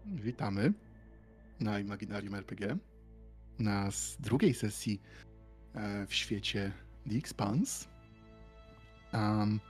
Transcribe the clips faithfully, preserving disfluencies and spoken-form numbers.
Witamy na Imaginarium R P G, na s- drugiej sesji e, w świecie The Expanse. Um,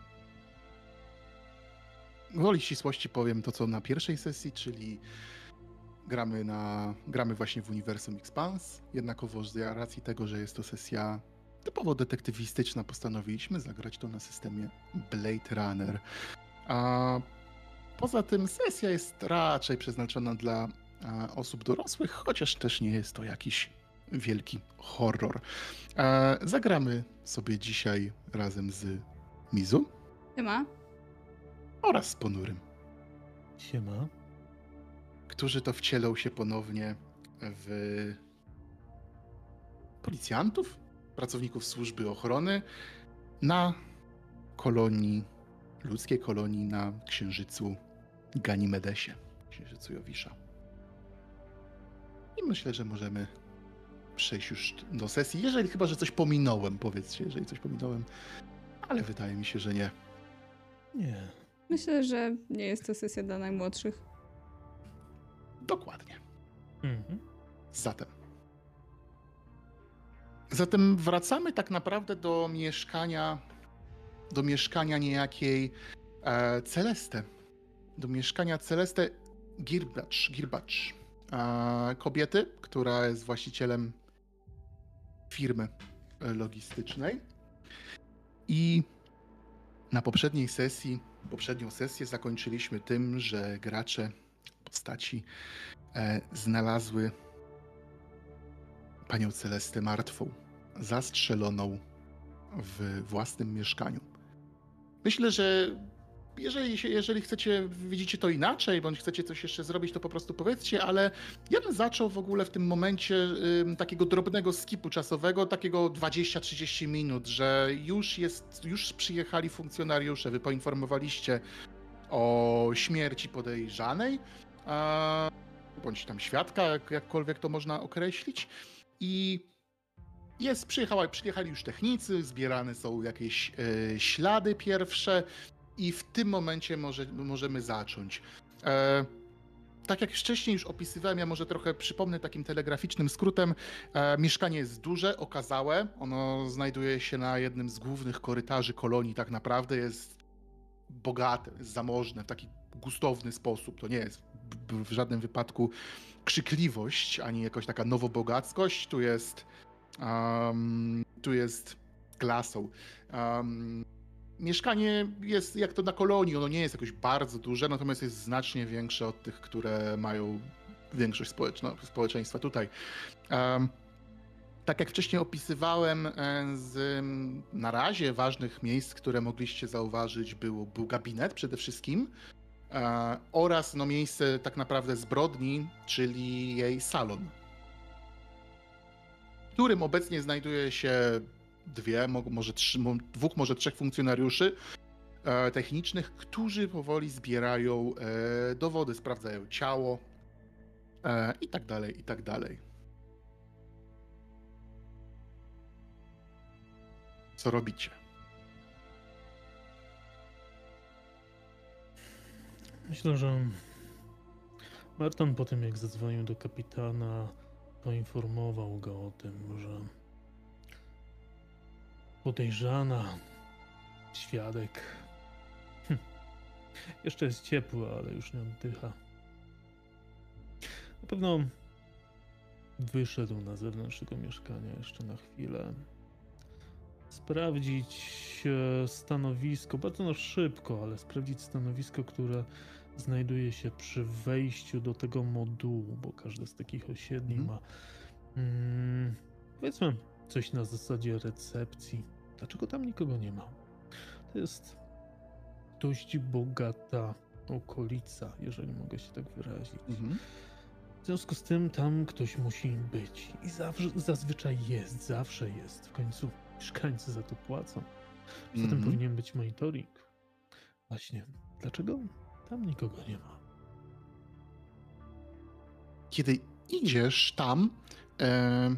Woli ścisłości powiem to, co na pierwszej sesji, czyli gramy, na, gramy właśnie w uniwersum Expanse, jednakowoż z racji tego, że jest to sesja typowo detektywistyczna, postanowiliśmy zagrać to na systemie Blade Runner. A poza tym sesja jest raczej przeznaczona dla e, osób dorosłych, chociaż też nie jest to jakiś wielki horror. E, zagramy sobie dzisiaj razem z Mizu Siema. oraz z Ponurym, Siema. którzy to wcielą się ponownie w policjantów, pracowników służby ochrony na kolonii, ludzkiej kolonii na księżycu Ganimedesie, księżycu Jowisza. I myślę, że możemy przejść już do sesji, jeżeli chyba, że coś pominąłem, powiedzcie, jeżeli coś pominąłem, ale wydaje mi się, że nie. Nie. Myślę, że nie jest to sesja dla najmłodszych. Dokładnie. Mhm. Zatem. Zatem wracamy tak naprawdę do mieszkania, do mieszkania niejakiej e, Celeste. Do mieszkania Celeste Girbacz, Girbacz. E, kobiety, która jest właścicielem firmy logistycznej. I na poprzedniej sesji, poprzednią sesję zakończyliśmy tym, że gracze, postaci e, znalazły panią Celestę martwą, zastrzeloną w własnym mieszkaniu. Myślę, że jeżeli, się, jeżeli chcecie, widzicie to inaczej, bądź chcecie coś jeszcze zrobić, to po prostu powiedzcie, ale ja bym zaczął w ogóle w tym momencie y, takiego drobnego skipu czasowego, takiego dwadzieścia trzydzieści minut, że już jest, już przyjechali funkcjonariusze, wy poinformowaliście o śmierci podejrzanej, a, bądź tam świadka, jak, jakkolwiek to można określić. I jest, przyjechała, przyjechali już technicy, zbierane są jakieś e, ślady pierwsze i w tym momencie może, możemy zacząć. E, tak jak wcześniej już opisywałem, ja może trochę przypomnę takim telegraficznym skrótem. E, mieszkanie jest duże, okazałe. Ono znajduje się na jednym z głównych korytarzy kolonii, tak naprawdę jest bogate, jest zamożne w taki gustowny sposób. To nie jest w, w żadnym wypadku krzykliwość, ani jakaś taka nowobogackość. Tu jest um, tu jest klasą. Um, mieszkanie jest jak to na kolonii, ono nie jest jakoś bardzo duże, natomiast jest znacznie większe od tych, które mają większość społeczno, społeczeństwa tutaj. Um, tak jak wcześniej opisywałem, z na razie ważnych miejsc, które mogliście zauważyć, było, był gabinet przede wszystkim e, oraz no, miejsce tak naprawdę zbrodni, czyli jej salon, w którym obecnie znajduje się dwie, może trzy, dwóch, może trzech funkcjonariuszy e, technicznych, którzy powoli zbierają e, dowody, sprawdzają ciało e, i tak dalej, i tak dalej. Co robicie? Myślę, że Barton po tym, jak zadzwonił do kapitana, poinformował go o tym, że podejrzana, świadek, hm, jeszcze jest ciepły, ale już nie oddycha. Na pewno wyszedł na zewnątrz tego mieszkania jeszcze na chwilę. Sprawdzić stanowisko, bardzo no szybko, ale sprawdzić stanowisko, które znajduje się przy wejściu do tego modułu, bo każde z takich osiedli Mhm. ma mm, powiedzmy coś na zasadzie recepcji. Dlaczego tam nikogo nie ma? To jest dość bogata okolica, jeżeli mogę się tak wyrazić. Mhm. W związku z tym tam ktoś musi być i zawsze, zazwyczaj jest, zawsze jest. W końcu mieszkańcy za to płacą. Poza tym Mhm. powinien być monitoring. Właśnie, dlaczego tam nikogo nie ma? Kiedy idziesz tam, e,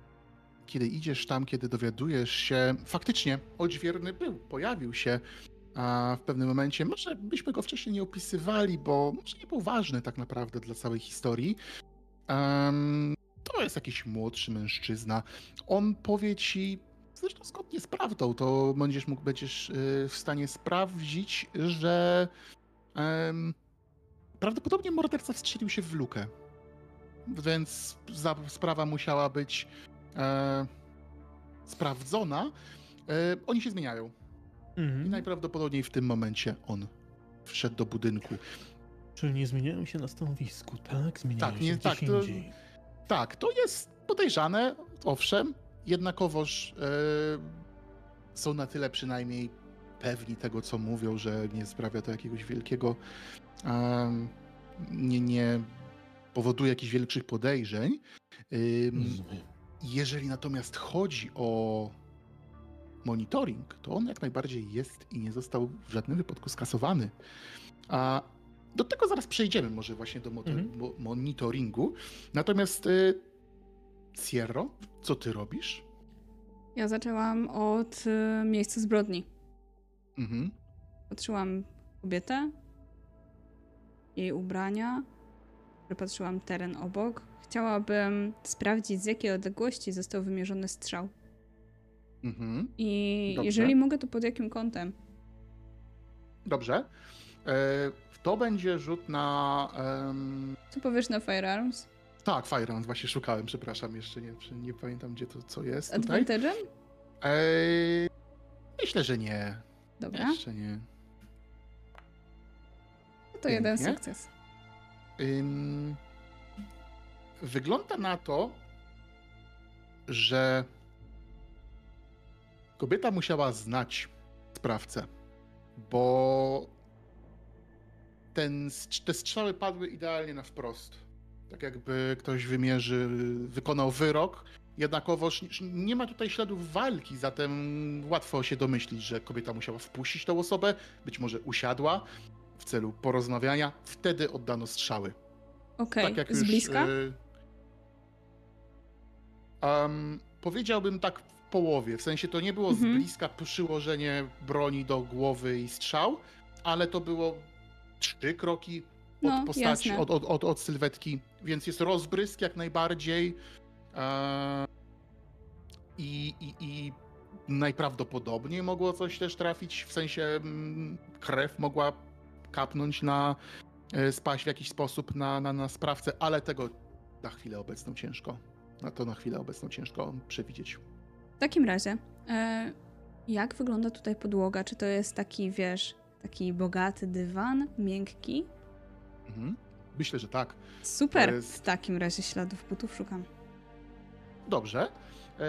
kiedy idziesz tam, kiedy dowiadujesz się, faktycznie odźwierny był, pojawił się a w pewnym momencie, może byśmy go wcześniej nie opisywali, bo może nie był ważny tak naprawdę dla całej historii. Um, to jest jakiś młodszy mężczyzna. On powie ci, zresztą zgodnie z prawdą, to będziesz mógł, będziesz y, w stanie sprawdzić, że um, prawdopodobnie morderca wstrzelił się w lukę. Więc za, sprawa musiała być e, sprawdzona. E, oni się zmieniają. Mhm. I najprawdopodobniej w tym momencie on wszedł do budynku. Czyli nie zmieniają się na stanowisku, tak? Zmieniają Tak, się nie, gdzieś tak, to, indziej. tak, to jest podejrzane, owszem, jednakowoż e, są na tyle przynajmniej pewni tego, co mówią, że nie sprawia to jakiegoś wielkiego, e, nie, nie powoduje jakichś większych podejrzeń. Ym, Rozumiem. Jeżeli natomiast chodzi o monitoring, to on jak najbardziej jest i nie został w żadnym wypadku skasowany. A do tego zaraz przejdziemy może właśnie do moto- Mhm. mo- monitoringu. Natomiast y, Sierro, co ty robisz? Ja zaczęłam od y, miejsca zbrodni. Mhm. Patrzyłam kobietę, jej ubrania, wypatrzyłam teren obok. Chciałabym sprawdzić, z jakiej odległości został wymierzony strzał. Mhm. I Dobrze. jeżeli mogę, to pod jakim kątem? Dobrze. E, to będzie rzut na... em, Co powiesz na Firearms? tak, Firearms, właśnie szukałem, przepraszam, jeszcze nie, nie pamiętam, gdzie to co jest Z tutaj. advantage'em? Eee, myślę, że nie. Dobra, Jeszcze nie. to jeden pięknie. sukces. Ym, wygląda na to, że kobieta musiała znać sprawcę, bo ten, te strzały padły idealnie na wprost. Tak jakby ktoś wymierzy, wykonał wyrok. Jednakowoż nie ma tutaj śladów walki, zatem łatwo się domyślić, że kobieta musiała wpuścić tą osobę, być może usiadła w celu porozmawiania, wtedy oddano strzały. Okej, Tak jak z już, bliska? y, um, powiedziałbym tak w połowie, w sensie to nie było Mhm. z bliska przyłożenie broni do głowy i strzał, ale to było trzy kroki od No, postaci, jasne. od, od, od, od sylwetki, więc jest rozbrysk jak najbardziej e, i, i, i najprawdopodobniej mogło coś też trafić, w sensie mm, krew mogła kapnąć na e, spaść w jakiś sposób na, na, na sprawcę, ale tego na chwilę obecną ciężko, na to na chwilę obecną ciężko przewidzieć. W takim razie, e, jak wygląda tutaj podłoga? Czy to jest taki, wiesz, taki bogaty dywan, miękki? Mhm. Myślę, że tak. Super! To jest- W takim razie śladów butów szukam. Dobrze. E,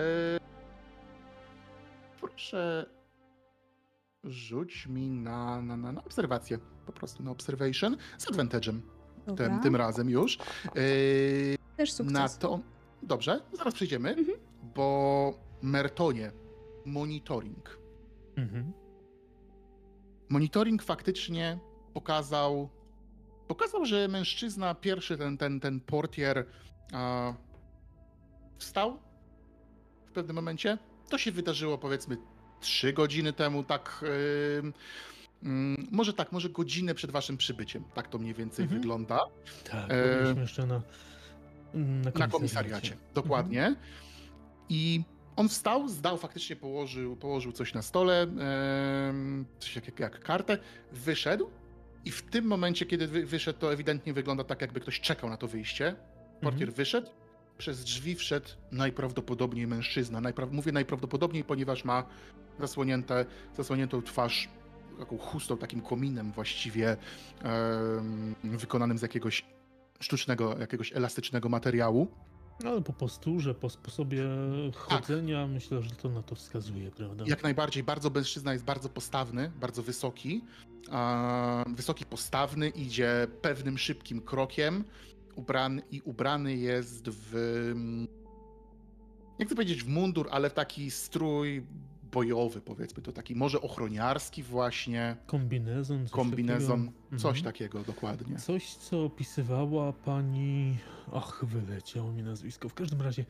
proszę rzuć mi na, na, na, na obserwację, po prostu na observation z advantage'em Dobra, tym, tym razem już. E, też sukces. na to... Dobrze, zaraz przejdziemy, Mhm. bo Mertonie, monitoring. Mhm. Monitoring faktycznie pokazał, pokazał, że mężczyzna, pierwszy ten, ten, ten portier a, wstał w pewnym momencie. To się wydarzyło powiedzmy trzy godziny temu, tak ym, ym, może tak, może godzinę przed waszym przybyciem. Tak to mniej więcej Mhm. wygląda. Tak, E, bo byliśmy jeszcze na, na, Na komisariacie, dokładnie. I on wstał, zdał, faktycznie położył, położył coś na stole, em, coś jak, jak kartę, wyszedł i w tym momencie, kiedy wy, wyszedł, to ewidentnie wygląda tak, jakby ktoś czekał na to wyjście. Portier Mhm. wyszedł, przez drzwi wszedł najprawdopodobniej mężczyzna. Najpraw, mówię najprawdopodobniej, ponieważ ma zasłonięte, zasłoniętą twarz taką chustą, takim kominem właściwie, em, wykonanym z jakiegoś sztucznego, jakiegoś elastycznego materiału. No, ale po posturze, po sposobie chodzenia, myślę, że to na to wskazuje, prawda? Jak najbardziej, bardzo mężczyzna jest bardzo postawny, bardzo wysoki. A, wysoki, postawny, idzie pewnym, szybkim krokiem ubrany, i ubrany jest w, nie chcę powiedzieć w mundur, ale w taki strój bojowy, powiedzmy, to taki może ochroniarski właśnie, Kombinezon, coś kombinezon, takiego. coś Mhm. takiego dokładnie. Coś, co opisywała pani... Ach, wyleciało mi nazwisko. W każdym razie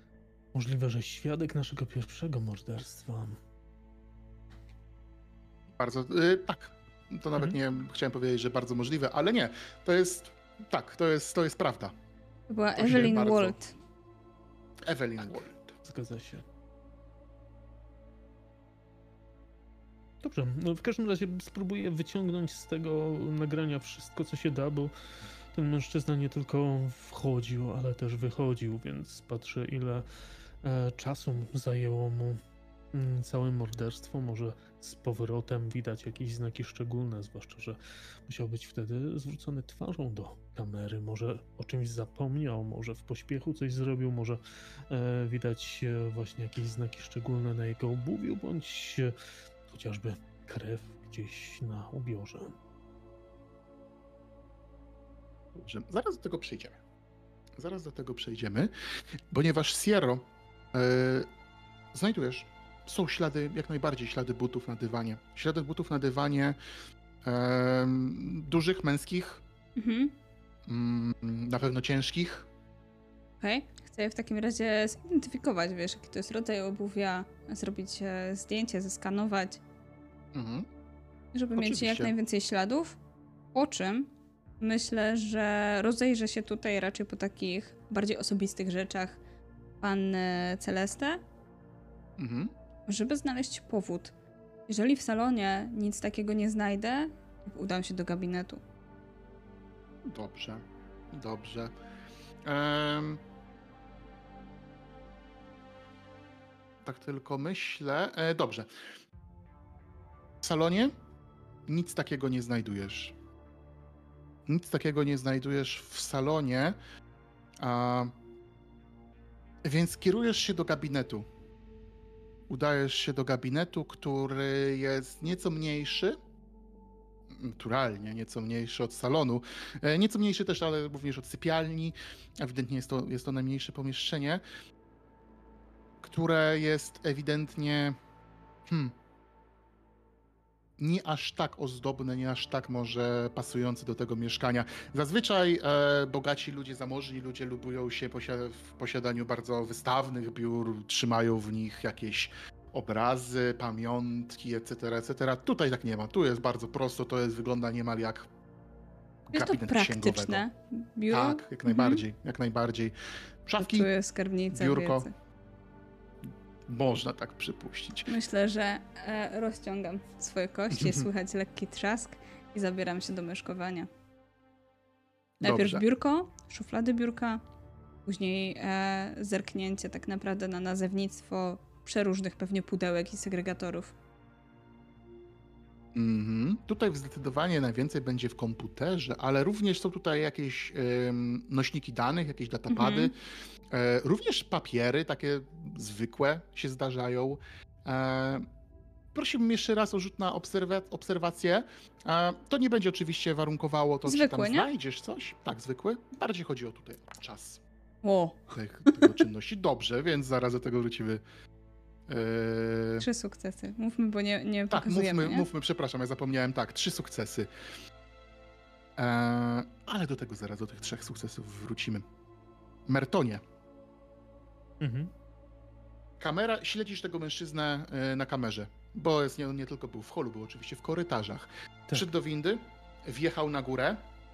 możliwe, że świadek naszego pierwszego morderstwa. Bardzo, y, tak. To nawet Mhm. nie chciałem powiedzieć, że bardzo możliwe, ale nie. To jest, tak, to jest, to jest prawda. To była To się Evelyn bardzo- Walt. Evelyn Tak. Walt. Zgadza się. Dobrze, no w każdym razie spróbuję wyciągnąć z tego nagrania wszystko, co się da, bo ten mężczyzna nie tylko wchodził, ale też wychodził, więc patrzę, ile e, czasu zajęło mu mm, całe morderstwo. Może z powrotem widać jakieś znaki szczególne, zwłaszcza, że musiał być wtedy zwrócony twarzą do kamery. Może o czymś zapomniał, może w pośpiechu coś zrobił, może e, widać e, właśnie jakieś znaki szczególne na jego obuwiu, bądź e, chociażby krew gdzieś na ubiorze. Dobrze, zaraz do tego przejdziemy. Zaraz do tego przejdziemy, ponieważ Sierro, e, znajdujesz, są ślady, jak najbardziej ślady butów na dywanie. Ślady butów na dywanie e, dużych, męskich, Mhm. mm, na pewno ciężkich. Okej. Chcę je w takim razie zidentyfikować, wiesz, jaki to jest rodzaj obuwia, zrobić e, zdjęcie, zeskanować, Mhm. żeby mieć jak Oczywiście. najwięcej śladów. Po czym myślę, że rozejrzę się tutaj raczej po takich bardziej osobistych rzeczach panny Celeste, Mhm. żeby znaleźć powód. Jeżeli w salonie nic takiego nie znajdę, udam się do gabinetu. Dobrze, dobrze. Em, tak tylko myślę. E, dobrze. W salonie nic takiego nie znajdujesz. Nic takiego nie znajdujesz w salonie, a, więc kierujesz się do gabinetu. Udajesz się do gabinetu, który jest nieco mniejszy. Naturalnie, nieco mniejszy od salonu. E, Nieco mniejszy też, ale również od sypialni. Ewidentnie jest to, jest to najmniejsze pomieszczenie, które jest ewidentnie hmm, nie aż tak ozdobne, nie aż tak może pasujące do tego mieszkania. Zazwyczaj e, bogaci ludzie, zamożni ludzie lubują się posia- w posiadaniu bardzo wystawnych biur, trzymają w nich jakieś obrazy, pamiątki, et cetera, et cetera. Tutaj tak nie ma. Tu jest bardzo prosto, to jest, wygląda niemal jak Jest to gabinet księgowego. praktyczne biuro. Tak, jak najbardziej, jak najbardziej. Szafki, Tu jest skarbnica biurko. wiedzy. można tak przypuścić. Myślę, że e, rozciągam swoje kości, słychać lekki trzask i zabieram się do myszkowania. Najpierw Dobrze. biurko, szuflady biurka, później e, zerknięcie tak naprawdę na nazewnictwo przeróżnych pewnie pudełek i segregatorów. Mhm. Tutaj zdecydowanie najwięcej będzie w komputerze, ale również są tutaj jakieś em, nośniki danych, jakieś datapady, Mhm. e, również papiery, takie zwykłe się zdarzają. E, prosiłbym jeszcze raz o rzut na obserwa- obserwację. E, to nie będzie oczywiście warunkowało to, czy Zwykły, tam nie? znajdziesz coś. Tak, zwykły. Bardziej chodzi o tutaj czas O, tych, tego czynności. Dobrze, więc zaraz do tego wrócimy. E, trzy sukcesy. Mówmy, bo nie, nie Tak, pokazujemy, mówmy, nie? mówmy, przepraszam, ja zapomniałem, tak, trzy sukcesy. Eee, ale do tego zaraz, do tych trzech sukcesów wrócimy. Mertonie, Mhm. kamera, śledzisz tego mężczyznę e, na kamerze, bo jest, nie, on nie tylko był w holu, był oczywiście w korytarzach. Tak. Szedł do windy, wjechał na górę,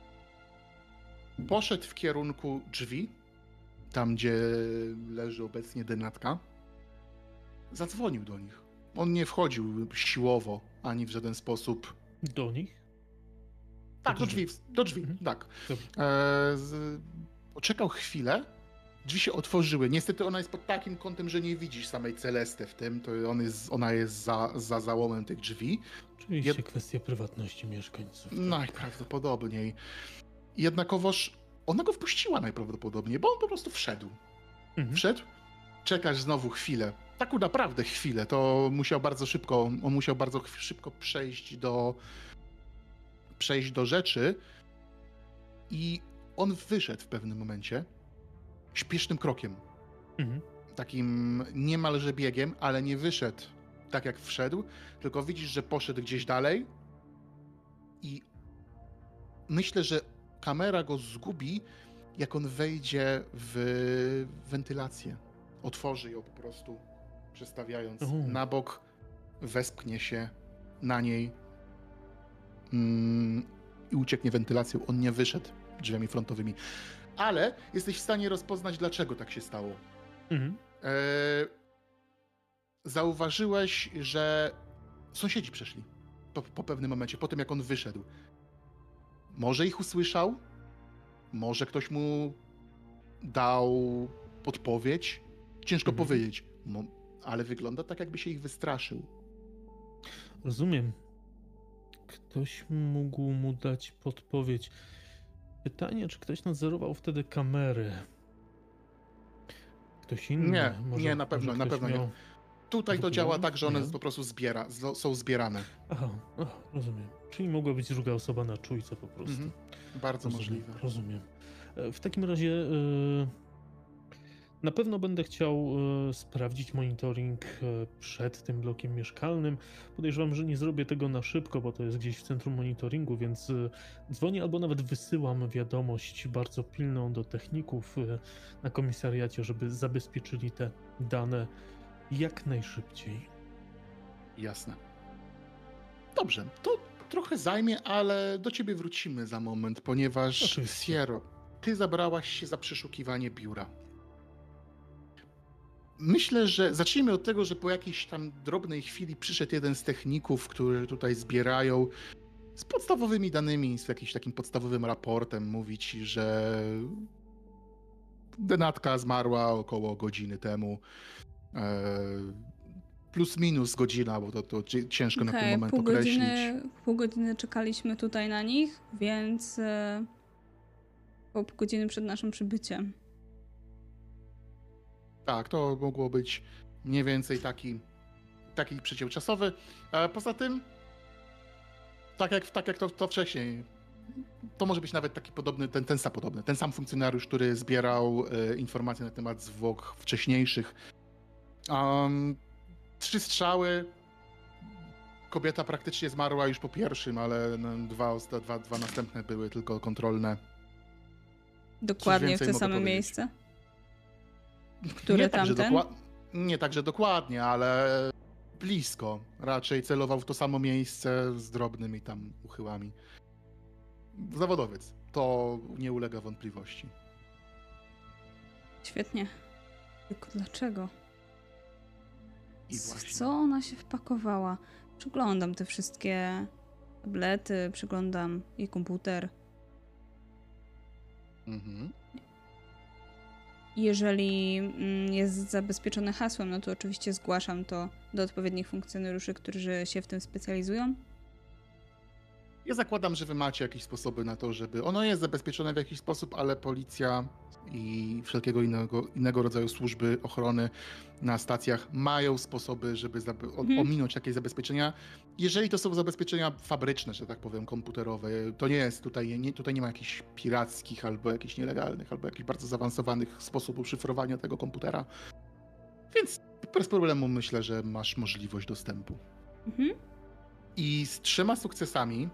poszedł w kierunku drzwi, tam gdzie leży obecnie denatka, zadzwonił do nich. On nie wchodził siłowo, ani w żaden sposób. Do nich? Tak, do drzwi, do drzwi, Mhm. tak. Dobra. E, z, poczekał chwilę, drzwi się otworzyły. Niestety ona jest pod takim kątem, że nie widzisz samej Celesty w tym, to on jest, ona jest za, za załomem tych drzwi. Oczywiście Jed- kwestia prywatności mieszkańców. tak. Najprawdopodobniej. Jednakowoż ona go wpuściła najprawdopodobniej, bo on po prostu wszedł. Mhm. Wszedł, czekasz znowu chwilę. Taką naprawdę chwilę. To musiał bardzo szybko, on musiał bardzo ch- szybko przejść do przejść do rzeczy i on wyszedł w pewnym momencie śpiesznym krokiem. Mhm. Takim niemalże biegiem, ale nie wyszedł tak jak wszedł, tylko widzisz, że poszedł gdzieś dalej i myślę, że kamera go zgubi, jak on wejdzie w wentylację. Otworzy ją po prostu, przestawiając U. na bok, wespchnie się na niej mm, i ucieknie wentylacją. On nie wyszedł drzwiami frontowymi. Ale jesteś w stanie rozpoznać, dlaczego tak się stało. Mhm. E, zauważyłeś, że sąsiedzi przeszli po, po pewnym momencie, po tym jak on wyszedł. Może ich usłyszał, może ktoś mu dał podpowiedź. Ciężko Mhm. powiedzieć, Mo- ale wygląda tak, jakby się ich wystraszył. Rozumiem. Ktoś mógł mu dać podpowiedź. Pytanie, czy ktoś nadzorował wtedy kamery? Ktoś inny? Nie, może, nie, na pewno, może na ktoś pewno nie. miał... Tutaj to działa tak, że one Nie? po prostu zbiera, z- są zbierane. Aha, aha, rozumiem. Czyli mogła być druga osoba na czujce po prostu. Mhm. Bardzo Rozumiem, możliwe. rozumiem. E, W takim razie e, na pewno będę chciał e, sprawdzić monitoring e, przed tym blokiem mieszkalnym. Podejrzewam, że nie zrobię tego na szybko, bo to jest gdzieś w centrum monitoringu, więc e, dzwonię albo nawet wysyłam wiadomość bardzo pilną do techników e, na komisariacie, żeby zabezpieczyli te dane jak najszybciej. Jasne. Dobrze, to trochę zajmie, ale do ciebie wrócimy za moment, ponieważ Oczywiście. Sierra, ty zabrałaś się za przeszukiwanie biura. Myślę, że zacznijmy od tego, że po jakiejś tam drobnej chwili przyszedł jeden z techników, którzy tutaj zbierają z podstawowymi danymi, z jakimś takim podstawowym raportem. Mówi ci, że denatka zmarła około godziny temu. E, plus minus godzina, bo to, to ci- ciężko na ten Okej, moment pół określić. godziny, pół godziny czekaliśmy tutaj na nich, więc e, po pół godziny przed naszym przybyciem. Tak, to mogło być mniej więcej taki, taki przedział czasowy. E, poza tym, tak jak, tak jak to, to wcześniej, to może być nawet taki podobny, ten, ten sam podobny, ten sam funkcjonariusz, który zbierał e, informacje na temat zwłok wcześniejszych. Um, trzy strzały. Kobieta praktycznie zmarła już po pierwszym, ale no, dwa, osta- dwa, dwa następne były tylko kontrolne. Dokładnie w więcej te mogę same powiedzieć. miejsce. Które nie, tak, że tamten? dokła- nie tak, że dokładnie, ale blisko. Raczej celował w to samo miejsce z drobnymi tam uchyłami. Zawodowiec. To nie ulega wątpliwości. Świetnie. Tylko dlaczego? I W właśnie. co ona się wpakowała? Przyglądam te wszystkie tablety, przyglądam jej komputer. Mhm. Jeżeli mm, jest zabezpieczone hasłem, no to oczywiście zgłaszam to do odpowiednich funkcjonariuszy, którzy się w tym specjalizują. Ja zakładam, że wy macie jakieś sposoby na to, żeby... Ono jest zabezpieczone w jakiś sposób, ale policja i wszelkiego innego, innego rodzaju służby ochrony na stacjach mają sposoby, żeby zabe- o- Mhm. ominąć jakieś zabezpieczenia. Jeżeli to są zabezpieczenia fabryczne, że tak powiem, komputerowe, to nie jest tutaj, nie, tutaj nie ma jakichś pirackich albo jakichś nielegalnych, albo jakichś bardzo zaawansowanych sposobów szyfrowania tego komputera. Więc bez problemu myślę, że masz możliwość dostępu. Mhm. I z trzema sukcesami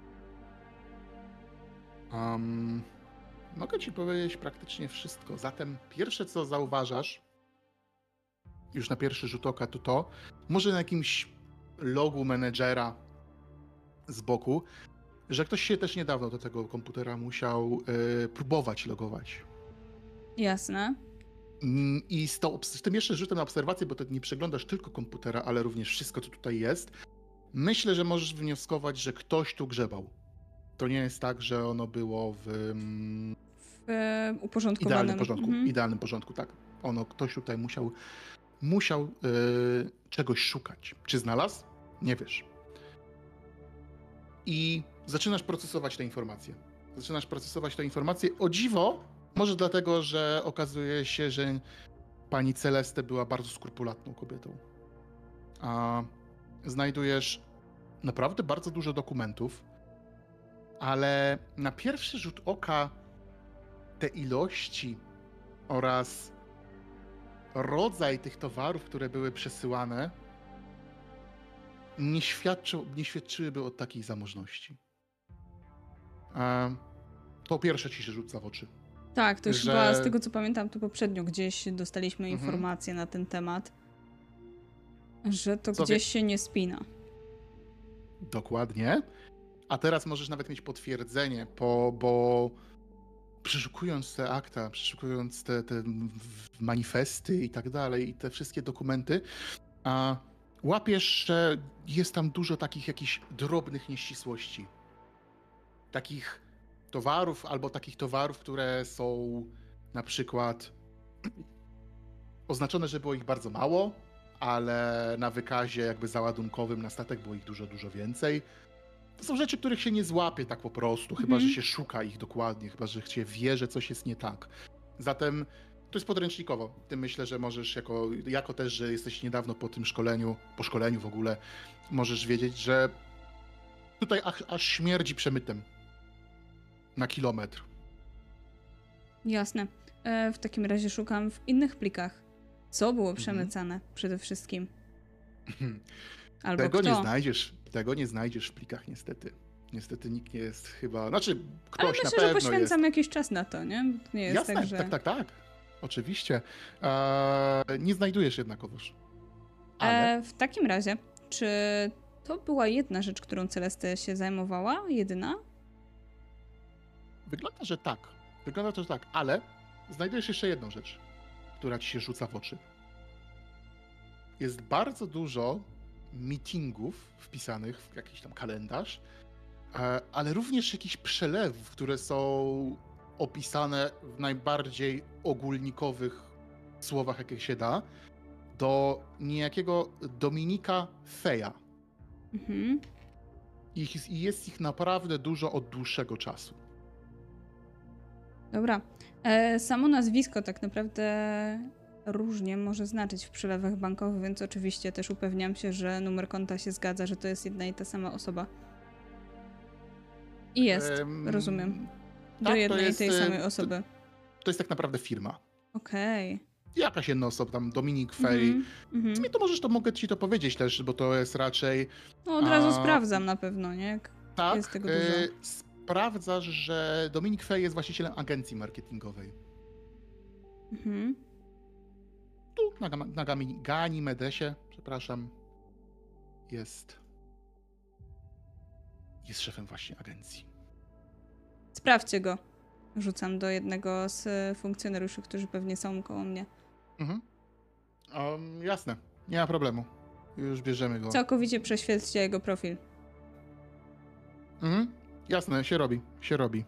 um, mogę ci powiedzieć praktycznie wszystko. Zatem pierwsze, co zauważasz już na pierwszy rzut oka, to to, może na jakimś logu menedżera z boku, że ktoś się też niedawno do tego komputera musiał y, próbować logować. Jasne. Mm, I z, to, z tym jeszcze rzutem na obserwację, bo to nie przeglądasz tylko komputera, ale również wszystko, co tutaj jest, myślę, że możesz wnioskować, że ktoś tu grzebał. To nie jest tak, że ono było w mm, W e, uporządkowanym. idealnym porządku. Mhm. Idealnym porządku, tak. Ono, ktoś tutaj musiał, musiał y, czegoś szukać. Czy znalazł? Nie wiesz. I zaczynasz procesować te informacje. Zaczynasz procesować te informacje. O dziwo, może dlatego, że okazuje się, że pani Celeste była bardzo skrupulatną kobietą. A znajdujesz naprawdę bardzo dużo dokumentów, ale na pierwszy rzut oka te ilości oraz rodzaj tych towarów, które były przesyłane, nie, świadczą, nie świadczyłyby o takiej zamożności. A to pierwsze ci się rzuca w oczy. Tak, to już że- chyba z tego co pamiętam, to poprzednio gdzieś dostaliśmy Mhm. informacje na ten temat, że to Co gdzieś wie- się nie spina. Dokładnie. A teraz możesz nawet mieć potwierdzenie, bo, bo przeszukując te akta, przeszukując te, te manifesty i tak dalej, i te wszystkie dokumenty, a łapiesz, że jest tam dużo takich jakichś drobnych nieścisłości. Takich towarów, albo takich towarów, które są na przykład oznaczone, że było ich bardzo mało, ale na wykazie jakby załadunkowym na statek było ich dużo, dużo więcej. To są rzeczy, których się nie złapie tak po prostu, chyba Mhm. że się szuka ich dokładnie, chyba że się wie, że coś jest nie tak. Zatem to jest podręcznikowo. Ty myślę, że możesz jako, jako też, że jesteś niedawno po tym szkoleniu, po szkoleniu w ogóle, możesz wiedzieć, że tutaj aż, aż śmierdzi przemytem na kilometr. Jasne. E, w takim razie szukam w innych plikach. Co było przemycane przede wszystkim? Albo Tego kto? nie znajdziesz, tego nie znajdziesz w plikach niestety. Niestety nikt nie jest chyba, znaczy ktoś Ale na myślę, pewno że poświęcam jest. jakiś czas na to, nie? To nie jest Jasne, tak, że... tak, tak, tak. Oczywiście. Eee, nie znajdujesz jednakowoż. Ale E, w takim razie, czy to była jedna rzecz, którą Celeste się zajmowała? Jedyna? wygląda, że tak. Wygląda to, że tak, ale znajdujesz jeszcze jedną rzecz, która ci się rzuca w oczy. Jest bardzo dużo meetingów wpisanych w jakiś tam kalendarz, e, ale również jakichś przelewów, które są opisane w najbardziej ogólnikowych słowach, jakie się da, do niejakiego Dominika Feja. Mhm. Ich, I jest ich naprawdę dużo od dłuższego czasu. Dobra. E, samo nazwisko tak naprawdę różnie może znaczyć w przelewach bankowych, więc oczywiście też upewniam się, że numer konta się zgadza, że to jest jedna i ta sama osoba. I jest, Em, rozumiem. Do tak, to jednej i jest, tej e, samej to- osoby. To jest tak naprawdę firma. Okej. Jakaś jedna osoba, tam Dominik Fej. Mhm, mhm. W sumie to możesz, to mogę ci to powiedzieć też, bo to jest raczej No od razu a- sprawdzam na pewno, nie? Jak tak. jest tego e, dużo. sprawdzasz, że Dominik Fej jest właścicielem agencji marketingowej. Mhm. Tu na, Gam- na Gami- Ganimedesie, przepraszam, jest. Jest szefem właśnie agencji. Sprawdźcie go. Rzucam do jednego z e, funkcjonariuszy, którzy pewnie są koło mnie. Mhm. Um, jasne, nie ma problemu. Już bierzemy go. Całkowicie prześwietlcie jego profil. Mhm. Jasne, się robi, się robi.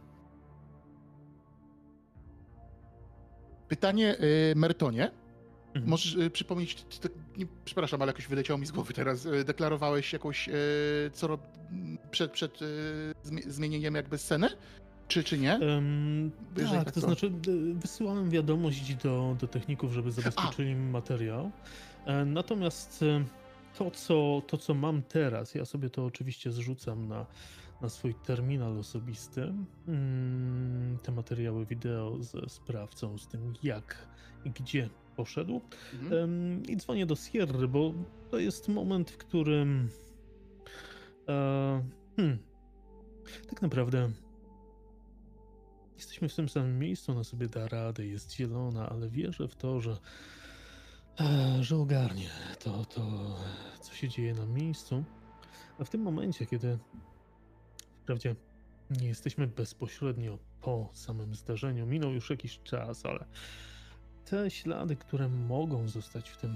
Pytanie, y, Mertonie. Mhm. Możesz y, przypomnieć, ty, ty, nie, przepraszam, ale jakoś wyleciało mi z głowy teraz. Y, deklarowałeś jakąś, y, co rob, przed, przed y, zmi- zmienieniem jakby sceny? Czy, czy nie? Em, Jeżeli tak, tak, to to- znaczy y, wysyłałem wiadomość do, do techników, żeby zabezpieczyli mi materiał. E, Natomiast e, to co, to, co mam teraz, ja sobie to oczywiście zrzucam na, na swój terminal osobisty. Mm, Te materiały wideo ze sprawcą, z tym jak i gdzie poszedł. Mhm. Em, I dzwonię do Sierry, bo to jest moment, w którym e, hmm, tak naprawdę jesteśmy w tym samym miejscu, ona sobie da radę, jest zielona, ale wierzę w to, że, e, że ogarnie to, to, co się dzieje na miejscu. A w tym momencie, kiedy wprawdzie nie jesteśmy bezpośrednio po samym zdarzeniu, minął już jakiś czas, ale te ślady, które mogą zostać w tym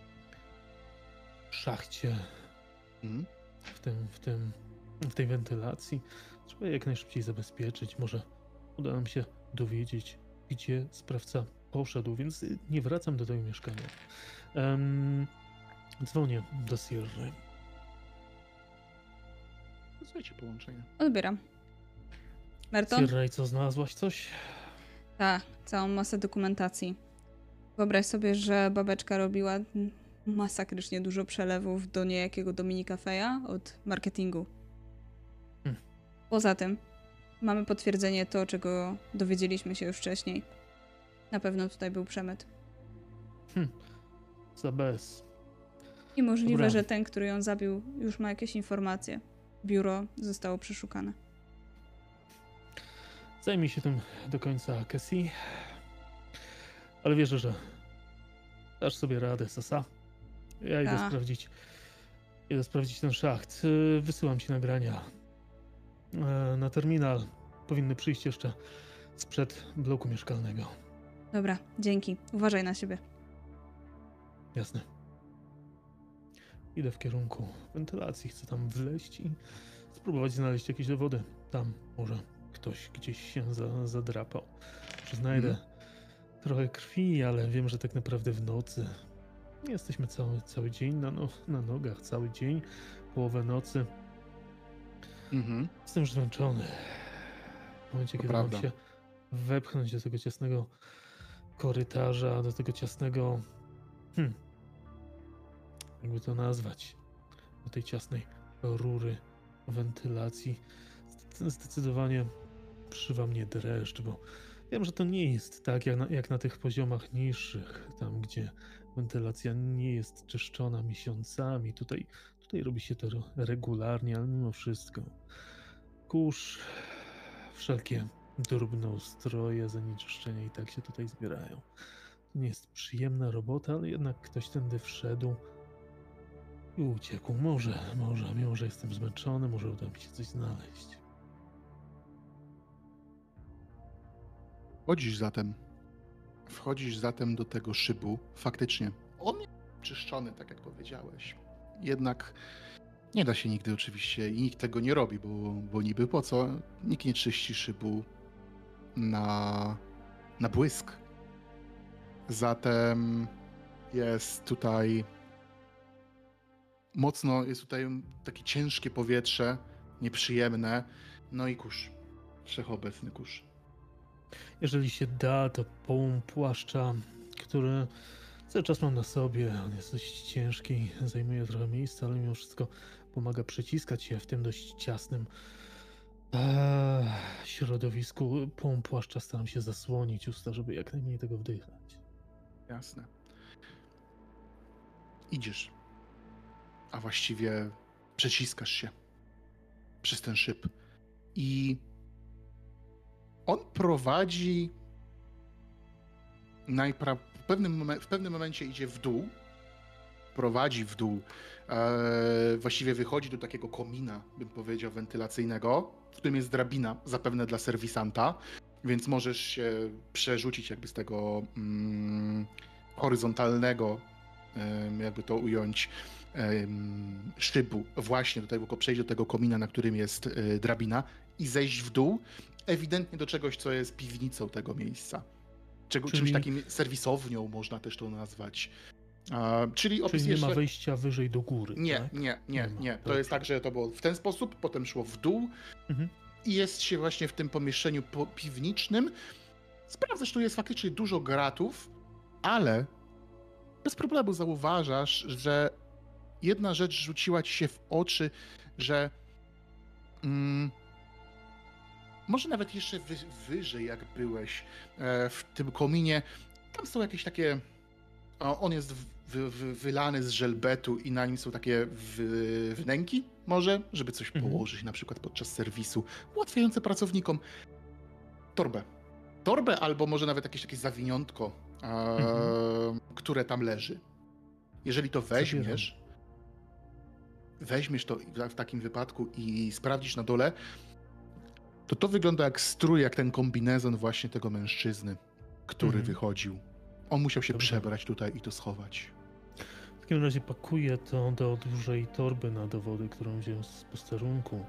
szachcie, Mhm. w tym, w tym, w tej wentylacji, trzeba je jak najszybciej zabezpieczyć. Może uda nam się dowiedzieć, gdzie sprawca poszedł, więc y, nie wracam do tego mieszkania. Um, dzwonię do Sierry. Słuchajcie połączenie. Odbieram. Merton? Sierra, i co, znalazłaś coś? Tak, całą masę dokumentacji. Wyobraź sobie, że babeczka robiła masakrycznie dużo przelewów do niejakiego Dominika Feja od marketingu. Hmm. Poza tym mamy potwierdzenie to, czego dowiedzieliśmy się już wcześniej. Na pewno tutaj był przemyt. Za bez. I możliwe, Dobra. że ten, który ją zabił, już ma jakieś informacje. Biuro zostało przeszukane. Zajmij się tym do końca, Cassie. Ale wierzę, że dasz sobie radę, Sasa. Ja idę Tak. sprawdzić Idę sprawdzić ten szacht. Y, Wysyłam ci nagrania. E, Na terminal powinny przyjść jeszcze sprzed bloku mieszkalnego. Dobra, dzięki. Uważaj na siebie. Jasne. Idę w kierunku wentylacji. Chcę tam wleźć i spróbować znaleźć jakieś dowody. Tam może ktoś gdzieś się za, zadrapał. Że znajdę Mhm. trochę krwi, ale wiem, że tak naprawdę w nocy. Jesteśmy cały, cały dzień na, no, na nogach, cały dzień, połowę nocy. Mhm. Jestem już zmęczony. W momencie, To kiedy prawda. mam się wepchnąć do tego ciasnego korytarza, do tego ciasnego... Hmm, jakby to nazwać? Do tej ciasnej rury wentylacji. Zde- Zdecydowanie przywa mnie dreszcz, bo wiem, że to nie jest tak jak na, jak na tych poziomach niższych, tam gdzie wentylacja nie jest czyszczona miesiącami. Tutaj, tutaj robi się to ro- regularnie, ale mimo wszystko kurz, wszelkie drobnoustroje, zanieczyszczenia i tak się tutaj zbierają. To nie jest przyjemna robota, ale jednak ktoś tędy wszedł i uciekł. Może, może, mimo że jestem zmęczony, może uda mi się coś znaleźć. Wchodzisz zatem. Wchodzisz zatem do tego szybu. Faktycznie. On jest czyszczony, tak jak powiedziałeś. Jednak nie da się nigdy oczywiście i nikt tego nie robi, bo, bo niby po co? Nikt nie czyści szybu na, na błysk. Zatem jest tutaj mocno, jest tutaj takie ciężkie powietrze, nieprzyjemne, no i kurz, wszechobecny kurz. Jeżeli się da, to połom płaszcza, który cały czas mam na sobie. On jest dość ciężki, zajmuje trochę miejsca, ale mimo wszystko pomaga przeciskać się w tym dość ciasnym eee, środowisku. Połom płaszcza staram się zasłonić usta, żeby jak najmniej tego wdychać. Jasne. Idziesz, a właściwie przeciskasz się przez ten szyb i on prowadzi najpra... w, pewnym momen... w pewnym momencie idzie w dół, prowadzi w dół, e... właściwie wychodzi do takiego komina, bym powiedział, wentylacyjnego, w którym jest drabina, zapewne dla serwisanta, więc możesz się przerzucić jakby z tego mm, horyzontalnego, em, jakby to ująć, em, szybu właśnie do tego, przejść do tego komina, na którym jest e, drabina i zejść w dół, ewidentnie do czegoś, co jest piwnicą tego miejsca. Czego, Czyli- Czymś takim serwisownią można też to nazwać. A, czyli Czyli nie opisujesz... ma wejścia wyżej do góry, Nie, tak? nie, nie, Nie ma. nie. To Dobrze. jest tak, że to było w ten sposób, potem szło w dół Mhm. i jest się właśnie w tym pomieszczeniu po- piwniczym. Sprawdzasz, tu jest faktycznie dużo gratów, ale bez problemu zauważasz, że jedna rzecz rzuciła ci się w oczy, że mm, może nawet jeszcze wy, wyżej jak byłeś e, w tym kominie, tam są jakieś takie, o, on jest wy, wy, wylany z żelbetu i na nim są takie wy, wnęki może, żeby coś Mhm. położyć na przykład podczas serwisu, ułatwiające pracownikom torbę. Torbę albo może nawet jakieś takie zawiniątko, e, Mhm. które tam leży. Jeżeli to weźmiesz, weźmiesz to w takim wypadku i sprawdzisz na dole, to to wygląda jak strój, jak ten kombinezon właśnie tego mężczyzny, który Mhm. wychodził. On musiał się Dobrze. przebrać tutaj i to schować. W takim razie pakuję to do dużej torby na dowody, którą wziąłem z posterunku.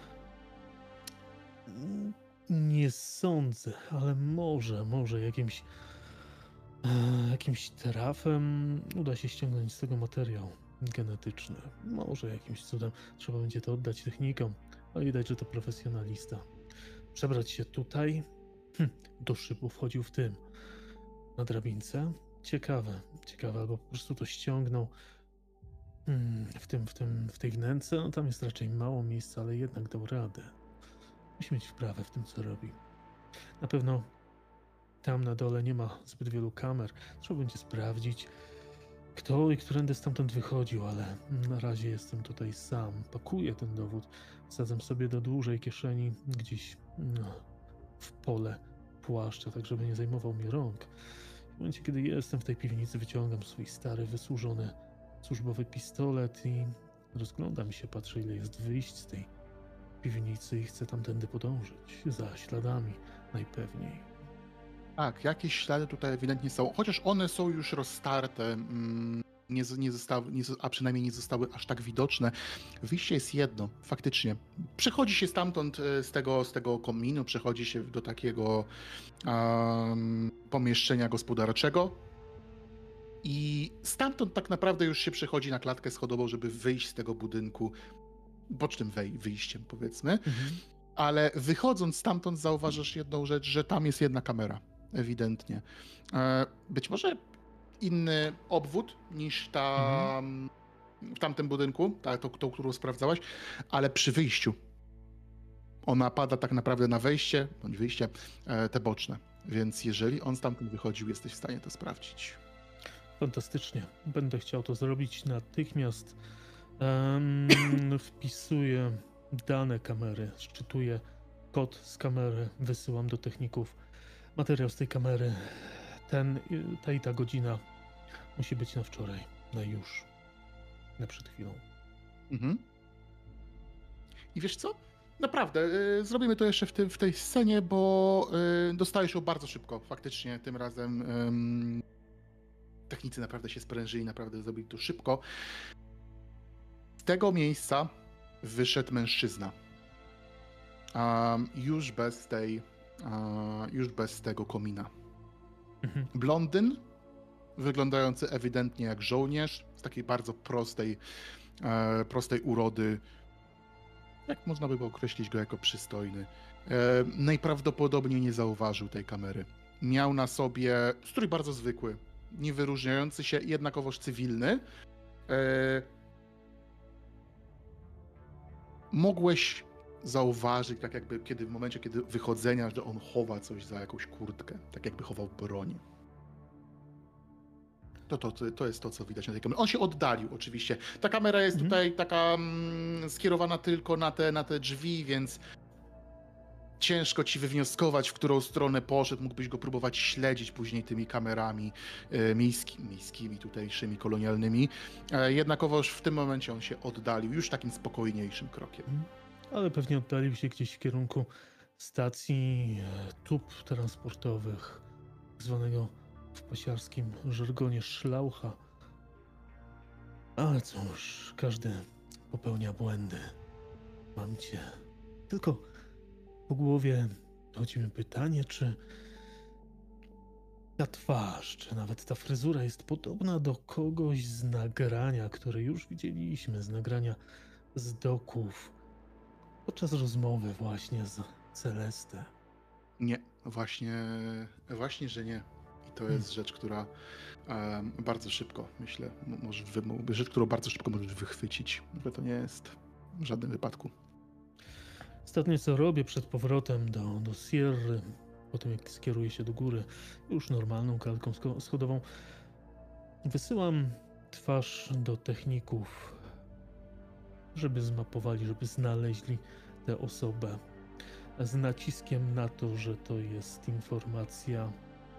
Mm, Nie sądzę, ale może, może jakimś e, jakimś trafem uda się ściągnąć z tego materiał genetyczny. Może jakimś cudem trzeba będzie to oddać technikom, ale widać, że to profesjonalista. Przebrać się tutaj, hm, do szybu wchodził w tym, na drabince. Ciekawe, ciekawe, albo po prostu to ściągnął. Hmm, w tym, w tym, w tej wnęce, no tam jest raczej mało miejsca, ale jednak dał radę. Musi mieć wprawę w tym, co robi. Na pewno tam na dole nie ma zbyt wielu kamer. Trzeba będzie sprawdzić, kto i którędy stamtąd wychodził, ale na razie jestem tutaj sam. Pakuję ten dowód, wsadzam sobie do dużej kieszeni gdzieś no, w pole płaszcza, tak żeby nie zajmował mi rąk. W momencie, kiedy jestem w tej piwnicy, wyciągam swój stary, wysłużony służbowy pistolet i Rozglądam się, patrzę, ile jest wyjść z tej piwnicy i chcę tamtędy podążyć. Za śladami najpewniej. Tak, jakieś ślady tutaj ewidentnie są, chociaż one są już rozstarte, mm, nie, z- nie zostały, nie, z- a przynajmniej nie zostały aż tak widoczne. Wyjście jest jedno, faktycznie. Przechodzi się stamtąd e, z tego, z tego kominu, przechodzi się do takiego um, pomieszczenia gospodarczego i stamtąd tak naprawdę już się przechodzi na klatkę schodową, żeby wyjść z tego budynku, bocznym wej- wyjściem powiedzmy. Mhm. Ale wychodząc stamtąd zauważasz jedną rzecz, że tam jest jedna kamera, ewidentnie. E, Być może inny obwód niż ta w tamtym budynku, ta, tą, tą, którą sprawdzałaś, ale przy wyjściu ona pada tak naprawdę na wejście, bądź wyjście, e, te boczne. Więc jeżeli on stamtąd wychodził, jesteś w stanie to sprawdzić. Fantastycznie. Będę chciał to zrobić natychmiast. Em, wpisuję dane kamery, szczytuję kod z kamery, wysyłam do techników materiał z tej kamery. Ten, ta i ta godzina musi być na wczoraj, na już, na przed chwilą. Mhm. I wiesz co? Naprawdę, y, zrobimy to jeszcze w, tym, w tej scenie, bo y, dostałeś ją bardzo szybko. Faktycznie tym razem ym, technicy naprawdę się sprężyli, naprawdę zrobili to szybko. Z tego miejsca wyszedł mężczyzna. Um, już bez tej, uh, już bez tego komina. Mhm. Blondyn, wyglądający ewidentnie jak żołnierz, z takiej bardzo prostej, e, prostej urody. Jak można by było określić go jako przystojny? E, najprawdopodobniej nie zauważył tej kamery. Miał na sobie strój bardzo zwykły, nie wyróżniający się, jednakowoż cywilny. E, mogłeś zauważyć, tak jakby kiedy w momencie, kiedy wychodzenia, że on chowa coś za jakąś kurtkę, tak jakby chował broń. To, to, to jest to, co widać na tej kamerze. On się oddalił oczywiście. Ta kamera jest Mhm. tutaj taka mm, skierowana tylko na te, na te drzwi, więc ciężko ci wywnioskować, w którą stronę poszedł. Mógłbyś go próbować śledzić później tymi kamerami e, miejski, miejskimi, tutejszymi, kolonialnymi. E, jednakowoż w tym momencie on się oddalił już takim spokojniejszym krokiem. Ale pewnie oddalił się gdzieś w kierunku stacji e, tub transportowych, zwanego w pasiarskim żargonie szlaucha. Ale cóż, każdy popełnia błędy. Mam cię. Tylko po głowie chodzi mi pytanie, czy ta twarz, czy nawet ta fryzura jest podobna do kogoś z nagrania, które już widzieliśmy, z nagrania z doków, podczas rozmowy właśnie z Celestę. Nie, właśnie, właśnie, że nie. I to Hmm. jest rzecz, która em, bardzo szybko, myślę, m- możesz, wy- rzecz, którą bardzo szybko możesz wychwycić, że to nie jest w żadnym wypadku. Ostatnie co robię przed powrotem do, do Sierry, po tym jak skieruję się do góry, już normalną klatką sko- schodową, wysyłam twarz do techników, żeby zmapowali, żeby znaleźli tę osobę, z naciskiem na to, że to jest informacja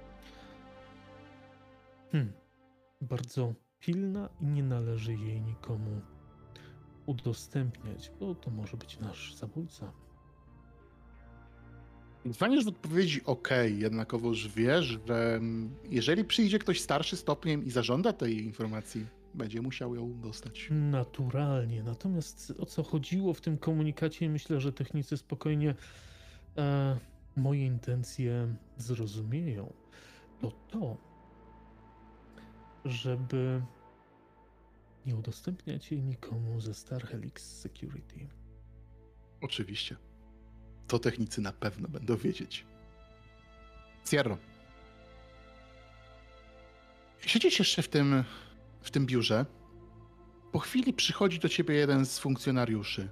hmm, bardzo pilna i nie należy jej nikomu udostępniać, bo to może być nasz zabójca. Zwaniesz w odpowiedzi OK, jednakowoż wiesz, że mm, jeżeli przyjdzie ktoś starszy stopniem i zażąda tej informacji, będzie musiał ją dostać. Naturalnie. Natomiast o co chodziło w tym komunikacie, myślę, że technicy spokojnie e, moje intencje zrozumieją. To to, żeby nie udostępniać jej nikomu ze Star Helix Security. Oczywiście. To technicy na pewno będą wiedzieć. Sierro. Siedzisz jeszcze w tym, w tym biurze. Po chwili przychodzi do ciebie jeden z funkcjonariuszy.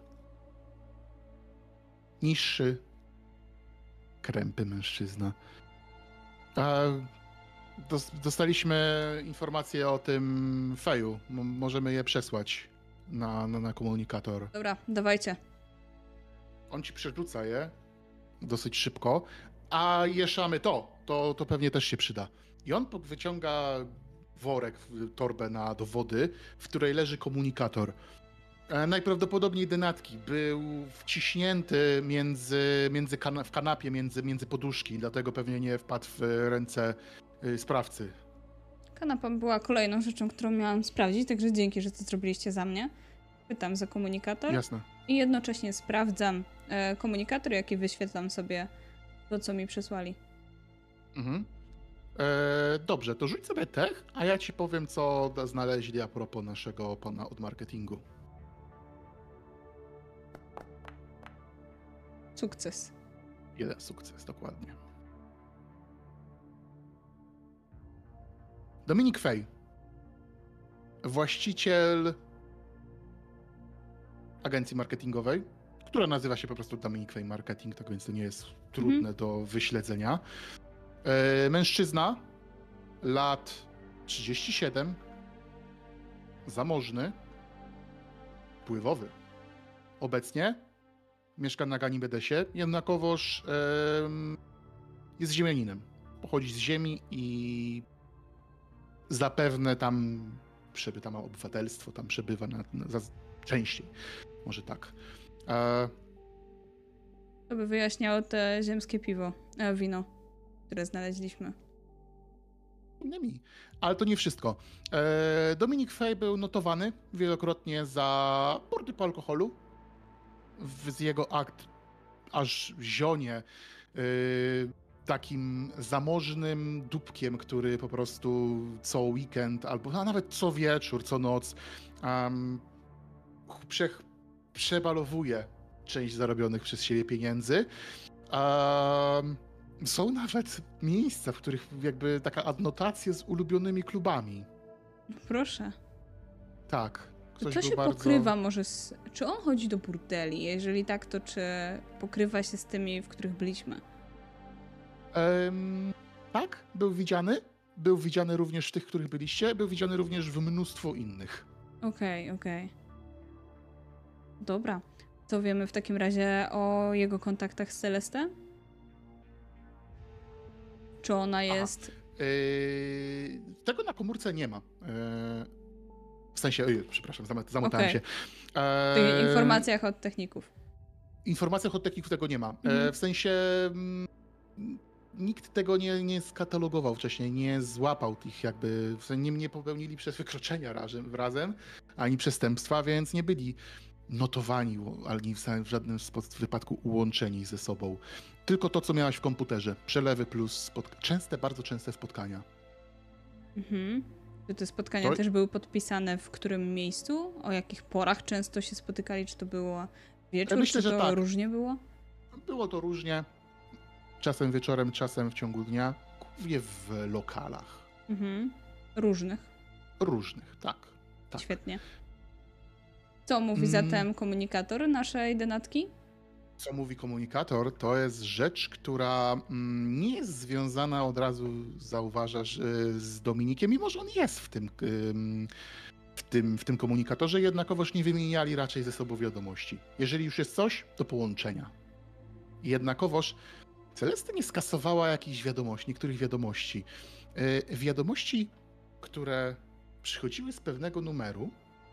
Niższy, krępy mężczyzna. A dos- dostaliśmy informację o tym feju. M- możemy je przesłać na, na, na komunikator. Dobra, dawajcie. On ci przerzuca je dosyć szybko, a jeszamy to, to, to pewnie też się przyda. I on pod- wyciąga worek, w- torbę na, do wody, w której leży komunikator. E, najprawdopodobniej denatki. Był wciśnięty między, między kana w kanapie, między, między poduszki, dlatego pewnie nie wpadł w ręce y, sprawcy. Kanapa była kolejną rzeczą, którą miałam sprawdzić, także dzięki, że to zrobiliście za mnie. Pytam za komunikator. Jasne. I jednocześnie sprawdzam e, komunikator, jaki wyświetlam sobie to, co mi przesłali. Mhm. E, dobrze, to rzuć sobie tech, a ja ci powiem, co znaleźli a propos naszego pana od marketingu. Sukces. Jeden sukces, dokładnie. Dominik Fej, właściciel agencji marketingowej, która nazywa się po prostu Dominik Fej Marketing, tak więc to nie jest trudne Mhm. do wyśledzenia. E, mężczyzna, lat trzydzieści siedem, zamożny, wpływowy. Obecnie mieszka na Ganimedesie, jednakowoż em, jest ziemianinem. Pochodzi z ziemi i zapewne tam przebywa, ma obywatelstwo, tam przebywa na, na, za, częściej. Może tak. E, To by wyjaśniało te ziemskie piwo, e, wino, które znaleźliśmy. innymi. Ale to nie wszystko. E, Dominik Fej był notowany wielokrotnie za porty po alkoholu. W, z jego akt aż zionie y, takim zamożnym dupkiem, który po prostu co weekend, albo a nawet co wieczór, co noc um, prze, przebalowuje część zarobionych przez siebie pieniędzy. Um, są nawet miejsca, w których jakby taka adnotacja z ulubionymi klubami. Proszę. Tak. To Ktoś co był się bardzo... pokrywa może z... Czy on chodzi do burdeli? Jeżeli tak, to czy pokrywa się z tymi, w których byliśmy? Um, tak, był widziany. Był widziany również w tych, w których byliście. Był widziany również w mnóstwo innych. Okej, okej. Dobra. Co wiemy w takim razie o jego kontaktach z Celeste? Czy ona jest... Yy, tego na komórce nie ma. Yy, w sensie, oj, przepraszam, zam- zamotałem Okej. się. W tych Yy, informacjach od techników? informacjach od techników tego nie ma. Mhm. Yy, w sensie mm, nikt tego nie, nie skatalogował wcześniej, nie złapał tych jakby, w sensie nie, nie popełnili przez wykroczenia razem, razem, ani przestępstwa, więc nie byli notowani, ani w w żadnym spo- wypadku ułączeni ze sobą. Tylko to, co miałaś w komputerze. Przelewy plus spotk- częste, bardzo częste spotkania. Mhm. Czy te spotkania To- też były podpisane w którym miejscu? O jakich porach często się spotykali? Czy to było wieczór? Myślę, czy że to tak. różnie było? Było to różnie. Czasem wieczorem, czasem w ciągu dnia. Głównie w lokalach. Mhm. Różnych. Różnych, tak. tak. Świetnie. Co mówi Mm. zatem komunikator naszej denatki? Co mówi komunikator, to jest rzecz, która mm, nie jest związana od razu, zauważasz, y, z Dominikiem, mimo że on jest w tym, ym, w tym, w tym komunikatorze, jednakowoż nie wymieniali raczej ze sobą wiadomości. Jeżeli już jest coś, to połączenia. Jednakowoż Celeste nie skasowała jakichś wiadomości, niektórych wiadomości. Y, wiadomości, które przychodziły z pewnego numeru,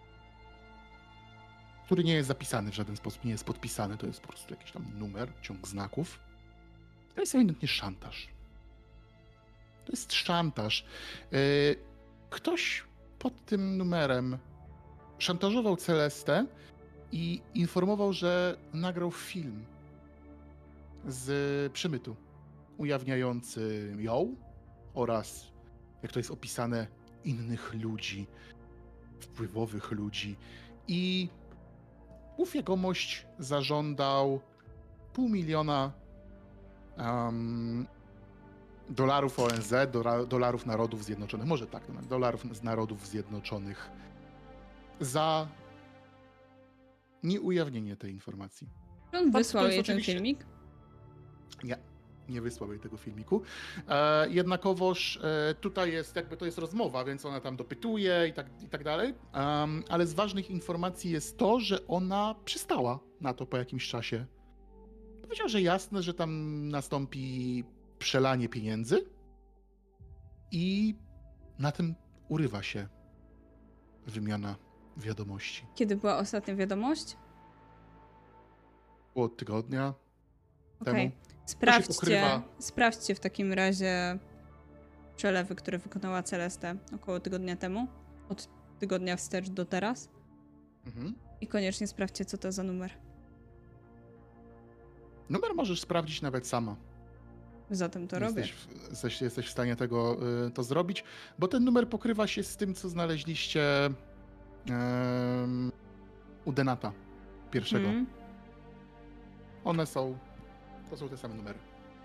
który nie jest zapisany w żaden sposób, nie jest podpisany, to jest po prostu jakiś tam numer, ciąg znaków. To jest ewidentnie szantaż. To jest szantaż. Yy, ktoś pod tym numerem szantażował Celestę i informował, że nagrał film z przemytu ujawniający ją oraz, jak to jest opisane, innych ludzi, wpływowych ludzi. I ów jegomość zażądał pół miliona um, dolarów O N Z, dola, dolarów Narodów Zjednoczonych, może tak, no, dolarów z Narodów Zjednoczonych za nieujawnienie tej informacji. Czy on To- wysłał to jest jej ten oczywiście- filmik? Nie, nie wysłał jej tego filmiku. E, jednakowoż e, tutaj jest jakby to jest rozmowa, więc ona tam dopytuje i tak, i tak dalej. Um, ale z ważnych informacji jest to, że ona przystała na to po jakimś czasie. Powiedział, że jasne, że tam nastąpi przelanie pieniędzy i na tym urywa się wymiana wiadomości. Kiedy była ostatnia wiadomość? Około tygodnia Okej. temu. Sprawdźcie, pokrywa- sprawdźcie w takim razie przelewy, które wykonała Celeste około tygodnia temu. Od tygodnia wstecz do teraz. Mhm. I koniecznie sprawdźcie, co to za numer. Numer możesz sprawdzić nawet sama. Zatem to robię. Jesteś, w- jesteś, jesteś w stanie tego y, to zrobić, bo ten numer pokrywa się z tym, co znaleźliście em, u Denata pierwszego. Mhm. One są, to są te same numery.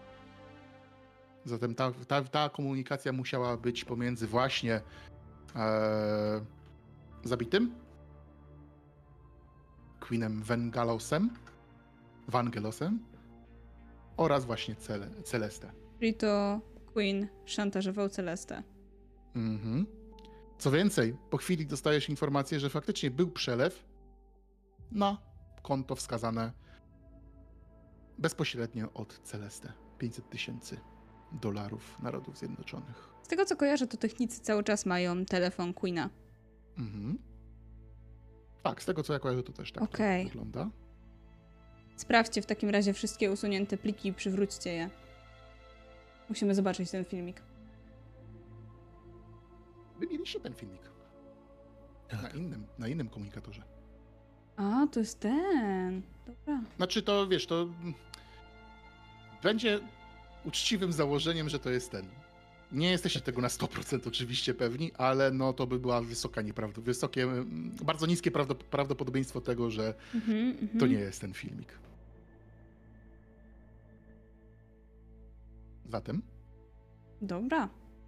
Zatem ta, ta, ta komunikacja musiała być pomiędzy właśnie e, zabitym Queenem Vengalosem, Vangelosem oraz właśnie Cele, Celeste. Czyli to Queen szantażował Celestę. Mhm. Co więcej, po chwili dostajesz informację, że faktycznie był przelew na konto wskazane bezpośrednio od Celeste. pięćset tysięcy dolarów Narodów Zjednoczonych. Z tego co kojarzę, to technicy cały czas mają telefon Queena. Mhm. Tak, z tego co ja kojarzę, to też tak Okej. to wygląda. Sprawdźcie w takim razie wszystkie usunięte pliki i przywróćcie je. Musimy zobaczyć ten filmik. Wy mieliście ten filmik na Tak. innym, na innym komunikatorze. A, to jest ten. Dobra. Znaczy to, wiesz, to mm, będzie uczciwym założeniem, że to jest ten. Nie jesteście tego na sto procent oczywiście pewni, ale no to by była wysoka nieprawda, wysokie, mm, bardzo niskie prawdop- prawdopodobieństwo tego, że Mhm, mhm. to nie jest ten filmik. Zatem Dobra.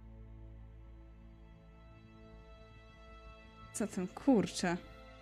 Zatem kurczę.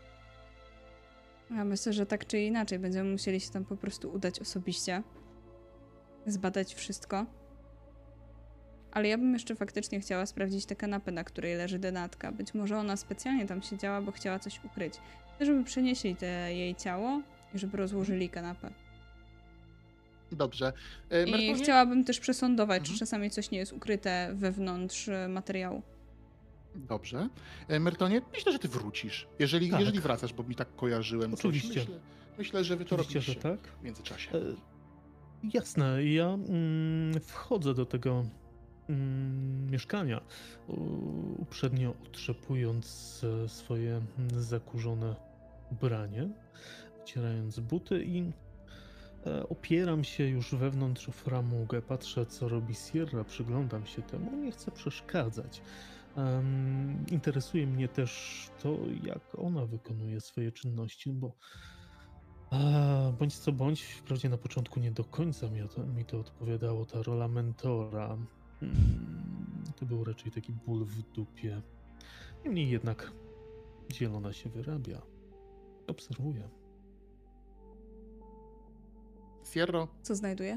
Ja myślę, że tak czy inaczej będziemy musieli się tam po prostu udać osobiście. Zbadać wszystko. Ale ja bym jeszcze faktycznie chciała sprawdzić tę kanapę, na której leży Denatka. Być może ona specjalnie tam siedziała, bo chciała coś ukryć. Chcę, żeby przenieśli te jej ciało i żeby rozłożyli kanapę. dobrze. E, I Mertonie? chciałabym też przesądować, czy Mhm. czasami coś nie jest ukryte wewnątrz e, materiału. Dobrze. E, Mertonie, myślę, że ty wrócisz. Jeżeli, Tak. jeżeli wracasz, bo mi tak kojarzyłem. Oczywiście. Coś. Myślę, myślę, że wy to Oczywiście, że robiliście tak. w międzyczasie. E, jasne, ja mm, wchodzę do tego mm, mieszkania, u, uprzednio otrzepując e, swoje mm, zakurzone ubranie, wycierając buty i e, opieram się już wewnątrz o framugę, patrzę co robi Sierra, przyglądam się temu, nie chcę przeszkadzać. Em, interesuje mnie też to, jak ona wykonuje swoje czynności, bo a, bądź co bądź, wprawdzie na początku nie do końca mi to, mi to odpowiadało, ta rola mentora. Mm, to był raczej taki ból w dupie. Niemniej jednak zielona się wyrabia. Obserwuję. Sierro, Co znajduje?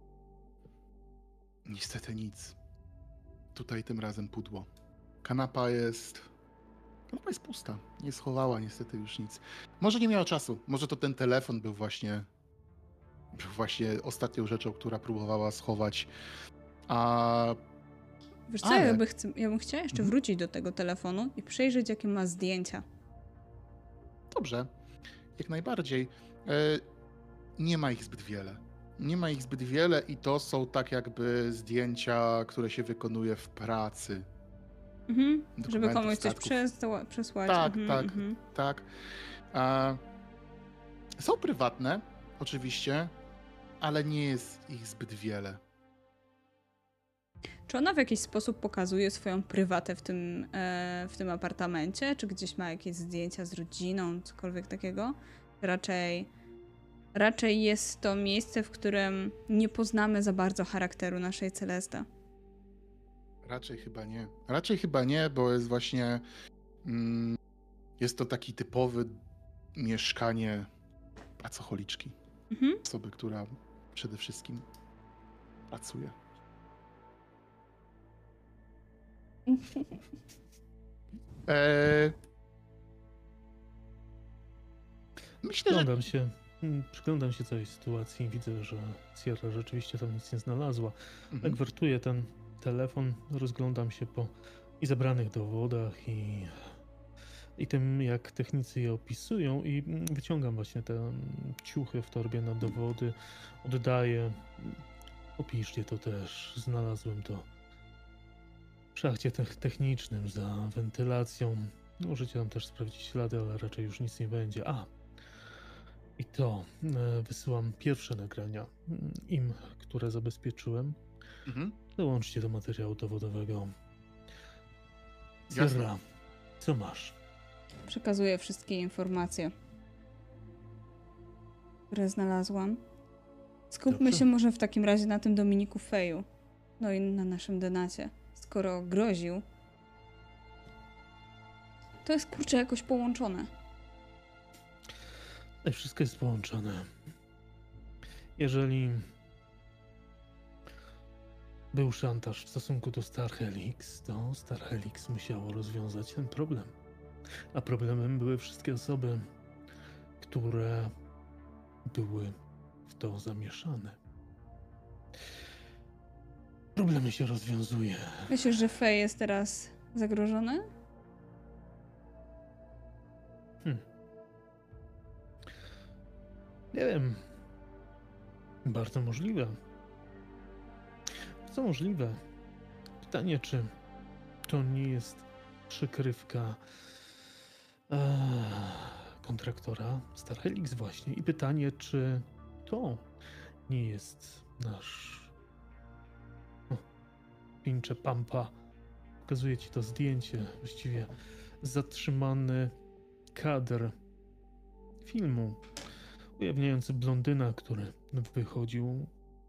niestety nic. Tutaj tym razem pudło. Kanapa jest... Kanapa jest pusta. Nie schowała niestety już nic. Może nie miała czasu. Może to ten telefon był właśnie... Był właśnie ostatnią rzeczą, która próbowała schować. A... Wiesz co, Ale- ja, by chcę, ja bym chciała jeszcze Mhm. wrócić do tego telefonu i przejrzeć, jakie ma zdjęcia. Dobrze. Jak najbardziej. E, Nie ma ich zbyt wiele. Nie ma ich zbyt wiele i to są tak jakby zdjęcia, które się wykonuje w pracy. Mhm. Żeby Dokumentów, komuś coś statków. przesła- przesłać. Tak, mhm, tak. mhm. Tak. A, są prywatne, oczywiście, ale nie jest ich zbyt wiele. Czy ona w jakiś sposób pokazuje swoją prywatę w tym, e, w tym apartamencie? Czy gdzieś ma jakieś zdjęcia z rodziną, cokolwiek takiego? Raczej, raczej jest to miejsce, w którym nie poznamy za bardzo charakteru naszej Celesty. Raczej chyba nie. Raczej chyba nie, bo jest właśnie. Mm, jest to taki typowy mieszkanie pracocholiczki. Mhm. Osoby, która przede wszystkim pracuje. Eee, myślę, że Przyglądam się, mm, przyglądam się całej sytuacji i widzę, że Sierra rzeczywiście tam nic nie znalazła. Mhm. Jak wertuję ten telefon, rozglądam się po i zebranych dowodach, i i tym, jak technicy je opisują, i mm, wyciągam właśnie te mm, ciuchy w torbie na dowody, oddaję. Opiszcie to też, znalazłem to w szachcie te- technicznym za wentylacją. Możecie tam też sprawdzić ślady, ale raczej już nic nie będzie. A, i to e, wysyłam pierwsze nagrania mm, im, które zabezpieczyłem. Mhm. Dołączcie do materiału dowodowego. Jasne. Sierra, co masz? Przekazuję wszystkie informacje, które znalazłam. Skupmy Dobrze. się może w takim razie na tym Dominiku Feju. No i na naszym Denacie. Skoro groził, to jest kurczę jakoś połączone. Tutaj wszystko jest połączone. Jeżeli był szantaż w stosunku do Star Helix, to Star Helix musiało rozwiązać ten problem. A problemem były wszystkie osoby, które były w to zamieszane. Problemy się rozwiązuje. Myślisz, że Fej jest teraz zagrożony? Hmm. Nie wiem. Bardzo możliwe. Co możliwe. Pytanie, czy to nie jest przykrywka e, kontraktora Star Helix właśnie. I pytanie, czy to nie jest nasz o, Pincze Pampa. Pokazuję ci to zdjęcie, właściwie zatrzymany kadr filmu ujawniający blondyna, który wychodził.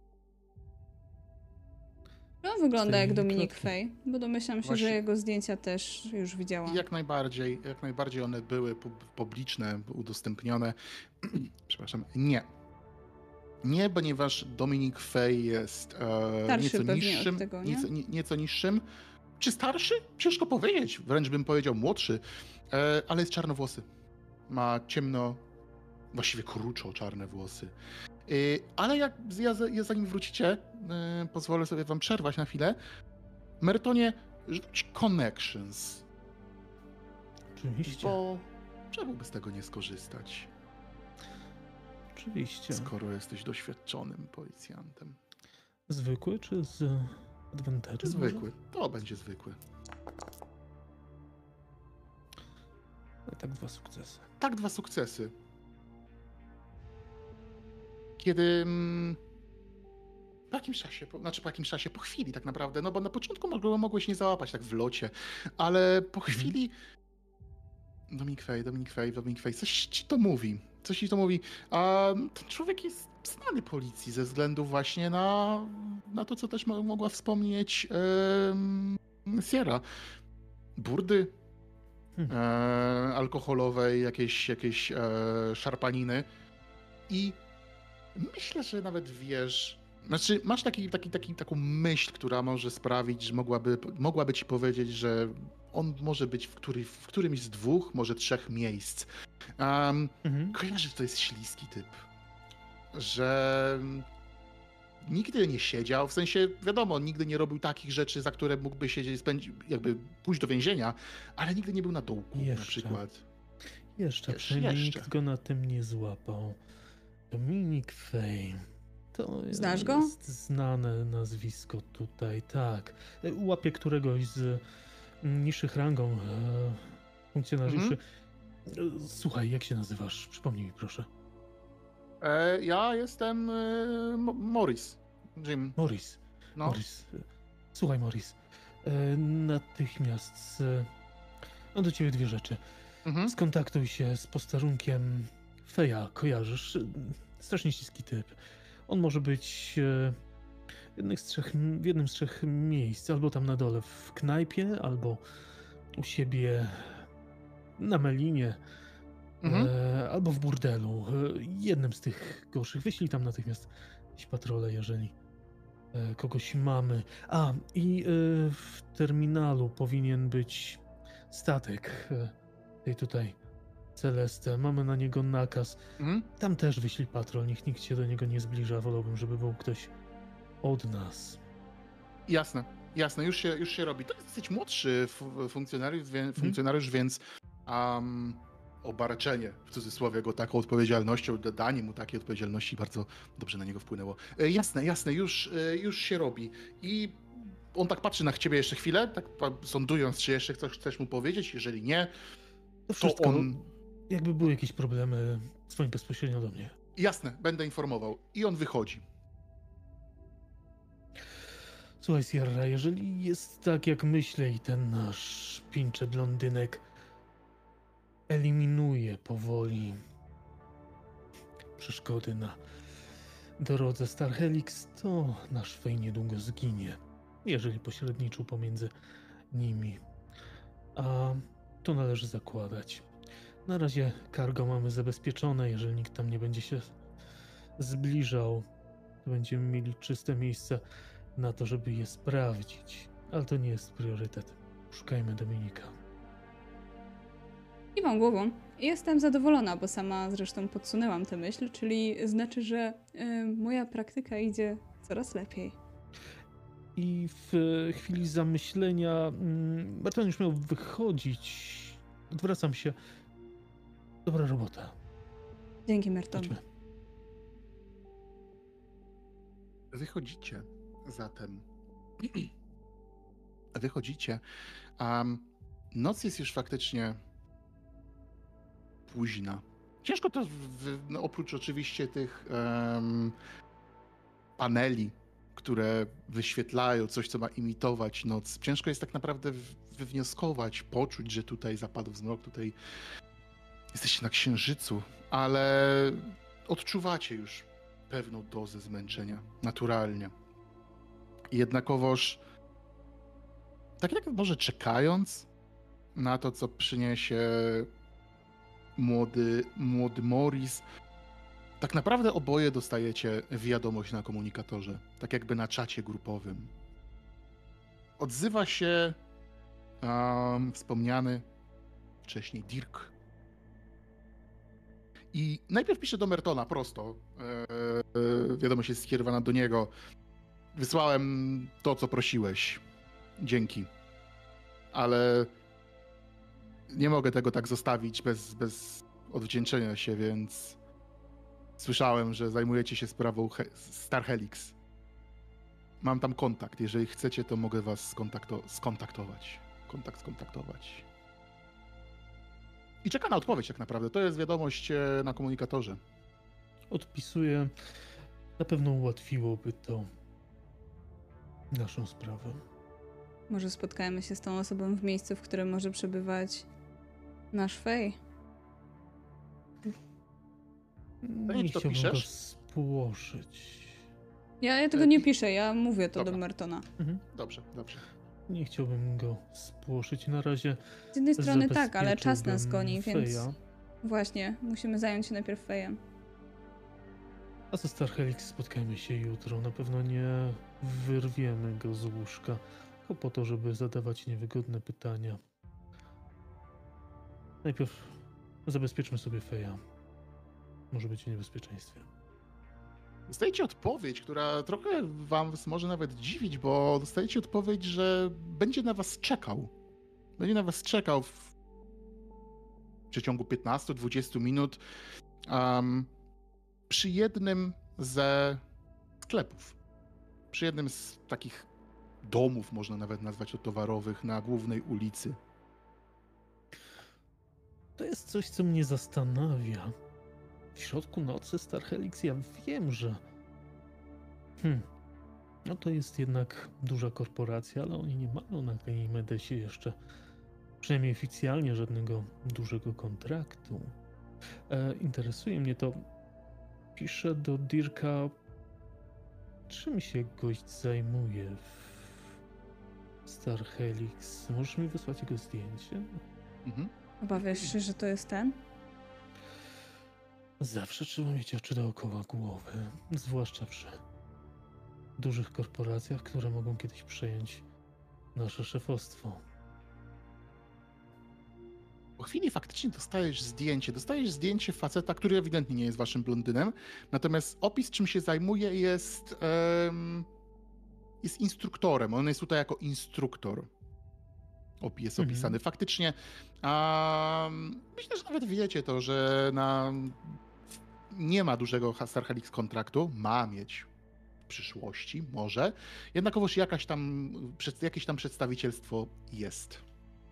No, wygląda tej jak Dominik klatki. Fej, bo domyślam się, Właśnie- że jego zdjęcia też już widziałam. I jak najbardziej, jak najbardziej one były pub- publiczne, udostępnione. Przepraszam, nie. Nie, ponieważ Dominik Fej jest e, Starszy nieco pewnie od niższym, tego, nie? nieco, nie, nieco niższym. Czy starszy? Ciężko powiedzieć, wręcz bym powiedział młodszy, e, ale jest czarnowłosy. Ma ciemno, właściwie kruczo czarne włosy. E, ale jak ja, ja zanim wrócicie, e, pozwolę sobie wam przerwać na chwilę. Mertonie, rzuć Connections. Oczywiście. Bo czemu by z tego nie skorzystać, Oczywiście. skoro jesteś doświadczonym policjantem? Zwykły czy z adventery? Zwykły. To będzie zwykły. No, tak, dwa sukcesy. Tak, dwa sukcesy. Kiedy... mm, Po jakimś czasie, po, znaczy po jakimś czasie, po chwili tak naprawdę, no bo na początku mogło, mogłeś nie załapać tak w locie, ale po chwili... Dominik Fej, Dominik Fej, Dominik Fej, coś ci to mówi, coś ci to mówi, a ten człowiek jest znany policji ze względu właśnie na, na to, co też mo- mogła wspomnieć em, Sierra. Burdy Hmm. e, alkoholowej, jakieś, jakieś e, szarpaniny i myślę, że nawet wiesz, znaczy masz taki, taki, taki, taką myśl, która może sprawić, że mogłaby, mogłaby ci powiedzieć, że on może być w, który, w którymś z dwóch, może trzech miejsc. Um, Mhm. kojarzę, że to jest śliski typ. Że nigdy nie siedział, w sensie wiadomo, nigdy nie robił takich rzeczy, za które mógłby siedzieć, spędzić, jakby pójść do więzienia, ale nigdy nie był na dołku na Jeszcze. przykład. Jeszcze, Jeszcze, przynajmniej jeszcze. nikt go na tym nie złapał. Dominik Fej. To Znasz go? jest znane nazwisko tutaj, tak. E, Łapie któregoś z niższych rangą e, funkcjonariuszy. Mhm. E, Słuchaj, jak się nazywasz? Przypomnij mi proszę. E, ja jestem e, Mo- Morris. Jim. Morris. No. Morris. e, Słuchaj, Morris. E, Natychmiast e, mam do ciebie dwie rzeczy. Mhm. Skontaktuj się z posterunkiem Feja, kojarzysz? Strasznie śliski typ. On może być e, w, jednych z trzech, w jednym z trzech miejsc, albo tam na dole w knajpie, albo u siebie na Melinie, Mhm. e, albo w burdelu. E, jednym z tych gorszych. Wyślij tam natychmiast jakieś patrole, jeżeli e, kogoś mamy. A, i e, w terminalu powinien być statek e, tej tutaj Celeste. Mamy na niego nakaz. Mhm. Tam też wyślij patrol, niech nikt się do niego nie zbliża. Wolałbym, żeby był ktoś od nas. Jasne, jasne, już się, już się robi. To jest dosyć młodszy fu- funkcjonariusz, wie, funkcjonariusz więc um, obarczenie, w cudzysłowie, go taką odpowiedzialnością, danie mu takiej odpowiedzialności bardzo dobrze na niego wpłynęło. E, jasne, jasne, już, e, już się robi. I on tak patrzy na ciebie jeszcze chwilę, tak pa- sądując, czy jeszcze coś chcesz mu powiedzieć. Jeżeli nie, To wszystko, on- jakby były jakieś problemy, dzwoń bezpośrednio do mnie. jasne, będę informował. I on wychodzi. Słuchaj, Sierra, jeżeli jest tak, jak myślę i ten nasz pincze blondynek eliminuje powoli przeszkody na drodze Star Helix, to nasz Fej niedługo zginie, jeżeli pośredniczył pomiędzy nimi. A to należy zakładać. Na razie cargo mamy zabezpieczone, jeżeli nikt tam nie będzie się zbliżał, to będziemy mieli czyste miejsce na to, żeby je sprawdzić. Ale to nie jest priorytet. Szukajmy Dominika. Kiwam głową i jestem zadowolona, bo sama zresztą podsunęłam tę myśl, czyli znaczy, że y, moja praktyka idzie coraz lepiej. I w chwili zamyślenia mm, Barton już miał wychodzić. Odwracam się. Dobra robota. Dzięki, Merton. Chodźmy. Wychodzicie zatem. Wychodzicie. Um, noc jest już faktycznie późna. Ciężko to, w, w, no, oprócz oczywiście tych em, paneli, które wyświetlają coś, co ma imitować noc, ciężko jest tak naprawdę w- wywnioskować, poczuć, że tutaj zapadł zmrok, tutaj jesteście na księżycu, ale odczuwacie już pewną dozę zmęczenia, naturalnie. Jednakowoż, tak jak może czekając na to, co przyniesie młody, młody Morris, tak naprawdę oboje dostajecie wiadomość na komunikatorze, tak jakby na czacie grupowym. Odzywa się um, wspomniany wcześniej Dirk. I najpierw pisze do Mertona prosto. Eee, wiadomość jest skierowana do niego. Wysłałem to, co prosiłeś. Dzięki. Ale nie mogę tego tak zostawić bez, bez odwdzięczenia się, więc słyszałem, że zajmujecie się sprawą He- Star Helix. Mam tam kontakt. Jeżeli chcecie, to mogę was skontakto- skontaktować. Kontakt skontaktować. I czeka na odpowiedź tak naprawdę. To jest wiadomość e, na komunikatorze. Odpisuję. Na pewno ułatwiłoby to naszą sprawę. Może spotkajmy się z tą osobą w miejscu, w którym może przebywać nasz Fej. Nie czy to chciałbym go piszesz? spłoszyć. Ja, ja tego nie piszę, ja mówię to Dobra. do Mertona. Mhm. Dobrze, dobrze. Nie chciałbym go spłoszyć. Na razie Z jednej strony tak, ale czas nas zabezpieczyłbym goni, więc Feja. właśnie, musimy zająć się najpierw Fejem. A ze Star Helix spotkajmy się jutro. Na pewno nie wyrwiemy go z łóżka, tylko po to, żeby zadawać niewygodne pytania. Najpierw zabezpieczmy sobie Feja. Może być w niebezpieczeństwie. Dostajecie odpowiedź, która trochę wam może nawet dziwić, bo dostajecie odpowiedź, że będzie na was czekał. Będzie na was czekał w przeciągu piętnastu do dwudziestu minut um, przy jednym ze sklepów. Przy jednym z takich domów, można nawet nazwać to towarowych, na głównej ulicy. To jest coś, co mnie zastanawia. W środku nocy Star Helix, ja wiem, że... Hmm. No to jest jednak duża korporacja, ale oni nie mają na Ganymedesie jeszcze, przynajmniej oficjalnie, żadnego dużego kontraktu. E, interesuje mnie to. Piszę do Dirka, czym się gość zajmuje w Star Helix. Możesz mi wysłać jego zdjęcie? Mhm. Obawiasz się, że to jest ten? Zawsze trzeba mieć oczy dookoła głowy, zwłaszcza przy dużych korporacjach, które mogą kiedyś przejąć nasze szefostwo. Po chwili faktycznie dostajesz zdjęcie. Dostajesz zdjęcie faceta, który ewidentnie nie jest waszym blondynem. Natomiast opis, czym się zajmuje, jest, em, jest instruktorem. On jest tutaj jako instruktor. op- jest Mhm. opisany. Faktycznie, a, myślę, że nawet wiecie to, że na, nie ma dużego Star Helix kontraktu, ma mieć w przyszłości, może, jednakowoż jakaś tam, przed- jakieś tam przedstawicielstwo jest.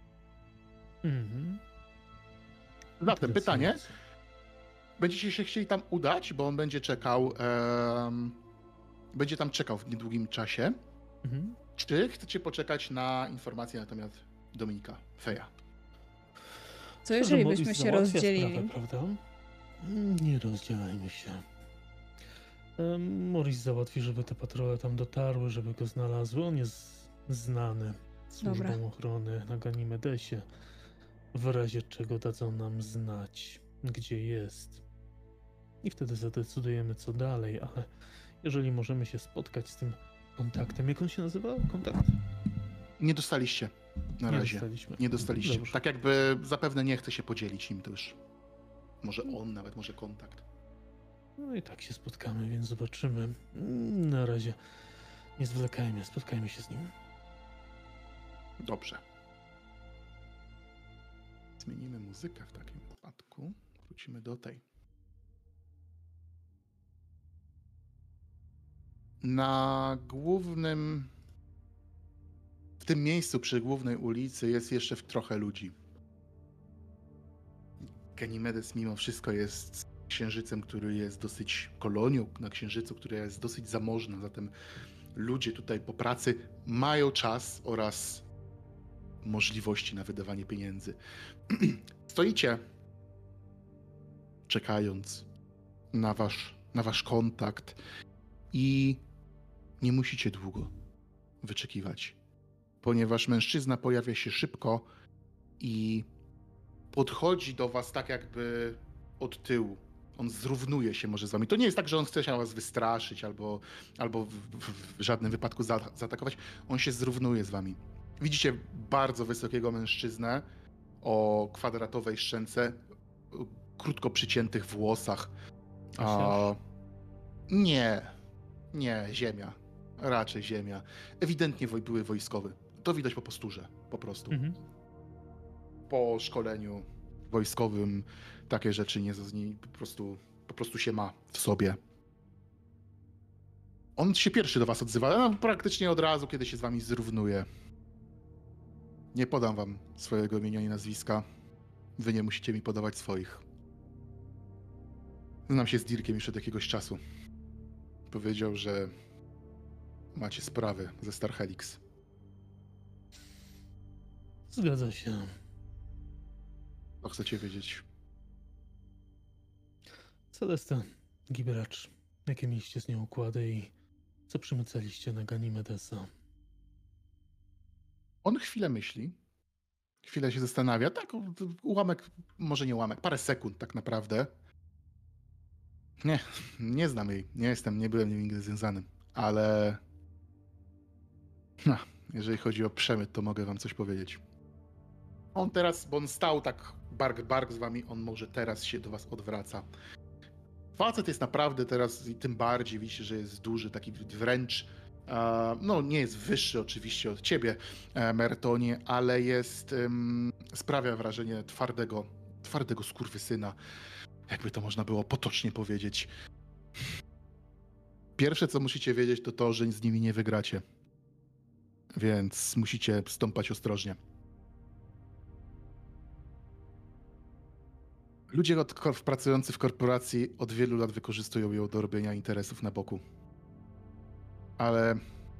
Mhm. Zatem pytanie, Interesujące. będziecie się chcieli tam udać, bo on będzie czekał, em, będzie tam czekał w niedługim czasie. Mhm. Czy chcecie poczekać na informacje na temat Dominika Feja? Co Myślę, że jeżeli Morris byśmy się załatwia rozdzielili? Sprawę, prawda? Nie rozdzielajmy się. Em, Morris załatwi, żeby te patrole tam dotarły, żeby go znalazły. On jest znany służbom Dobra. ochrony na Ganimedesie. W razie czego dadzą nam znać, gdzie jest. I wtedy zadecydujemy, co dalej, ale jeżeli możemy się spotkać z tym kontaktem. Jak on się nazywa? Kontakt? Nie dostaliście na Nie razie. dostaliśmy. Nie dostaliście. Dobrze. Tak jakby zapewne nie chce się podzielić nim też. Może on nawet, może kontakt. No i tak się spotkamy, więc zobaczymy. Mm, Na razie nie zwlekajmy, spotkajmy się z nim. Dobrze. Zmienimy muzykę w takim wypadku. Wrócimy do tej. Na głównym... W tym miejscu przy głównej ulicy jest jeszcze trochę ludzi. Ganymedes mimo wszystko jest księżycem, który jest dosyć kolonią na księżycu, która jest dosyć zamożna, zatem ludzie tutaj po pracy mają czas oraz możliwości na wydawanie pieniędzy. Stoicie czekając na wasz, na wasz kontakt i nie musicie długo wyczekiwać, ponieważ mężczyzna pojawia się szybko i podchodzi do was tak jakby od tyłu. On zrównuje się może z wami. To nie jest tak, że on chce się was wystraszyć albo, albo w, w, w żadnym wypadku za, zaatakować. On się zrównuje z wami. Widzicie bardzo wysokiego mężczyznę o kwadratowej szczęce, krótko przyciętych włosach. A, nie, nie, ziemia. Raczej ziemia. Ewidentnie woj- były wojskowy. To widać po posturze, po prostu. Mhm. Po szkoleniu wojskowym takie rzeczy nie, nie po, prostu, po prostu się ma w sobie. On się pierwszy do was odzywa, no, praktycznie od razu, kiedy się z wami zrównuje. Nie podam wam swojego imienia i nazwiska. Wy nie musicie mi podawać swoich. Znam się z Dirkiem już od jakiegoś czasu. Powiedział, że macie sprawy ze Star Helix. Zgadza się. To chcecie wiedzieć. Celesta, Giberacz, jakie mieliście z nią układy i co przymycaliście na Ganimedesa? On chwilę myśli, chwilę się zastanawia, tak, ułamek, może nie ułamek, parę sekund tak naprawdę. Nie, nie znam jej, nie jestem, nie byłem nigdy związany, ale no, jeżeli chodzi o przemyt, to mogę wam coś powiedzieć. On teraz, bo on stał tak bark bark z wami, on może teraz się do was odwraca. Facet jest naprawdę teraz, i tym bardziej widzicie, że jest duży, taki wręcz, e, no nie jest wyższy oczywiście od ciebie, e, Mertonie, ale jest, um, sprawia wrażenie twardego, twardego skurwysyna, jakby to można było potocznie powiedzieć. Pierwsze, co musicie wiedzieć, to to, że z nimi nie wygracie. Więc musicie stąpać ostrożnie. Ludzie od, kor- pracujący w korporacji od wielu lat wykorzystują ją do robienia interesów na boku. Ale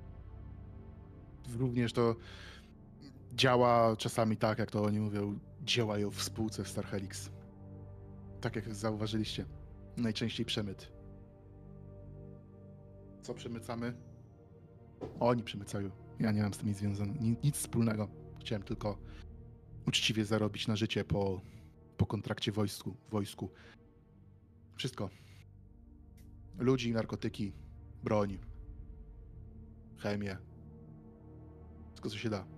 również to działa czasami tak, jak to oni mówią, działają w spółce w Star Helix. Tak jak zauważyliście. Najczęściej przemyt. Co przemycamy? Oni przemycają. Ja nie mam z tym nic związane, nic, nic wspólnego. Chciałem tylko uczciwie zarobić na życie po, po kontrakcie wojsku, wojsku. Wszystko. Ludzi, narkotyki, broń, chemię. Wszystko, co się da.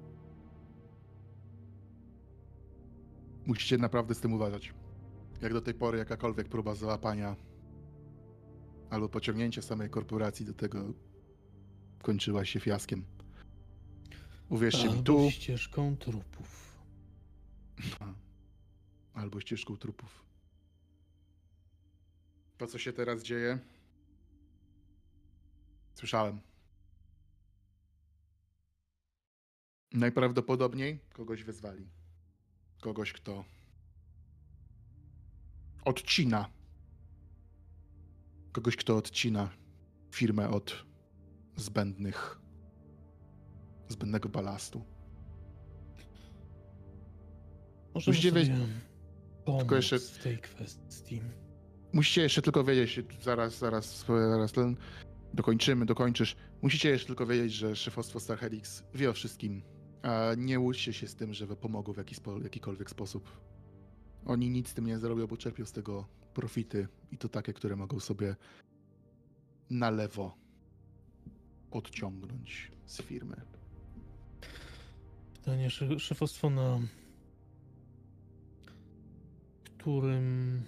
Musicie naprawdę z tym uważać. Jak do tej pory jakakolwiek próba załapania albo pociągnięcia samej korporacji do tego kończyła się fiaskiem. Uwierzcie mi, Albo tu... ścieżką trupów. Albo ścieżką trupów. To, co się teraz dzieje... Słyszałem. Najprawdopodobniej kogoś wezwali. Kogoś, kto odcina. Kogoś, kto odcina firmę od zbędnych, zbędnego balastu. Możemy Musicie sobie wiedzieć- pomóc tylko jeszcze- w tej kwestii. Musicie jeszcze tylko wiedzieć, zaraz, zaraz, zaraz ten, dokończymy, dokończysz. Musicie jeszcze tylko wiedzieć, że szefostwo Star Helix wie o wszystkim. A nie łudźcie się z tym, że wy pomogą w jaki spo, jakikolwiek sposób. Oni nic z tym nie zrobią, bo czerpią z tego profity i to takie, które mogą sobie na lewo odciągnąć z firmy. Pytanie, sze- szefostwo na którym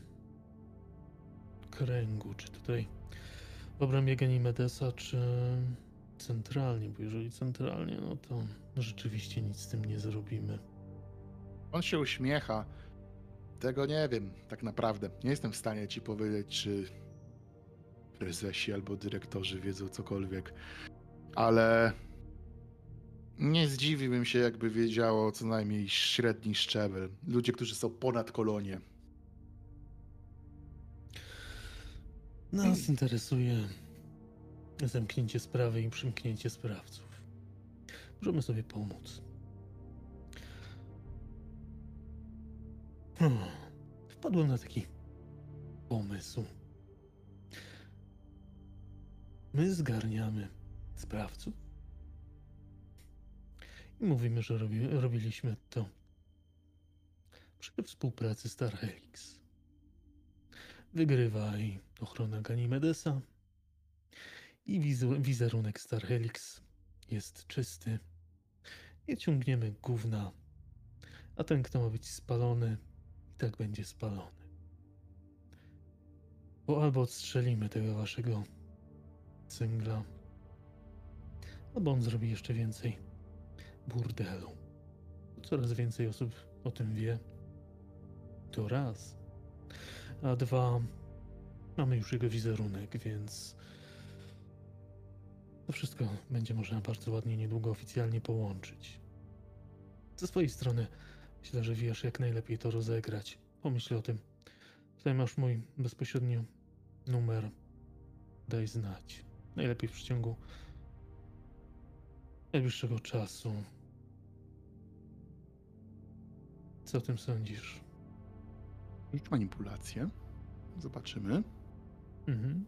kręgu? Czy tutaj w obrębie Ganimedesa, czy centralnie? Bo jeżeli centralnie, no to rzeczywiście nic z tym nie zrobimy. On się uśmiecha. Tego nie wiem, tak naprawdę. Nie jestem w stanie ci powiedzieć, czy prezesi albo dyrektorzy wiedzą cokolwiek, ale nie zdziwiłbym się, jakby wiedziało co najmniej średni szczebel. Ludzie, którzy są ponad kolonię. Nas interesuje zamknięcie sprawy i przymknięcie sprawców. Możemy sobie pomóc. Hmm. Wpadłem na taki pomysł. My zgarniamy sprawców i mówimy, że robi, robiliśmy to przy współpracy Star Helix. Wygrywaj ochrona Ganimedesa i wizu- wizerunek Star Helix jest czysty. Nie ciągniemy gówna, a ten, kto ma być spalony, i tak będzie spalony. Bo albo odstrzelimy tego waszego cyngla, albo on zrobi jeszcze więcej burdelu. Coraz więcej osób o tym wie. To raz. A dwa, mamy już jego wizerunek, więc to wszystko będzie można bardzo ładnie niedługo oficjalnie połączyć. Ze swojej strony myślę, że wiesz, jak najlepiej to rozegrać. Pomyśl o tym. Tutaj masz mój bezpośrednio numer. Daj znać. Najlepiej w przeciągu najbliższego czasu. Co o tym sądzisz? Rzuć manipulację. Zobaczymy. Mhm.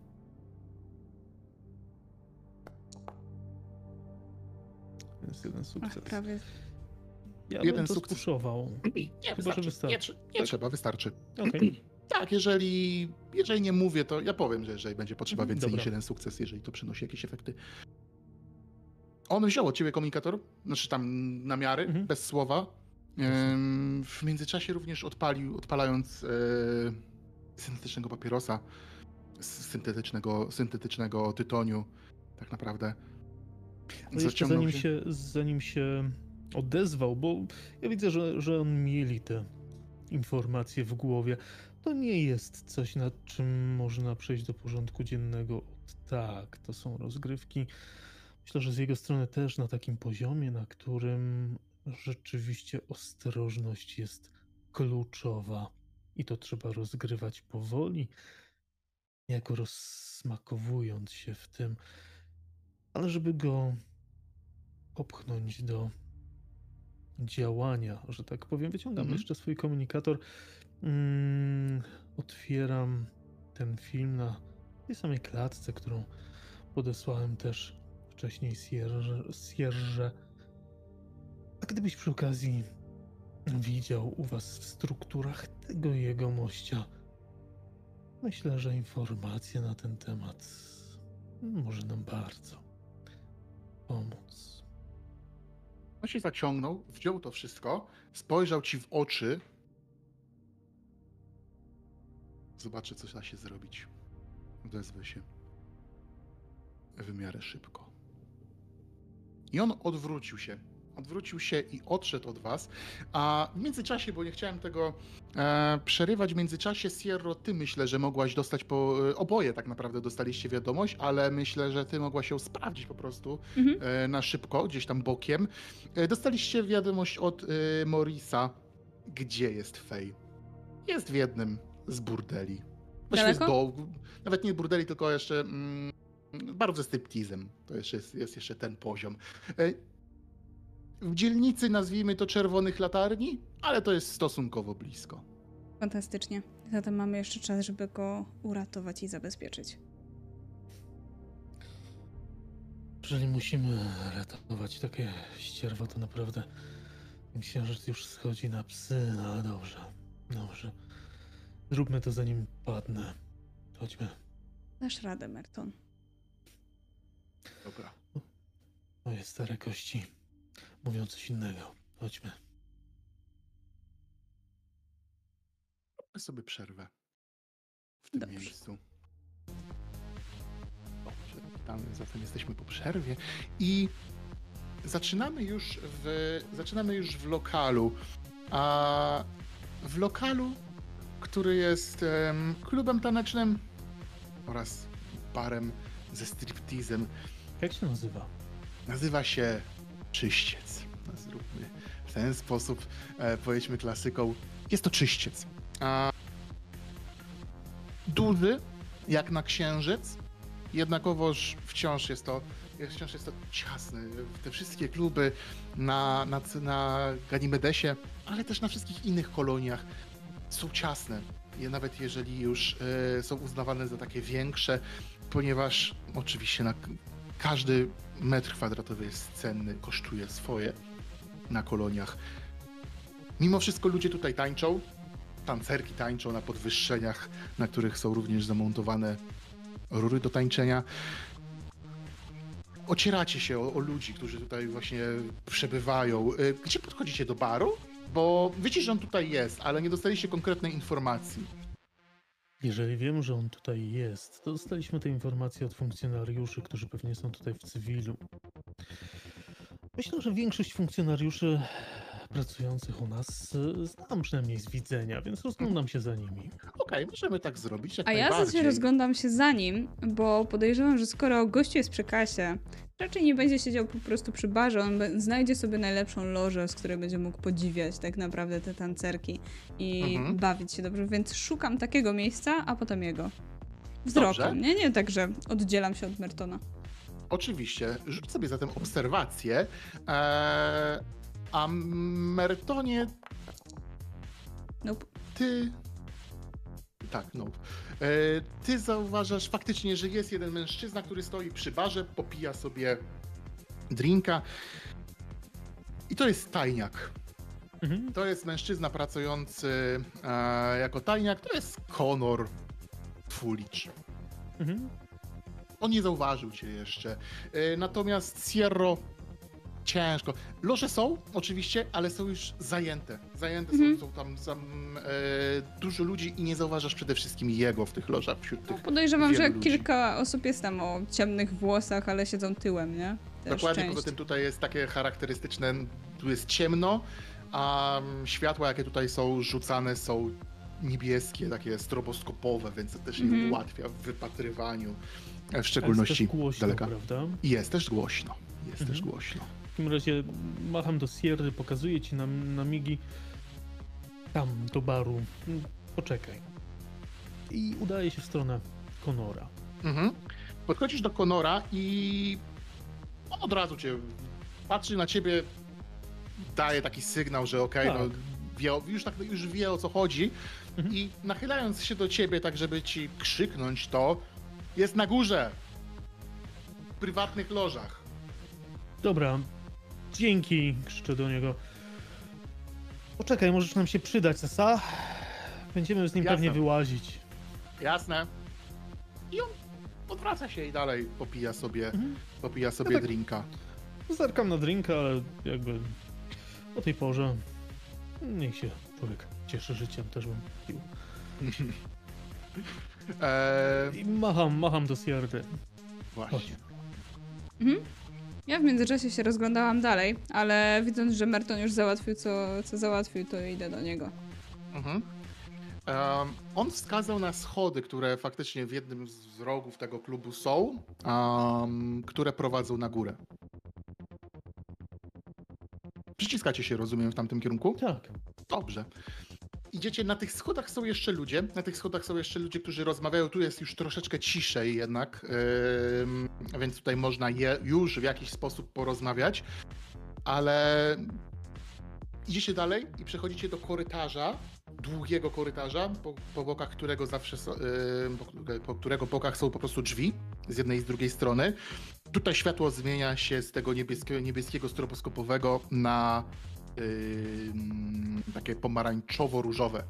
To jest jeden Ach, sukces. prawie. Ja Jeden bym to sukces. spuszował. Nie, że wystarczy. wystarczy. Nie, trze- nie trzeba, wystarczy. Okej. Tak, jeżeli, jeżeli nie mówię, to ja powiem, że jeżeli będzie potrzeba Mhm, więcej dobra. niż jeden sukces, jeżeli to przynosi jakieś efekty. On wziął od ciebie komunikator, znaczy tam namiary, Mhm. bez słowa. Ym, w międzyczasie również odpalił, odpalając e, syntetycznego papierosa, z syntetycznego, syntetycznego tytoniu, tak naprawdę. Ale jeszcze zanim się, zanim się odezwał, bo ja widzę, że, że on mieli te informacje w głowie. To nie jest coś, nad czym można przejść do porządku dziennego. Od tak, to są rozgrywki. Myślę, że z jego strony też na takim poziomie, na którym rzeczywiście ostrożność jest kluczowa. I to trzeba rozgrywać powoli, jako rozsmakowując się w tym. Ale żeby go popchnąć do działania, że tak powiem, wyciągam Mhm. jeszcze swój komunikator. Mm, otwieram ten film na tej samej klatce, którą podesłałem też wcześniej Sierrze. Sierrze. A gdybyś przy okazji widział u was w strukturach tego jegomościa, myślę, że informacja na ten temat może nam bardzo pomóc. On się zaciągnął, wziął to wszystko, spojrzał ci w oczy. Zobaczy, co da się zrobić. Odezwę się w miarę szybko. I on odwrócił się. odwrócił się i odszedł od was, a w międzyczasie, bo nie chciałem tego e, przerywać, w międzyczasie Sierro, ty myślę, że mogłaś dostać po... Oboje tak naprawdę dostaliście wiadomość, ale myślę, że ty mogłaś ją sprawdzić po prostu Mhm. e, na szybko, gdzieś tam bokiem. E, dostaliście wiadomość od e, Morisa, gdzie jest Fej. Jest w jednym z burdeli. Właściwie jest Daleko? do, nawet nie burdeli, tylko jeszcze mm, bardzo ze striptizem. To jeszcze jest, jest jeszcze ten poziom. E, W dzielnicy nazwijmy to Czerwonych Latarni, ale to jest stosunkowo blisko. Fantastycznie. Zatem mamy jeszcze czas, żeby go uratować i zabezpieczyć. Jeżeli musimy ratować takie ścierwo, to naprawdę księżyc już schodzi na psy, no ale dobrze, dobrze. Zróbmy to zanim padnę. Chodźmy. Dasz radę, Merton. Dobra. Moje stare kości mówią coś innego. Chodźmy. Zróbmy sobie przerwę w tym Dobrze. miejscu. Dobrze, witamy, zatem jesteśmy po przerwie i zaczynamy już w, zaczynamy już w lokalu. A w lokalu, który jest em, klubem tanecznym oraz barem ze striptizem, Jak się nazywa? nazywa się Czyściec. No, zróbmy w ten sposób, e, powiedzmy klasyką. Jest to Czyściec. A duży, jak na księżyc, jednakowoż wciąż jest to, wciąż jest to ciasny. Te wszystkie kluby na, na, na Ganimedesie, ale też na wszystkich innych koloniach są ciasne. Je, nawet jeżeli już e, są uznawane za takie większe, ponieważ oczywiście na, każdy metr kwadratowy jest cenny, kosztuje swoje na koloniach. Mimo wszystko ludzie tutaj tańczą, tancerki tańczą na podwyższeniach, na których są również zamontowane rury do tańczenia. Ocieracie się o, o ludzi, którzy tutaj właśnie przebywają. Gdzie podchodzicie do baru? Bo wiecie, że on tutaj jest, ale nie dostaliście konkretnej informacji. Jeżeli wiem, że on tutaj jest, to dostaliśmy te informacje od funkcjonariuszy, którzy pewnie są tutaj w cywilu. Myślę, że większość funkcjonariuszy pracujących u nas e, znam przynajmniej z widzenia, więc rozglądam się za nimi. Okej, możemy tak zrobić, jak A ja najbardziej. zaś rozglądam się za nim, bo podejrzewam, że skoro gościu jest przy kasie, raczej nie będzie siedział po prostu przy barze, on be- znajdzie sobie najlepszą lożę, z której będzie mógł podziwiać tak naprawdę te tancerki i Mhm. bawić się dobrze, więc szukam takiego miejsca, a potem jego. Wzrokiem, Dobrze. nie? Nie tak, że oddzielam się od Mertona. Oczywiście, rzuć sobie zatem obserwację. Eee, a Mertonie, Nope. ty... Tak, no. Eee, ty zauważasz faktycznie, że jest jeden mężczyzna, który stoi przy barze, popija sobie drinka. I to jest tajniak. Mhm. To jest mężczyzna pracujący e, jako tajniak. To jest Conor Fulicz. Mhm. On nie zauważył cię jeszcze. E, natomiast Sierro ciężko. Loże są, oczywiście, ale są już zajęte. Zajęte Mhm. są, są tam, tam e, dużo ludzi i nie zauważasz przede wszystkim jego w tych lożach wśród tych. Podejrzewam, wielu że ludzi. kilka osób jest tam o ciemnych włosach, ale siedzą tyłem, nie? Też Dokładnie, część. poza tym tutaj jest takie charakterystyczne, tu jest ciemno, a mm, światła, jakie tutaj są rzucane, są niebieskie, takie stroboskopowe, więc to też Mhm. nie ułatwia w wypatrywaniu, e, w Jest szczególności też głośno, daleka. prawda? I jest też głośno, jest Mhm. też głośno. W takim razie macham do Sierry, pokazuję ci na, na migi tam, do baru. Mm, Poczekaj. I udaje się w stronę Conora. Mhm. Podchodzisz do Conora i on od razu cię patrzy na ciebie, daje taki sygnał, że okej, Tak. no, wie, już, tak, już wie o co chodzi Mhm. i nachylając się do ciebie tak, żeby ci krzyknąć to, jest na górze, w prywatnych lożach. Dobra, dzięki, krzyczę do niego. Poczekaj, możesz nam się przydać, Sasa. Będziemy z nim Jasne. pewnie wyłazić. Jasne. I on odwraca się i dalej popija sobie, Mhm. popija sobie Ja tak- drinka. Zerkam na drinka, ale jakby o tej porze niech się człowiek cieszy życiem, też bym pił. Eee, I macham, macham do Sierry. właśnie. Chodź. Mhm. Ja w międzyczasie się rozglądałam dalej, ale widząc, że Merton już załatwił co, co załatwił, to idę do niego. Mhm. Um, on wskazał na schody, które faktycznie w jednym z rogów tego klubu są, um, które prowadzą na górę. Przyciskacie się, rozumiem, w tamtym kierunku? Tak. Dobrze. Idziecie, na tych schodach są jeszcze ludzie, na tych schodach są jeszcze ludzie, którzy rozmawiają, tu jest już troszeczkę ciszej jednak, yy, więc tutaj można je już w jakiś sposób porozmawiać, ale idziecie dalej i przechodzicie do korytarza, długiego korytarza, po, po bokach którego zawsze, są, yy, po, po którego bokach są po prostu drzwi z jednej i z drugiej strony. Tutaj światło zmienia się z tego niebieskiego, niebieskiego stroboskopowego na Yy, takie pomarańczowo-różowe.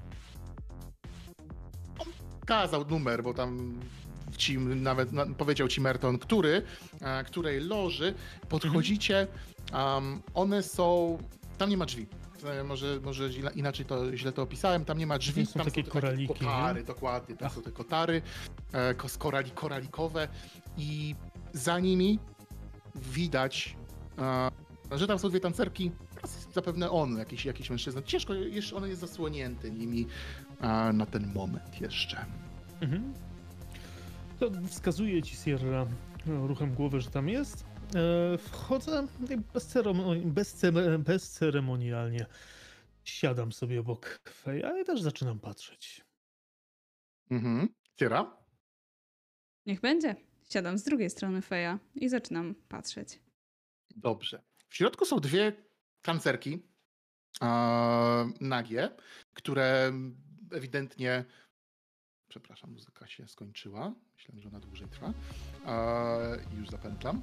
On kazał numer, bo tam ci nawet na, powiedział ci Merton, który, a, której loży. Podchodzicie, um, one są, tam nie ma drzwi. E, Może, może źle, inaczej to źle to opisałem, tam nie ma drzwi, Są tam takie są te koraliki, takie kotary, nie? dokładnie, tam Ach. są te kotary, e, ko- korali, koralikowe i za nimi widać, e, że tam są dwie tancerki. Zapewne on, jakiś, jakiś mężczyzna. Ciężko, jeszcze on jest zasłonięty nimi a, na ten moment jeszcze. Mhm. To wskazuje ci Sierra ruchem głowy, że tam jest. E, wchodzę bezceremoni- bezce- bezceremonialnie. Siadam sobie obok Feja i też zaczynam patrzeć. Mhm. Ciera? Niech będzie. Siadam z drugiej strony Feja i zaczynam patrzeć. Dobrze. W środku są dwie tancerki a, nagie, które ewidentnie... Przepraszam, muzyka się skończyła. Myślałem, że ona dłużej trwa. A, już zapętlam.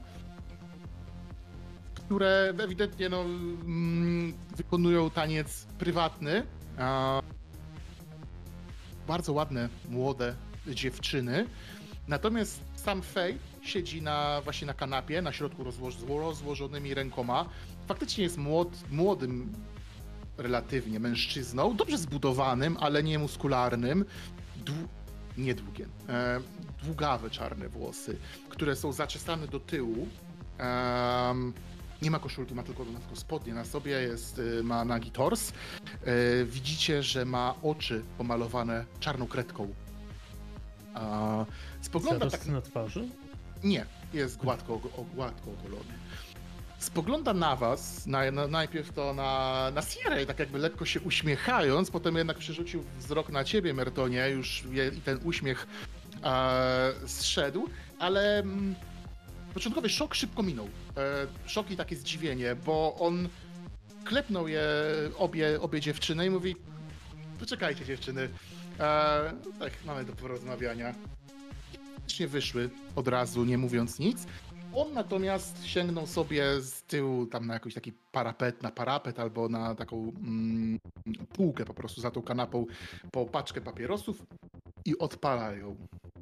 Które ewidentnie no, mm, wykonują taniec prywatny. A, bardzo ładne, młode dziewczyny. Natomiast sam Fej siedzi na, właśnie na kanapie, na środku rozłoż, z rozłożonymi rękoma. Faktycznie jest młod, młodym relatywnie mężczyzną, dobrze zbudowanym, ale nie muskularnym. Dłu- niedługie, e, długawe czarne włosy, które są zaczesane do tyłu. Em, nie ma koszulki, ma tylko, ma tylko spodnie na sobie, jest, y, ma nagi tors. E, widzicie, że ma oczy pomalowane czarną kredką. A, spogląda Zaraz tak... na twarzy? Nie, jest gładko, o, gładko ogolony. Spogląda na was, na, na, najpierw to na, na Sierę, tak jakby lekko się uśmiechając, potem jednak przerzucił wzrok na ciebie, Mertonie, już je, i ten uśmiech e, zszedł, ale mm, początkowy szok szybko minął. E, szok i takie zdziwienie, bo on klepnął je obie, obie dziewczyny i mówi: poczekajcie dziewczyny, e, tak, mamy do porozmawiania. Faktycznie wyszły od razu, nie mówiąc nic. On natomiast sięgnął sobie z tyłu tam na jakiś taki parapet, na parapet albo na taką mm, półkę po prostu za tą kanapą po paczkę papierosów i odpala ją.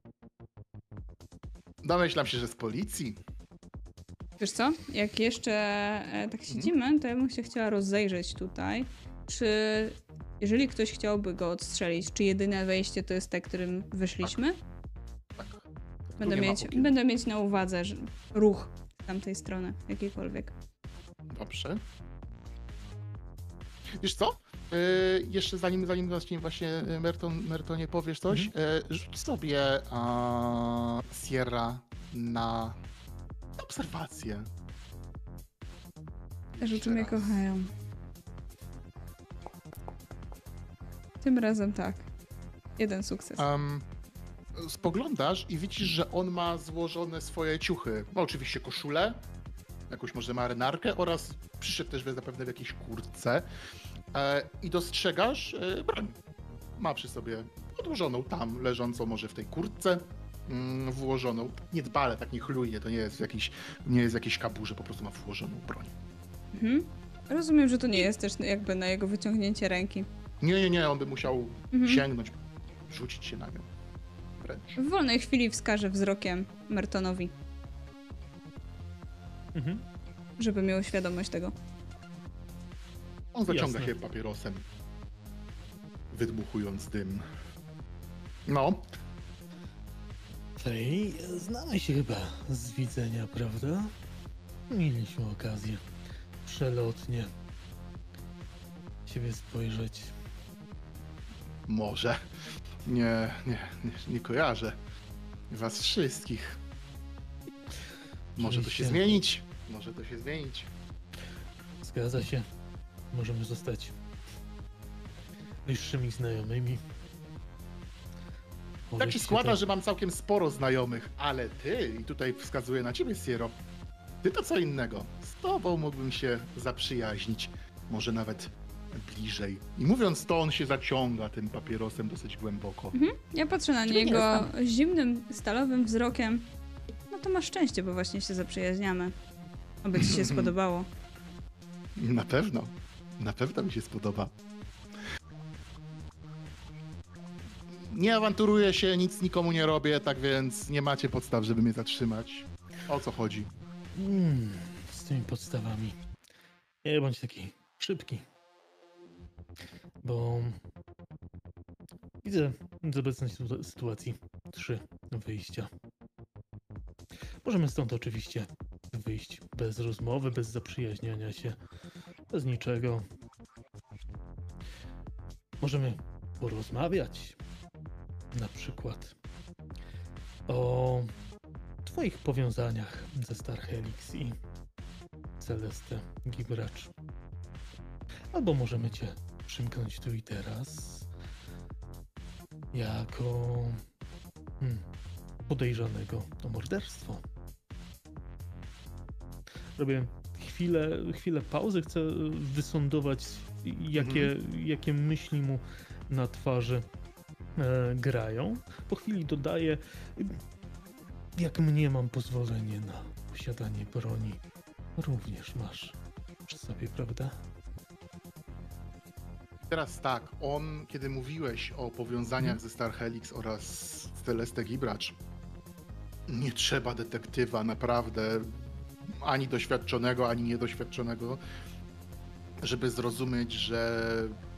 Domyślam się, że z policji. Wiesz co? Jak jeszcze e, tak siedzimy, to ja bym się chciała rozejrzeć tutaj. Czy jeżeli ktoś chciałby go odstrzelić, czy jedyne wejście to jest te, którym wyszliśmy? Tak. Będę nie ma mieć, okien. będę mieć na uwadze że ruch z tamtej strony, jakiejkolwiek. Dobrze. Wiesz co? Yy, jeszcze zanim, zanim właśnie, właśnie Merton, Mertonie powiesz coś, Mhm. yy, rzuć sobie a, Sierra na, na obserwację. Rzuty Jeszcze mnie raz. kochają. Tym razem tak. Jeden sukces. Um, spoglądasz i widzisz, że on ma złożone swoje ciuchy. Ma oczywiście koszulę, jakąś może marynarkę oraz przyszedł też zapewne w jakiejś kurtce. E, I dostrzegasz e, broń. Ma przy sobie odłożoną tam, leżącą może w tej kurtce, mm, włożoną. Niedbale, tak nie chluje, to nie jest w jakiejś, nie jest w jakiejś kaburze, po prostu ma włożoną broń. Mhm. Rozumiem, że to nie jest też jakby na jego wyciągnięcie ręki. Nie, nie, nie, on by musiał Mhm. sięgnąć, rzucić się na nią. Wręcz. W wolnej chwili wskażę wzrokiem Mertonowi, Mhm. żeby miał świadomość tego. On zaciąga Jasne. się papierosem, wydmuchując dym. No, Fej, znamy się chyba z widzenia, prawda? Mieliśmy okazję przelotnie siebie spojrzeć. Może. Nie, nie, nie, nie kojarzę was wszystkich. Może to się Oczywiście. zmienić. Może to się zmienić. Zgadza się. Możemy zostać bliższymi znajomymi. Tak się Powiedzcie składa, to- że mam całkiem sporo znajomych, ale ty, i tutaj wskazuję na ciebie, Siero, ty to co innego. Z tobą mógłbym się zaprzyjaźnić, może nawet bliżej. I mówiąc to, on się zaciąga tym papierosem dosyć głęboko. Ja patrzę na Ciebie nie niego zimnym, stalowym wzrokiem. No to masz szczęście, bo właśnie się zaprzyjaźniamy. Oby ci się spodobało. Na pewno, na pewno mi się spodoba. Nie awanturuję się, nic nikomu nie robię, tak więc nie macie podstaw, żeby mnie zatrzymać. O co chodzi? Mm, z tymi podstawami. Nie bądź taki szybki. Bo widzę z obecnej sytu- sytuacji trzy wyjścia. Możemy stąd oczywiście wyjść bez rozmowy, bez zaprzyjaźniania się, bez niczego. Możemy porozmawiać na przykład o twoich powiązaniach ze Star Helix i Celeste Gibracz. Albo możemy cię przymknąć tu i teraz jako hmm, podejrzanego o morderstwo. Robię chwilę, chwilę pauzy, chcę wysądować, jakie, jakie myśli mu na twarzy e, grają. Po chwili dodaję, jak mnie mam pozwolenie na posiadanie broni, również masz przy sobie, prawda? Teraz tak, on, kiedy mówiłeś o powiązaniach ze Star Helix oraz z Celeste Gibracz, nie trzeba detektywa, naprawdę, ani doświadczonego, ani niedoświadczonego, żeby zrozumieć, że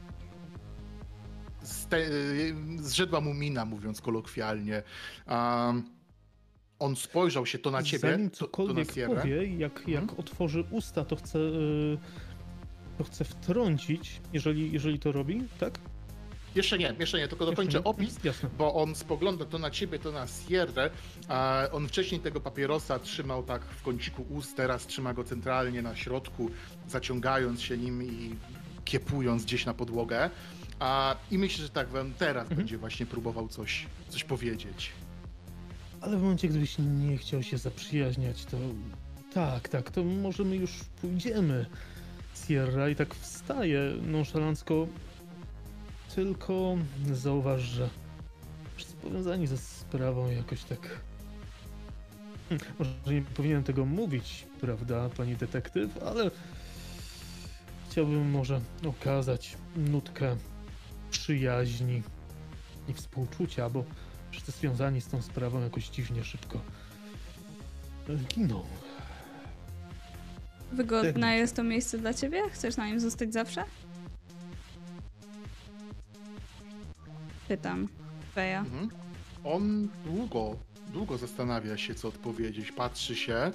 zte- zrzedła mu mina, mówiąc kolokwialnie. Um, on spojrzał się to na ciebie, Zanim to, to na cokolwiek Sierrę. powie, jak, jak Mhm. otworzy usta, to chce, y, to chce wtrącić, jeżeli, jeżeli to robi, tak? Jeszcze nie, jeszcze nie, tylko dokończę Jeszcze nie? opis. Jasne. Bo on spogląda to na ciebie, to na Sierrę, a on wcześniej tego papierosa trzymał tak w kąciku ust, teraz trzyma go centralnie na środku, zaciągając się nim i kiepując gdzieś na podłogę. A, I myślę, że tak, wam teraz Mhm. będzie właśnie próbował coś, coś powiedzieć. Ale w momencie, gdybyś nie chciał się zaprzyjaźniać, to tak, tak, to może my już pójdziemy. Sierra i tak wstaje nonszalancko. Tylko zauważ, że wszyscy powiązani ze sprawą jakoś tak... Hm, może nie powinienem tego mówić, prawda, pani detektyw, ale chciałbym może okazać nutkę przyjaźni i współczucia, bo wszyscy związani z tą sprawą jakoś dziwnie szybko giną. Wygodne Pewnie. jest to miejsce dla ciebie? Chcesz na nim zostać zawsze? Pytam. Feja. Mhm. On długo, długo zastanawia się, co odpowiedzieć, patrzy się.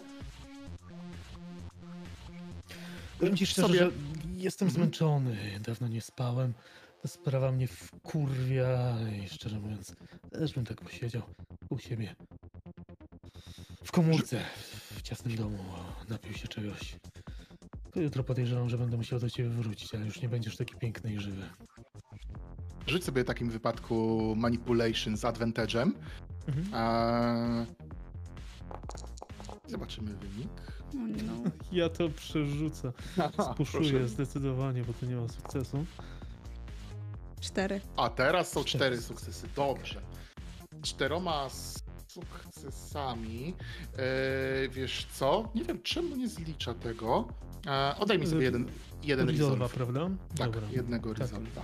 Powiem ci szczerze, Sobie- że jestem Mhm. zmęczony, dawno nie spałem. Ta sprawa mnie wkurwia i szczerze mówiąc, też bym tak posiedział u siebie. W komórce, w ciasnym domu, napił się czegoś. To jutro podejrzewam, że będę musiał do ciebie wrócić, ale już nie będziesz taki piękny i żywy. Rzuć sobie w takim wypadku manipulation z advantage'em. Mhm. A... Zobaczymy wynik. Oh no. Ja to przerzucę. Spuszuję Proszę. zdecydowanie, bo to nie ma sukcesu. Cztery. A teraz są Cztery cztery sukcesy. Dobrze. Czteroma sukcesami. E, wiesz co? Nie wiem, czemu nie zlicza tego. E, oddaj mi sobie jeden, jeden Resolva, resolve. prawda? Tak, Dobra. jednego Tak. resolva.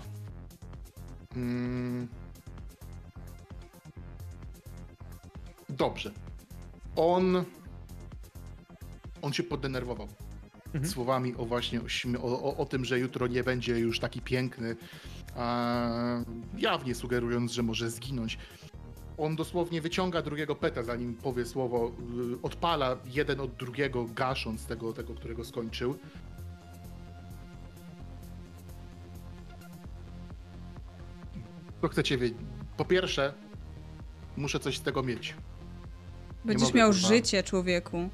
Mm. Dobrze. On... On się podenerwował. Mhm. Słowami o właśnie o, śmie- o, o, o tym, że jutro nie będzie już taki piękny, a, jawnie sugerując, że może zginąć. On dosłownie wyciąga drugiego peta, zanim powie słowo, y, odpala jeden od drugiego, gasząc tego, tego, którego skończył. Co chcecie wiedzieć? Po pierwsze, muszę coś z tego mieć. Będziesz mogę, miał kurwa. życie, człowieku.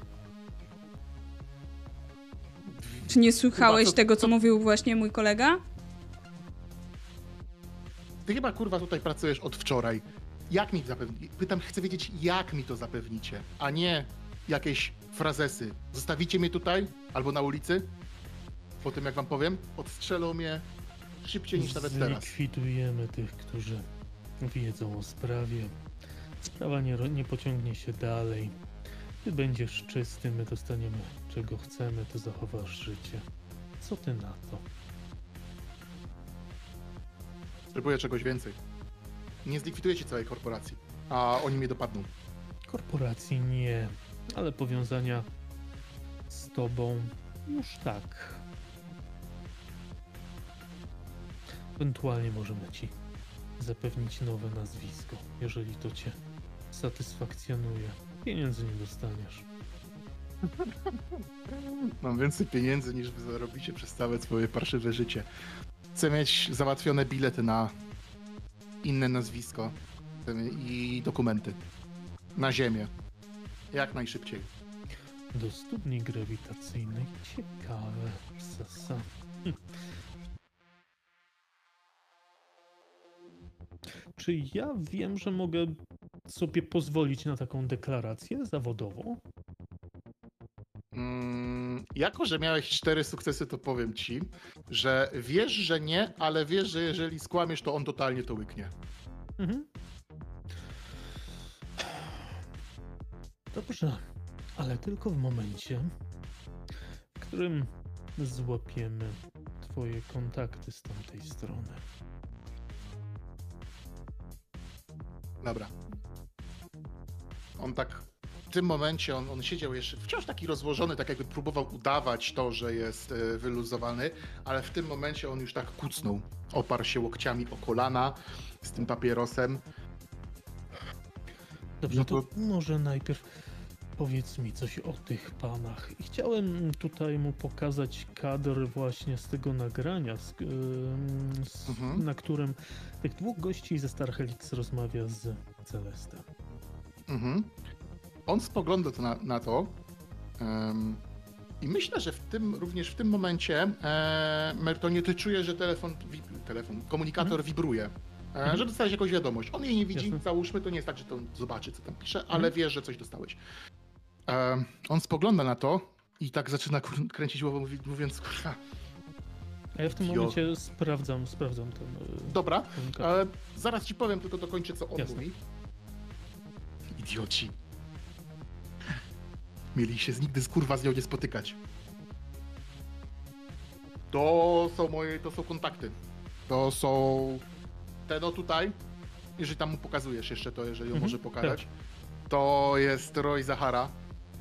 Czy nie słuchałeś Kurwa, co- tego, co co- mówił właśnie mój kolega? Ty chyba, kurwa, tutaj pracujesz od wczoraj. Jak mi zapewni? Pytam, chcę wiedzieć, jak mi to zapewnicie, a nie jakieś frazesy. Zostawicie mnie tutaj albo na ulicy? Po tym, jak wam powiem, odstrzelą mnie szybciej niż nawet teraz. Zlikwidujemy tych, którzy wiedzą o sprawie. Sprawa nie, ro- nie pociągnie się dalej. Ty będziesz czysty, my dostaniemy czego chcemy, ty zachowasz życie. Co ty na to? Spróbuję czegoś więcej. Nie zlikwidujecie całej korporacji, a oni mnie dopadną. Korporacji nie, ale powiązania z tobą już tak. Ewentualnie możemy ci zapewnić nowe nazwisko, jeżeli to cię satysfakcjonuje. Pieniędzy nie dostaniesz. Mam więcej pieniędzy niż wy zarobicie przez całe swoje parszywe życie. Chcę mieć załatwione bilety na inne nazwisko i dokumenty. Na ziemię. Jak najszybciej. Do studni grawitacyjnej. Ciekawe. Sasa. Hm. Czy ja wiem, że mogę sobie pozwolić na taką deklarację zawodową? Mm, jako, że miałeś cztery sukcesy, to powiem ci, że wiesz, że nie, ale wiesz, że jeżeli skłamiesz, to on totalnie to łyknie. Mhm. Dobrze, ale tylko w momencie, w którym złapiemy twoje kontakty z tamtej strony. Dobra. On tak w tym momencie, on, on siedział jeszcze wciąż taki rozłożony, tak jakby próbował udawać to, że jest e, wyluzowany, ale w tym momencie on już tak kucnął. Oparł się łokciami o kolana z tym papierosem. Dobrze, No to to- może najpierw powiedz mi coś o tych panach. I chciałem tutaj mu pokazać kadr właśnie z tego nagrania, z, ym, z, Mhm. na którym tych dwóch gości ze Star Helix rozmawia z Celestem. Mhm. On spogląda to na, na to em, i myślę, że w tym, również w tym momencie e, Mertonie, ty czujesz, że telefon, wi, telefon komunikator Mhm. wibruje, e, Mhm. że dostałeś jakąś wiadomość. On jej nie widzi, Jasne. załóżmy, to nie jest tak, że to on zobaczy, co tam pisze, ale Mhm. wiesz, że coś dostałeś. E, on spogląda na to i tak zaczyna kur, kręcić głową, mówi- mówiąc, kurwa, A ja w tym Jo. momencie sprawdzam, sprawdzam ten y, dobra, komunikator. e, zaraz ci powiem, tylko dokończę, co on Jasne. mówi. Idioci. Mieli się z nigdy z kurwa z nią nie spotykać. To są moje, to są kontakty. To są te no tutaj. Jeżeli tam mu pokazujesz jeszcze to, jeżeli on Mhm, może pokazać. To jest Roy Zahara.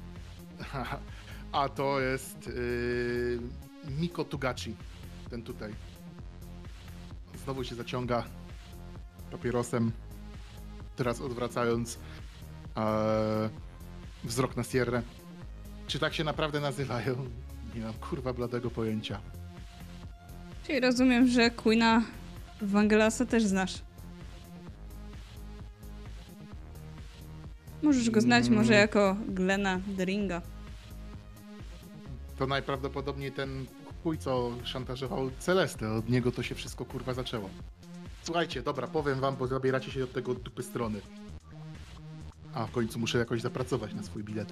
A to jest yy, Miko Tugachi. Ten tutaj. Znowu się zaciąga papierosem. Teraz odwracając e, wzrok na Sierrę. Czy tak się naprawdę nazywają? Nie mam kurwa bladego pojęcia. Czyli rozumiem, że Queena Vangelasa też znasz. Możesz go znać może Mm. jako Glena Deringa. To najprawdopodobniej ten chuj, co szantażował Celestę. Od niego to się wszystko kurwa zaczęło. Słuchajcie, dobra, powiem wam, bo zabieracie się od tego dupy strony. A w końcu muszę jakoś zapracować na swój bilet.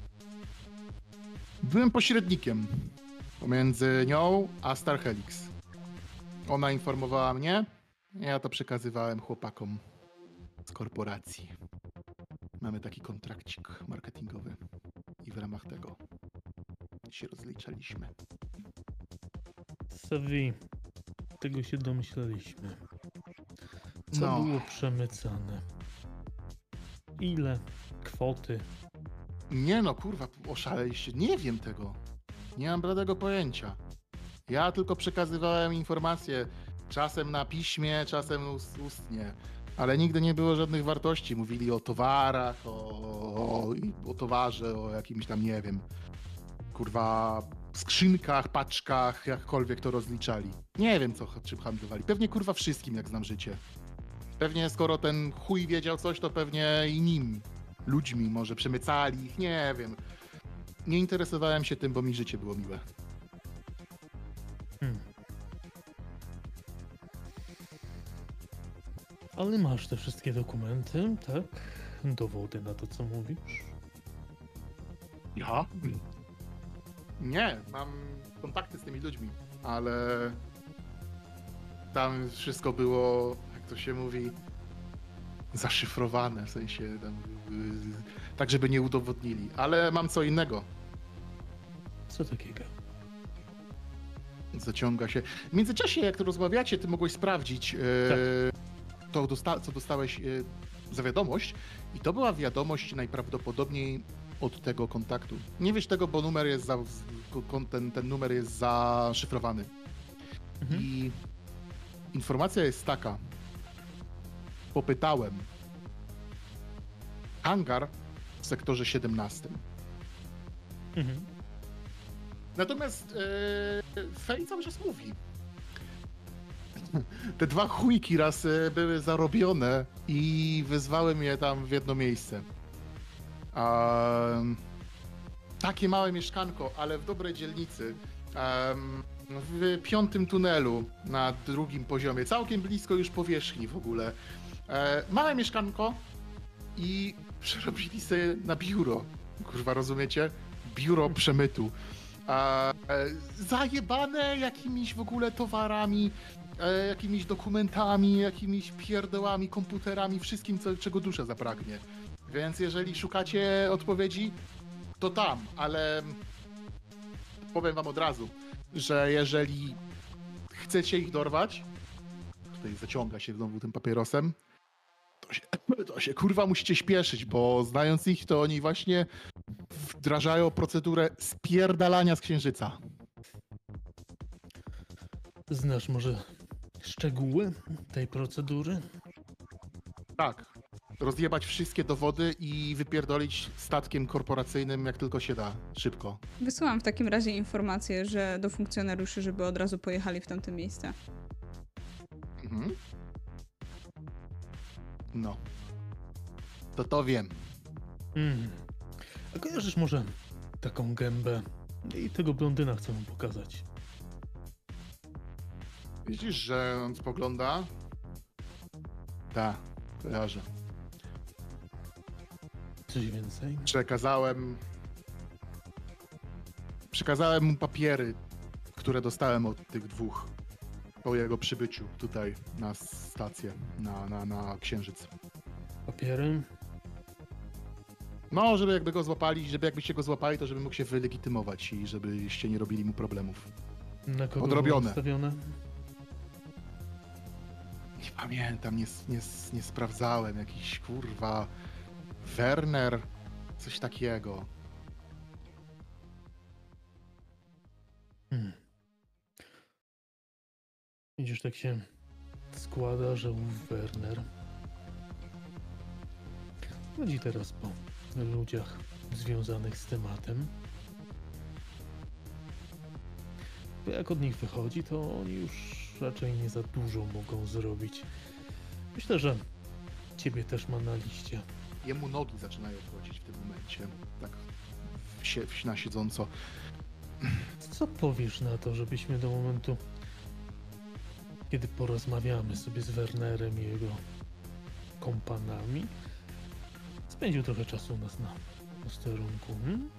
Byłem pośrednikiem pomiędzy nią a Star Helix. Ona informowała mnie, ja to przekazywałem chłopakom z korporacji. Mamy taki kontrakcik marketingowy i w ramach tego się rozliczaliśmy. Savi, tego się domyśleliśmy. Co No. było przemycane? Ile? Kwoty? Nie no, kurwa, oszaleliście. Nie wiem tego. Nie mam bladego pojęcia. Ja tylko przekazywałem informacje. Czasem na piśmie, czasem ust- ustnie. ale nigdy nie było żadnych wartości. Mówili o towarach, o, o, o towarze, o jakimś tam, nie wiem, kurwa, skrzynkach, paczkach, jakkolwiek to rozliczali. Nie wiem, co, czym handlowali. Pewnie, kurwa, wszystkim, jak znam życie. Pewnie, skoro ten chuj wiedział coś, to pewnie i nim, ludźmi może przemycali ich, nie wiem. Nie interesowałem się tym, bo mi życie było miłe. Hmm. Ale masz te wszystkie dokumenty, tak? Dowody na to, co mówisz? Ja? Nie, mam kontakty z tymi ludźmi, ale tam wszystko było, jak to się mówi, zaszyfrowane, w sensie tam, yy, tak, żeby nie udowodnili. Ale mam co innego. Co takiego? Zaciąga się. W międzyczasie, jak to rozmawiacie, ty mogłeś sprawdzić, yy, Tak. to, dosta- co dostałeś yy, za wiadomość i to była wiadomość najprawdopodobniej od tego kontaktu. Nie wiesz tego, bo numer jest za, ten, ten numer jest zaszyfrowany. Mhm. I informacja jest taka. Popytałem. Hangar w sektorze siedemnastym. Mhm. Natomiast yy, Fej cały czas mówi. Te dwa chujki raz yy, były zarobione i wezwałem je tam w jedno miejsce. Um, takie małe mieszkanko, ale w dobrej dzielnicy. Um, w piątym tunelu na drugim poziomie, całkiem blisko już powierzchni w ogóle. E, małe mieszkanko i przerobili sobie na biuro. Kurwa, rozumiecie? Biuro przemytu. E, e, zajebane jakimiś w ogóle towarami, e, jakimiś dokumentami, jakimiś pierdołami, komputerami, wszystkim, co, czego dusza zapragnie. Więc jeżeli szukacie odpowiedzi, to tam, ale powiem wam od razu, że jeżeli chcecie ich dorwać, tutaj zaciąga się znowu tym papierosem, to się, to się kurwa musicie śpieszyć, bo znając ich, to oni właśnie wdrażają procedurę spierdalania z księżyca. Znasz może szczegóły tej procedury? Tak. Rozjebać wszystkie dowody i wypierdolić statkiem korporacyjnym jak tylko się da. Szybko. Wysyłam w takim razie informację, że do funkcjonariuszy, żeby od razu pojechali w tamte miejsce. Mhm. No. To to wiem. Mm. A kojarzysz może taką gębę? I tego blondyna chcę mu pokazać. Widzisz, że on spogląda? Tak, kojarzę. Coś więcej? Przekazałem... Przekazałem mu papiery, które dostałem od tych dwóch po jego przybyciu tutaj na stację, na, na, na Księżyc. Papiery? No, żeby jakby go złapali, żeby jakbyście go złapali, to żeby mógł się wylegitymować i żebyście nie robili mu problemów. Na kogo Odrobione. były ustawione? Nie pamiętam, nie, nie, nie sprawdzałem. Jakiś kurwa... Werner? Coś takiego. Hmm. Widzisz, tak się składa, że ów Werner chodzi teraz po ludziach związanych z tematem. Bo jak od nich wychodzi, to oni już raczej nie za dużo mogą zrobić. Myślę, że ciebie też ma na liście. Jemu nogi zaczynają wchodzić w tym momencie. Tak w, na siedząco. Co powiesz na to, żebyśmy do momentu, kiedy porozmawiamy sobie z Wernerem i jego kompanami, spędził trochę czasu u nas na posterunku, hmm?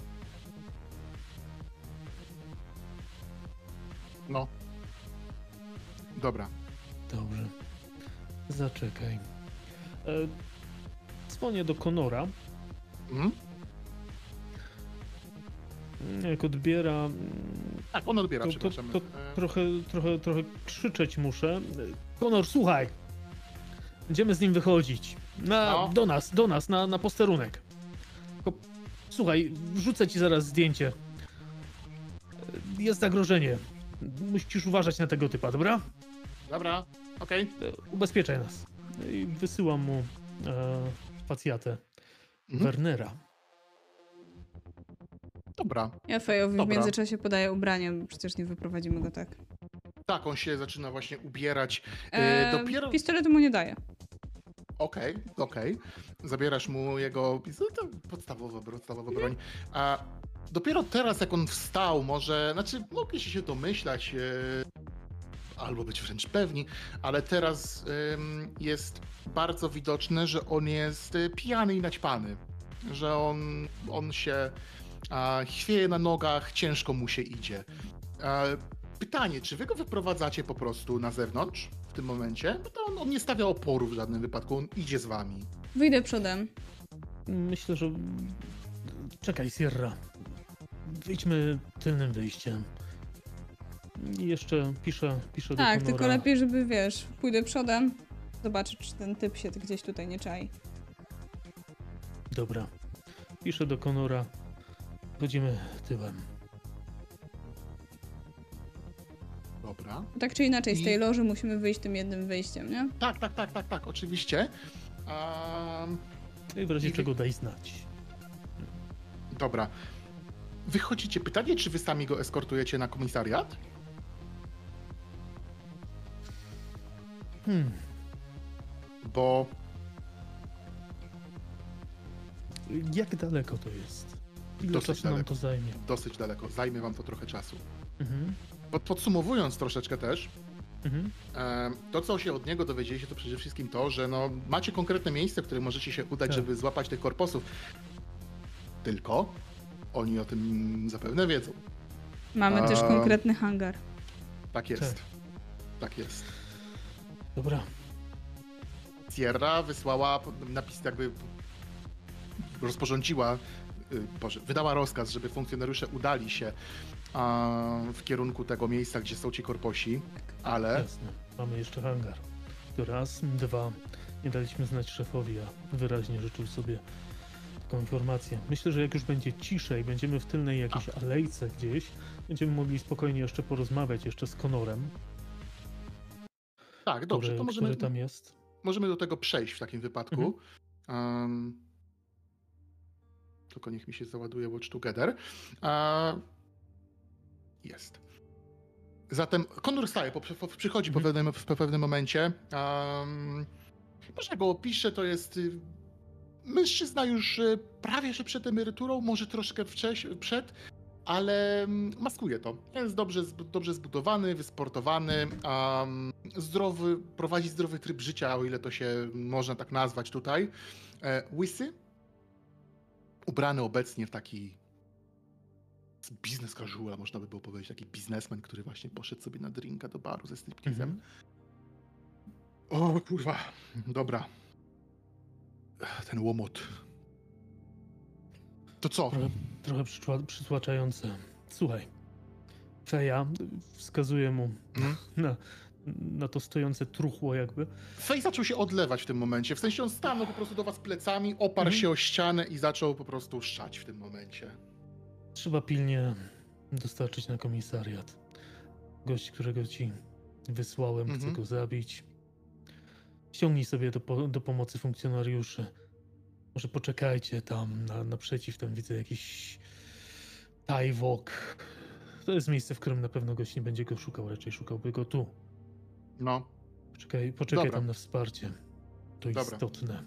No. Dobra. Dobrze. Zaczekaj. E, dzwonię do Conora. Mhm. Jak odbiera... Tak, on odbiera, To, to, przepraszam. to E, trochę, trochę, trochę krzyczeć muszę. Conor, słuchaj! Będziemy z nim wychodzić. Na, No. Do nas, do nas, na, na posterunek. Tylko, słuchaj, wrzucę ci zaraz zdjęcie. Jest zagrożenie. Musisz uważać na tego typa, dobra? Dobra, okej. Ubezpieczaj nas. i wysyłam mu e, facjatę Mhm. Wernera. Dobra. Ja Fejowi w Dobra. międzyczasie podaję ubranie, bo przecież nie wyprowadzimy go tak. Tak, on się zaczyna właśnie ubierać. E, Eee, dopiero... Pistoletu mu nie daję. Okej, okej. Zabierasz mu jego pistolet, to podstawowa, podstawowa broń. A dopiero teraz, jak on wstał, może, znaczy mogliście się domyślać, e, albo być wręcz pewni, ale teraz em, jest bardzo widoczne, że on jest e, pijany i naćpany. Że on, on się a, chwieje na nogach, ciężko mu się idzie. E, pytanie, czy wy go wyprowadzacie po prostu na zewnątrz w tym momencie? Bo to on, on nie stawia oporu w żadnym wypadku, on idzie z wami. Wyjdę przodem. Myślę, że... Czekaj, Sierra. Wyjdźmy tylnym wyjściem. I jeszcze piszę, piszę do Tak, Conora. tylko lepiej, żeby wiesz, pójdę przodem, zobaczę, czy ten typ się gdzieś tutaj nie czai. Dobra. Piszę do Conora. Chodzimy tyłem. Dobra. Tak czy inaczej, z I- tej loży musimy wyjść tym jednym wyjściem, nie? Tak, tak, tak, tak, tak, oczywiście. Um, I w razie I wy- czego daj znać. dobra. Wychodzicie. Pytanie, czy wy sami go eskortujecie na komisariat? Hmm. Bo Jak daleko to jest? Ile Dosyć czasu nam daleko. to zajmie? dosyć daleko. Zajmie wam to trochę czasu. Mhm. Pod, podsumowując troszeczkę też, Mhm. em, to co się od niego dowiedzieliście, to przede wszystkim to, że no, macie konkretne miejsce, w którym możecie się udać, Tak. żeby złapać tych korposów. Tylko oni o tym zapewne wiedzą. Mamy też A- konkretny hangar. Tak jest. Tak. Tak jest. Dobra. Sierra wysłała napis, jakby rozporządziła, y, Boże, wydała rozkaz, żeby funkcjonariusze udali się a, w kierunku tego miejsca, gdzie są ci korposi, ale Jasne. Mamy jeszcze hangar. To raz. Dwa. Nie daliśmy znać szefowi, a wyraźnie życzył sobie taką informację. Myślę, że jak już będzie ciszej, będziemy w tylnej jakiejś alejce gdzieś, będziemy mogli spokojnie jeszcze porozmawiać jeszcze z Conorem, tak, dobrze, który, to możemy, który tam jest. możemy do tego przejść w takim wypadku. Um, tylko niech mi się załaduje Watch Together. A, jest. Zatem Konur staje, po, po, przychodzi po Mhm. pewnym, w pewnym momencie. Um, może go opiszę, to jest y, mężczyzna już y, prawie że przed emeryturą, może troszkę wcześ, przed, ale mm, maskuje to. Jest dobrze, zb- dobrze zbudowany, wysportowany, um, zdrowy, prowadzi zdrowy tryb życia, o ile to się można tak nazwać tutaj. E, łysy, ubrany obecnie w taki biznes casual, można by było powiedzieć, taki biznesmen, który właśnie poszedł sobie na drinka do baru ze striptizem. Mhm. O kurwa, dobra. Ten łomot. To co? Trochę, trochę przyczła- przytłaczające. Słuchaj. Feja wskazuje mu Mhm. na, na to stojące truchło jakby. Fej zaczął się odlewać w tym momencie. W sensie on stanął po prostu do was plecami, oparł Mhm. się o ścianę i zaczął po prostu szczać w tym momencie. Trzeba pilnie dostarczyć na komisariat. Gość, którego ci wysłałem, chce Mhm. go zabić. Ściągnij sobie do, po, do pomocy funkcjonariuszy. Może poczekajcie tam na, naprzeciw, tam widzę jakiś Tajwok. To jest miejsce, w którym na pewno gość nie będzie go szukał, raczej szukałby go tu. No, Poczekaj, poczekaj Dobra. tam na wsparcie. To Dobra. istotne.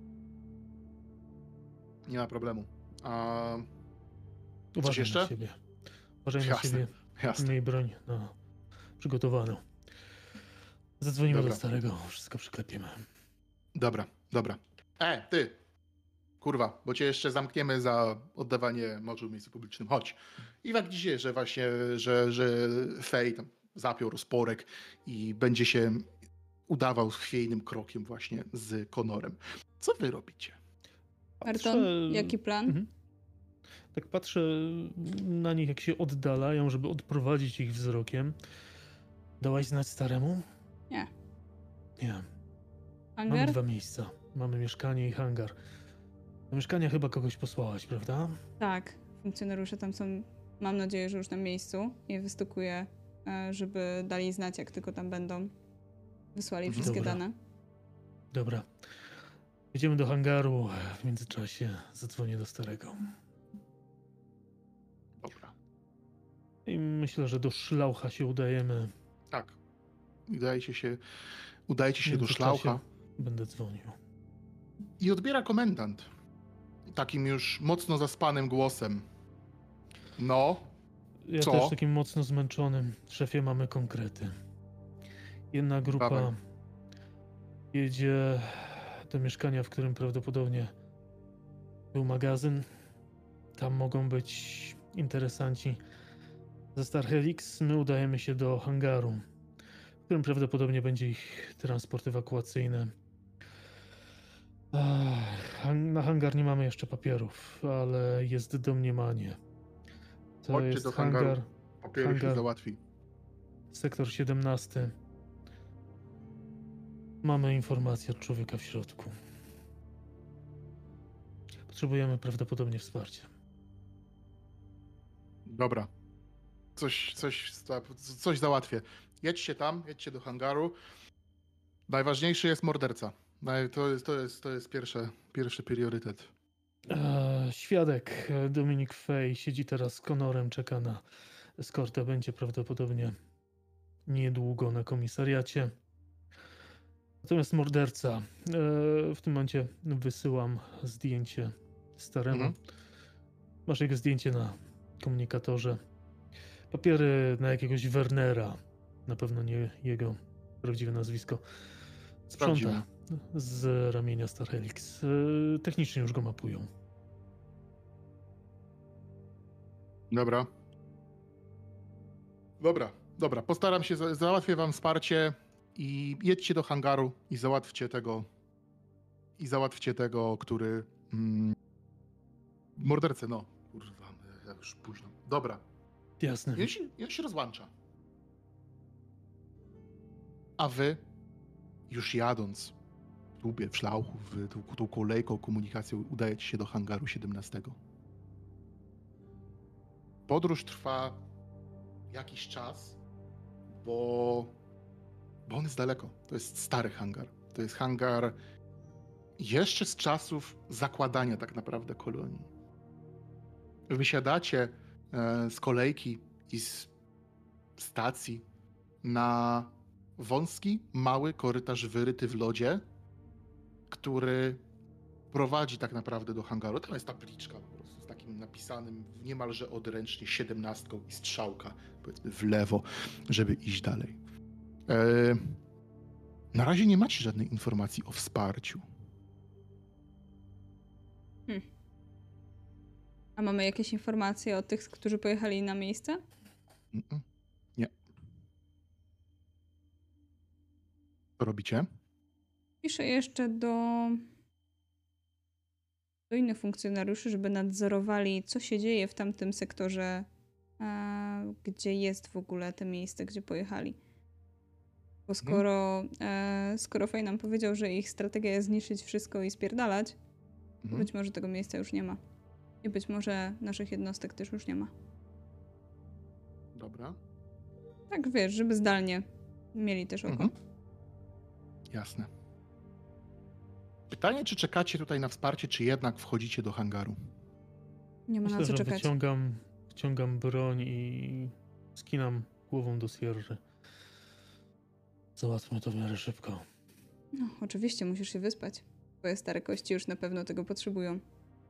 nie ma problemu. A, Uważaj jeszcze? na siebie. Uważaj na Jasne. siebie. jasne. Miej broń no, przygotowaną. Zadzwonimy Dobra. do starego, wszystko przyklepiemy. Dobra, dobra. E, ty! Kurwa, bo cię jeszcze zamkniemy za oddawanie moczu w miejscu publicznym. Chodź. I jak dzisiaj, że właśnie, że, że Fej tam zapiął rozporek i będzie się udawał chwiejnym krokiem właśnie z Conorem. Co wy robicie? Arton, jaki plan? Mhm. Tak patrzę na nich, jak się oddalają, żeby odprowadzić ich wzrokiem. Dałaś znać staremu? Nie. Nie. Mamy Hangar? dwa miejsca. Mamy mieszkanie i hangar. Do mieszkania chyba kogoś posłałaś, prawda? Tak. Funkcjonariusze tam są, mam nadzieję, że już na miejscu i wystukuję, e, żeby dali znać, jak tylko tam będą. Wysłali Mhm. wszystkie Dobra. dane. Dobra. Jedziemy do hangaru. W międzyczasie zadzwonię do starego. Dobra. I myślę, że do Szlaucha się udajemy. Tak. Udajecie się, udajecie W się do międzyczasie Szlaucha będę dzwonił. i odbiera komendant. Takim już mocno zaspanym głosem. No, Ja Co? też takim mocno zmęczonym. Szefie, mamy konkrety. Jedna grupa Dawaj. jedzie do mieszkania, w którym prawdopodobnie był magazyn. Tam mogą być interesanci ze Star Helix. My udajemy się do hangaru, w którym prawdopodobnie będzie ich transport ewakuacyjny. Ech, hang- na hangar nie mamy jeszcze papierów, ale jest domniemanie. To Chodźcie jest do hangaru. hangar, papiery się hangar. załatwi. sektor siedemnasty. Mamy informację od człowieka w środku. Potrzebujemy prawdopodobnie wsparcia. Dobra. Coś, coś, coś załatwię. Jedźcie tam, jedźcie do hangaru. Najważniejszy jest morderca. Naj- To jest, to jest, to jest pierwsze, pierwszy priorytet. Eee, świadek e, Dominik Fej siedzi teraz z Conorem, czeka na eskortę. Będzie prawdopodobnie niedługo na komisariacie. Natomiast morderca. E, w tym momencie wysyłam zdjęcie staremu. Mhm. Masz jego zdjęcie na komunikatorze. Papiery na jakiegoś Wernera. Na pewno nie jego prawdziwe nazwisko. Sprząta Sprawdzimy. z ramienia Star Helix. E, technicznie już go mapują. Dobra. Dobra, dobra. Postaram się, za- załatwię wam wsparcie i jedźcie do hangaru i załatwcie tego, i załatwcie tego, który... Mm, mordercę, no. Kurwa, ja już późno. Dobra. Jasne. I on się, i on się rozłącza. A wy, już jadąc w Tubie, w Szlauchu, w tą, tą kolejką, komunikacją, udajecie się do hangaru siedemnastego. Podróż trwa jakiś czas, bo, bo on jest daleko. To jest stary hangar. To jest hangar jeszcze z czasów zakładania tak naprawdę kolonii. Wysiadacie e, z kolejki i z stacji na wąski, mały korytarz wyryty w lodzie, który prowadzi tak naprawdę do hangaru. Tam jest tabliczka po prostu z takim napisanym niemalże odręcznie siedemnastką i strzałka, powiedzmy w lewo, żeby iść dalej. E, na razie nie macie żadnej informacji o wsparciu. Hmm. A mamy jakieś informacje o tych, którzy pojechali na miejsce? Mm-mm. Nie. Co robicie? Piszę jeszcze do, do innych funkcjonariuszy, żeby nadzorowali, co się dzieje w tamtym sektorze, e, gdzie jest w ogóle to miejsce, gdzie pojechali. Bo skoro, e, skoro Fej nam powiedział, że ich strategia jest zniszczyć wszystko i spierdalać, to Mhm. być może tego miejsca już nie ma. I być może naszych jednostek też już nie ma. Dobra. Tak wiesz, żeby zdalnie mieli też oko. Mhm. Jasne. Pytanie, czy czekacie tutaj na wsparcie, czy jednak wchodzicie do hangaru? Nie ma Myślę, na co że czekać. wyciągam, wyciągam broń i skinam głową do Sierry. Załatwmy to w miarę szybko. No, oczywiście musisz się wyspać. Twoje stare kości już na pewno tego potrzebują.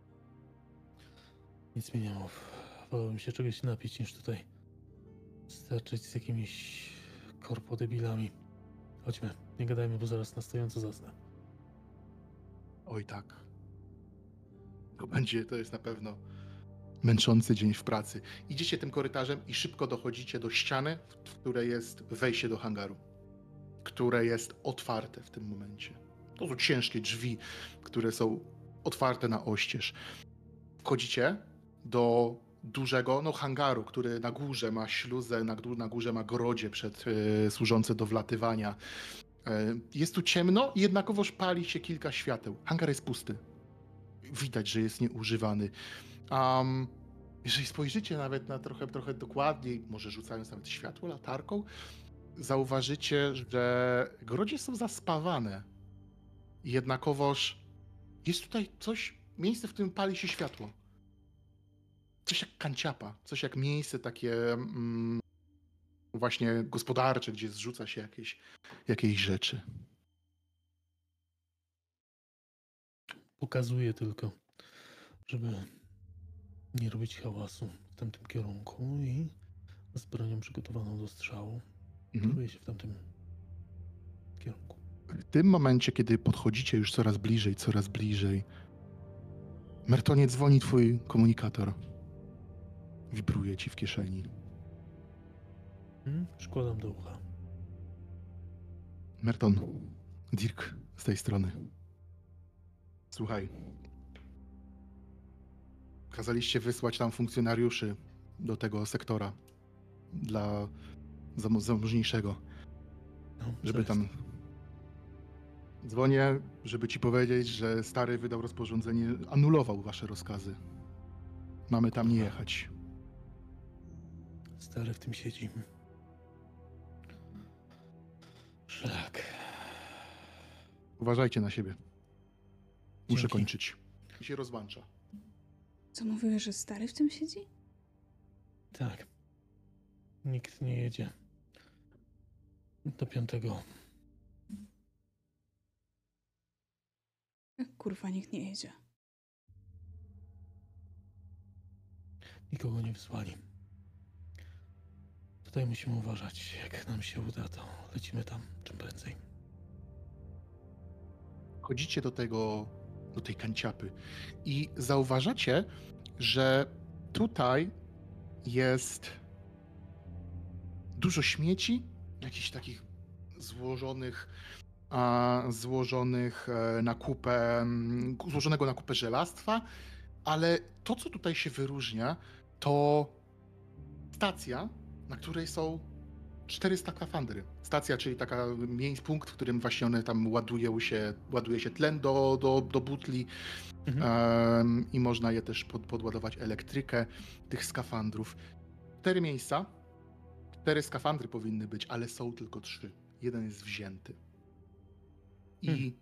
Nic mi nie mów. Wolałbym się czegoś napić, niż tutaj starczyć z jakimiś korpodebilami. Chodźmy, nie gadajmy, bo zaraz na stojąco zasnę. Oj tak. To będzie, to jest na pewno męczący dzień w pracy. Idziecie tym korytarzem i szybko dochodzicie do ściany, w której jest wejście do hangaru, które jest otwarte w tym momencie. To są ciężkie drzwi, które są otwarte na oścież. Wchodzicie do dużego no, hangaru, który na górze ma śluzę, na, gó- na górze ma grodzie przed, e, służące do wlatywania. E, jest tu ciemno i jednakowoż pali się kilka świateł. Hangar jest pusty. Widać, że jest nieużywany. Um, jeżeli spojrzycie nawet na trochę, trochę dokładniej, może rzucając nawet światło latarką, zauważycie, że grodzie są zaspawane. Jednakowoż jest tutaj coś, miejsce, w którym pali się światło. Coś jak kanciapa, coś jak miejsce takie mm, właśnie gospodarcze, gdzie zrzuca się jakieś, jakieś rzeczy. Pokazuję tylko, żeby nie robić hałasu w tamtym kierunku i z bronią przygotowaną do strzału Mhm. kieruję się w tamtym kierunku. W tym momencie, kiedy podchodzicie już coraz bliżej, coraz bliżej, Mertonie, dzwoni twój komunikator. Wibruje ci w kieszeni. Hmm? Przykładam do ucha. Merton, Dirk z tej strony. Słuchaj. Kazaliście wysłać tam funkcjonariuszy do tego sektora dla zam- zamożniejszego, No, co żeby jest? tam... Dzwonię, żeby ci powiedzieć, że stary wydał rozporządzenie, anulował wasze rozkazy. Mamy tam nie Kurwa. jechać. Stary w tym siedzi. Szlak. Uważajcie na siebie. Muszę Dzięki. kończyć. I się rozłącza. Co mówiłeś, że stary w tym siedzi? Tak. Nikt nie jedzie. Do piątego. Jak kurwa nikt nie jedzie. Nikogo nie wysłali. Tutaj musimy uważać. Jak nam się uda, to lecimy tam czym prędzej. Chodzicie do tego, do tej kanciapy i zauważacie, że tutaj jest dużo śmieci, jakichś takich złożonych, a, złożonych e, na kupę, mm, złożonego na kupę żelastwa, ale to, co tutaj się wyróżnia, to stacja, na której są cztery skafandry. Stacja, czyli taka miejsc, punkt, w którym właśnie one tam ładują się, ładuje się tlen do, do, do butli Mhm. em, i można je też pod, podładować elektrykę tych skafandrów. Cztery miejsca, cztery skafandry powinny być, ale są tylko trzy. Jeden jest wzięty. I Hmm.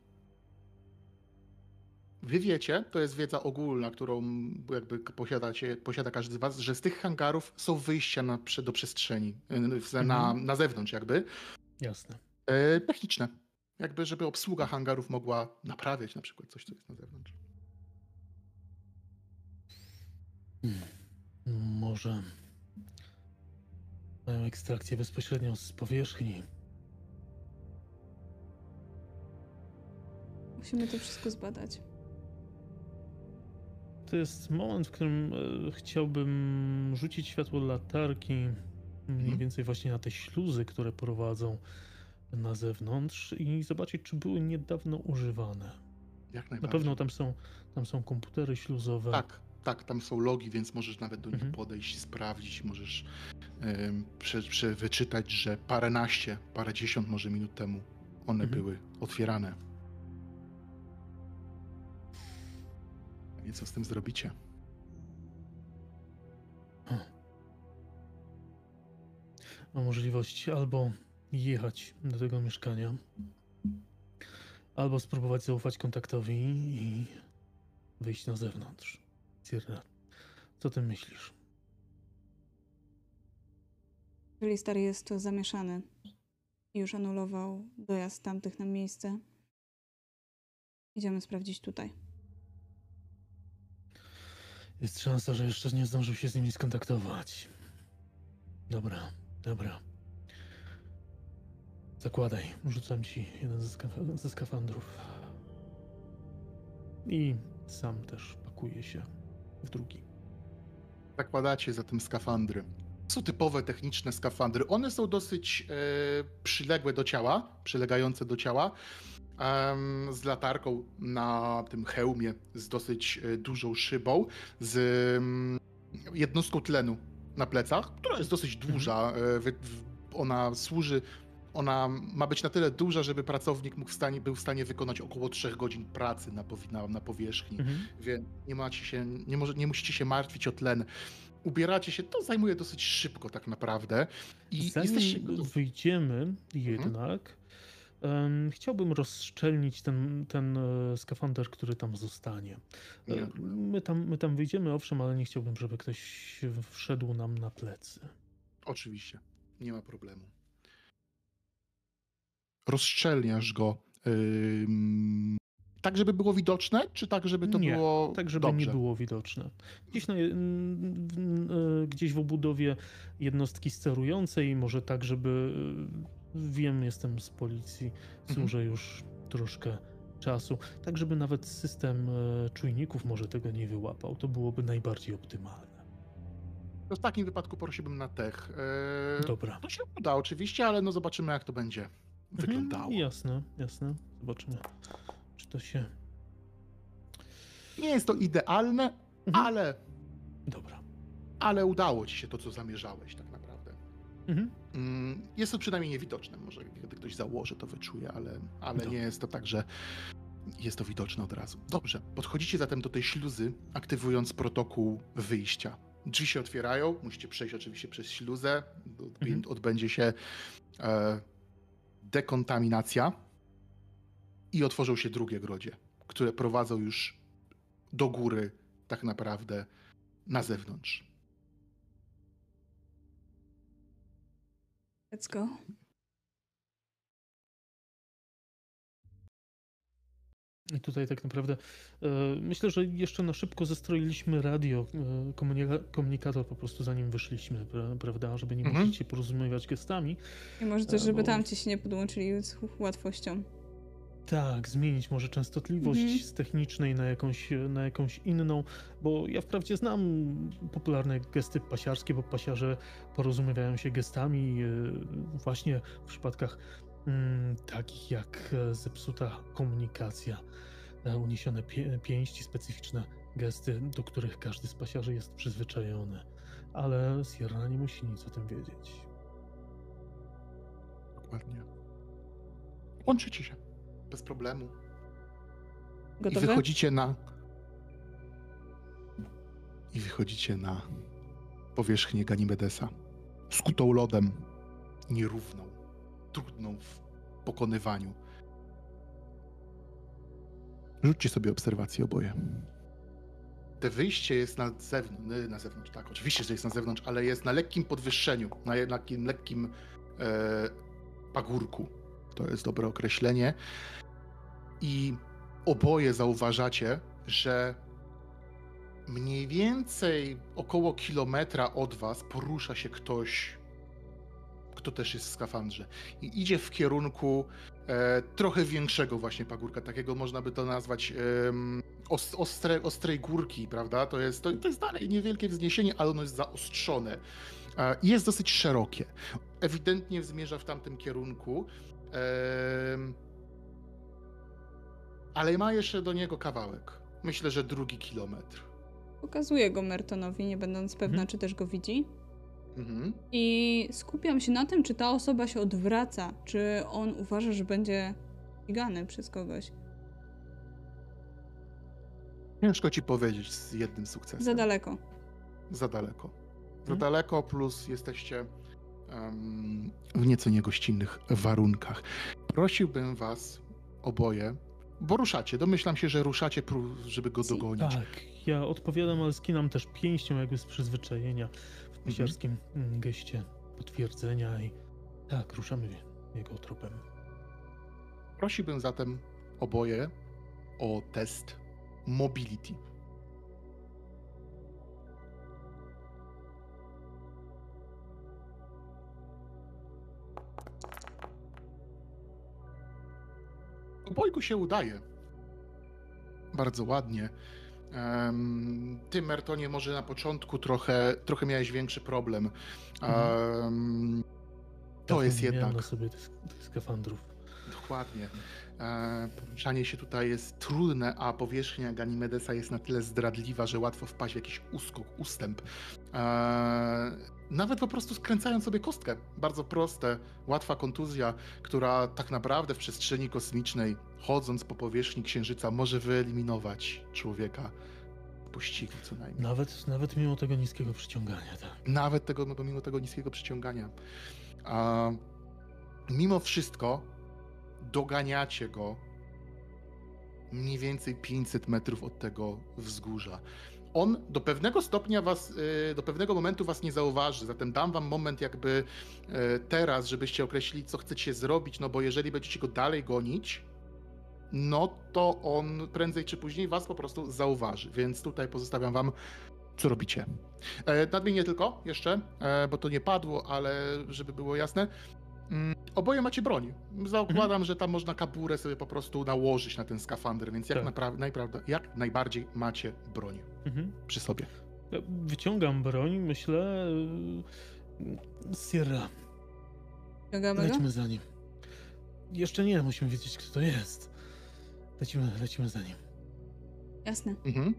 wy wiecie, to jest wiedza ogólna, którą jakby posiadacie, posiada każdy z was, że z tych hangarów są wyjścia na, prze- do przestrzeni, y, w- na, Mhm. na zewnątrz jakby, Jasne. e, techniczne. Jakby, żeby obsługa hangarów mogła naprawiać na przykład coś, co jest na zewnątrz. Hmm. Może mają ekstrakcję bezpośrednią z powierzchni. Musimy to wszystko zbadać. To jest moment, w którym e, chciałbym rzucić światło latarki mniej Mhm. więcej właśnie na te śluzy, które prowadzą na zewnątrz i zobaczyć, czy były niedawno używane. Jak Na najbardziej. pewno tam są, tam są komputery śluzowe. Tak, tak, tam są logi, więc możesz nawet do nich Mhm. podejść, sprawdzić, możesz ym, prze, prze, wyczytać, że paręnaście, parędziesiąt może minut temu one Mhm. były otwierane. I co z tym zrobicie? Mam możliwość albo jechać do tego mieszkania, albo spróbować zaufać kontaktowi i wyjść na zewnątrz. Cyrna, co ty myślisz? Jeżeli stary jest to zamieszany i już anulował dojazd tamtych na miejsce, idziemy sprawdzić tutaj. Jest szansa, że jeszcze nie zdążył się z nimi skontaktować. Dobra, dobra. Zakładaj, rzucam ci jeden ze, skaf- ze skafandrów. I sam też pakuję się w drugi. Zakładacie zatem skafandry. To są typowe techniczne skafandry. One są dosyć e, przyległe do ciała, przylegające do ciała, em, z latarką na tym hełmie, z dosyć e, dużą szybą, z mm, jednostką tlenu na plecach, która jest dosyć duża. E, wy, w, ona służy, ona ma być na tyle duża, żeby pracownik mógł w stanie, był w stanie wykonać około trzech godzin pracy na, powi- na, na powierzchni. Mhm. Więc nie macie się, nie, może, nie musicie się martwić o tlen. Ubieracie się, to zajmuje dosyć szybko tak naprawdę. I Zanim jesteście gotowi. wyjdziemy jednak, Em, chciałbym rozszczelnić ten, ten e, skafander, który tam zostanie. E, Nie ma problemu. my, tam, my tam wyjdziemy, owszem, ale nie chciałbym, żeby ktoś wszedł nam na plecy. Oczywiście, nie ma problemu. Rozszczelniasz go ym, tak, żeby było widoczne, czy tak, żeby to Nie, było tak, żeby dobrze? nie było widoczne. Gdzieś, na, w- w- e, gdzieś w obudowie jednostki sterującej, może tak, żeby... e, Wiem, jestem z policji, służę już troszkę czasu, tak żeby nawet system e, czujników może tego nie wyłapał. To byłoby najbardziej optymalne. To w takim wypadku prosiłbym na tech. Yy, Dobra. To się uda oczywiście, ale no zobaczymy, jak to będzie wyglądało. Mhm, jasne, jasne. Zobaczymy, czy to się... Nie jest to idealne, Mhm. ale, Dobra. ale udało ci się to, co zamierzałeś tak naprawdę. Mhm. Mm, Jest to przynajmniej niewidoczne. Może kiedy ktoś założy, to wyczuje, ale, ale Dobra. nie jest to tak, że jest to widoczne od razu. Dobrze, podchodzicie zatem do tej śluzy, aktywując protokół wyjścia. Drzwi się otwierają, musicie przejść oczywiście przez śluzę, Mhm. odbędzie się e, dekontaminacja i otworzą się drugie grodzie, które prowadzą już do góry tak naprawdę na zewnątrz. Let's go. I tutaj tak naprawdę e, myślę, że jeszcze na szybko zestroiliśmy radio, e, komunika- komunikator po prostu zanim wyszliśmy, pra, prawda, żeby nie Mhm. musieć się porozumiewać gestami. I może też, E, żeby bo- tamci się nie podłączyli z łatwością. Tak, zmienić może częstotliwość Mhm. z technicznej na jakąś, na jakąś inną, bo ja wprawdzie znam popularne gesty pasiarskie, bo pasiarze porozumiewają się gestami e, właśnie w przypadkach mm, takich jak e, zepsuta komunikacja, e, uniesione pie, pięści, specyficzne gesty, do których każdy z pasiarzy jest przyzwyczajony, ale Sierra nie musi nic o tym wiedzieć. Dokładnie. Łączycie się bez problemu. I Gotowe? wychodzicie na. I wychodzicie na powierzchnię Ganimedesa. Skutą lodem, nierówną, trudną w pokonywaniu. Rzućcie sobie obserwację oboje. Te wyjście jest na zewnątrz, na zewnątrz, tak, oczywiście, że jest na zewnątrz, ale jest na lekkim podwyższeniu, na takim lekkim e, pagórku. To jest dobre określenie. I oboje zauważacie, że mniej więcej około kilometra od was porusza się ktoś, kto też jest w skafandrze. I idzie w kierunku e, trochę większego właśnie pagórka, takiego można by to nazwać em, os, ostre, ostrej górki, prawda? To jest, to, to jest dalej niewielkie wzniesienie, ale ono jest zaostrzone. E, i jest dosyć szerokie. Ewidentnie zmierza w tamtym kierunku. em, ale ma jeszcze do niego kawałek. Myślę, że drugi kilometr. Pokazuję go Mertonowi, nie będąc pewna, Mhm. czy też go widzi. Mhm. I skupiam się na tym, czy ta osoba się odwraca, czy on uważa, że będzie ścigany przez kogoś. Ciężko ci powiedzieć z jednym sukcesem. Za daleko. Za daleko. Za Mhm. daleko, plus jesteście em, w nieco niegościnnych warunkach. Prosiłbym was oboje, bo ruszacie. Domyślam się, że ruszacie, pró- żeby go Si. dogonić. Tak, ja odpowiadam, ale skinam też pięścią jakby z przyzwyczajenia w pasiarskim mm, geście potwierdzenia i tak, ruszamy jego tropem. Prosiłbym zatem oboje o test mobility. Obojgu się udaje. Bardzo ładnie. Um, ty, Mertonie, może na początku trochę, trochę miałeś większy problem. Um, to Dawno jest nie miałem jednak... na sobie tych, tych skafandrów. Dokładnie. E, poruszanie się tutaj jest trudne, a powierzchnia Ganimedesa jest na tyle zdradliwa, że łatwo wpaść w jakiś uskok, ustęp. E, nawet po prostu skręcając sobie kostkę. Bardzo proste, łatwa kontuzja, która tak naprawdę w przestrzeni kosmicznej, chodząc po powierzchni Księżyca, może wyeliminować człowieka w pościgu co najmniej. Nawet, nawet mimo tego niskiego przyciągania, tak. Nawet tego, no, pomimo tego niskiego przyciągania. A mimo wszystko doganiacie go mniej więcej pięćset metrów od tego wzgórza. On do pewnego stopnia was, do pewnego momentu was nie zauważy, zatem dam wam moment jakby teraz, żebyście określili, co chcecie zrobić, no bo jeżeli będziecie go dalej gonić, no to on prędzej czy później was po prostu zauważy, więc tutaj pozostawiam wam, co robicie. Nadmienię tylko jeszcze, bo to nie padło, ale żeby było jasne, oboje macie broń. Zakładam, mhm. że tam można kaburę sobie po prostu nałożyć na ten skafander, więc jak, tak. napra- najprawda- jak najbardziej macie broń mhm. przy sobie. Wyciągam broń, myślę... Sierra. Ciągamy Lecimy go? za nim. Jeszcze nie, musimy wiedzieć, kto to jest. Lecimy, lecimy za nim. Jasne. Mhm.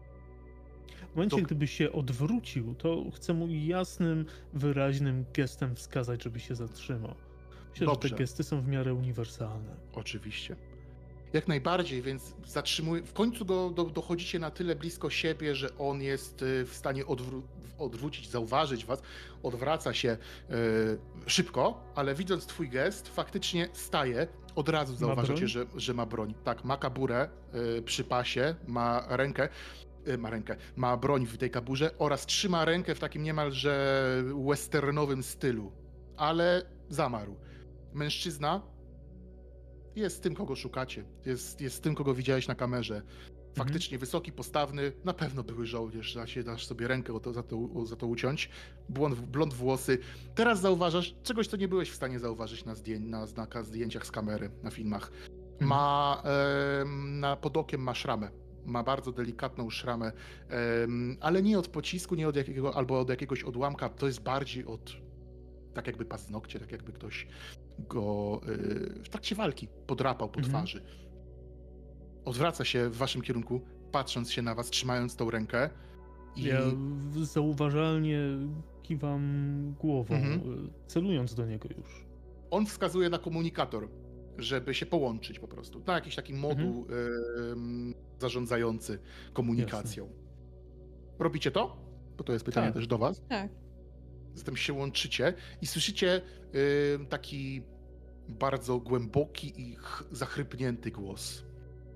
W momencie, to... gdyby się odwrócił, to chcę mu jasnym, wyraźnym gestem wskazać, żeby się zatrzymał. Myślę, Dobrze. że te gesty są w miarę uniwersalne. Oczywiście. Jak najbardziej, więc zatrzymuj... w końcu go do, dochodzicie na tyle blisko siebie, że on jest w stanie odwró- odwrócić, zauważyć was, odwraca się yy, szybko, ale widząc twój gest, faktycznie staje, od razu zauważacie, że, że ma broń. Tak, ma kaburę yy, przy pasie, ma rękę, yy, ma rękę, ma broń w tej kaburze oraz trzyma rękę w takim niemalże westernowym stylu, ale zamarł. Mężczyzna jest tym, kogo szukacie. Jest, jest tym, kogo widziałeś na kamerze. Faktycznie mhm. wysoki, postawny, na pewno były żołnierz, da się dasz sobie rękę o to, za, to, za to uciąć. Blond, blond włosy. Teraz zauważasz czegoś, co nie byłeś w stanie zauważyć na, zdję, na, na zdjęciach z kamery, na filmach. Mhm. Ma e, na pod okiem ma szramę. Ma bardzo delikatną szramę, e, ale nie od pocisku, nie od jakiego, albo od jakiegoś odłamka. To jest bardziej od tak jakby paznokcie, tak jakby ktoś go yy, w trakcie walki podrapał po mhm. twarzy. Odwraca się w waszym kierunku, patrząc się na was, trzymając tą rękę. I... Ja zauważalnie kiwam głową, mhm. celując do niego już. On wskazuje na komunikator, żeby się połączyć po prostu. Na jakiś taki moduł mhm. yy, zarządzający komunikacją. Jasne. Robicie to? Bo to jest pytanie tak. też do was. Tak. Zatem się łączycie i słyszycie y, taki bardzo głęboki i ch- zachrypnięty głos.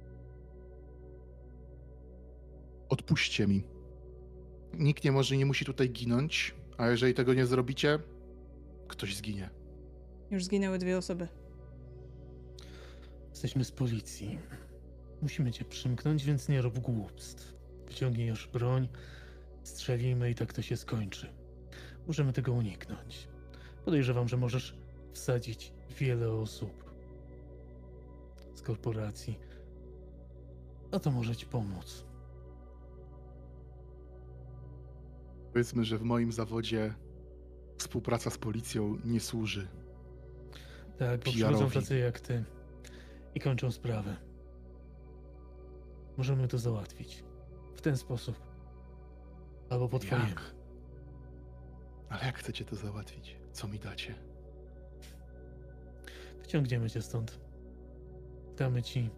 Odpuśćcie mi. Nikt nie może, nie musi tutaj ginąć, a jeżeli tego nie zrobicie, ktoś zginie. Już zginęły dwie osoby. Jesteśmy z policji. Musimy cię przymknąć, więc nie rób głupstw. Wyciągnij już broń, strzelimy i tak to się skończy. Możemy tego uniknąć. Podejrzewam, że możesz wsadzić wiele osób z korporacji. A to może ci pomóc. Powiedzmy, że w moim zawodzie współpraca z policją nie służy. Tak, bo przychodzą tacy jak ty i kończą sprawę. Możemy to załatwić. W ten sposób. Albo po twoim. Jak? Ale jak chcecie to załatwić? Co mi dacie? Wyciągniemy cię stąd. Damy ci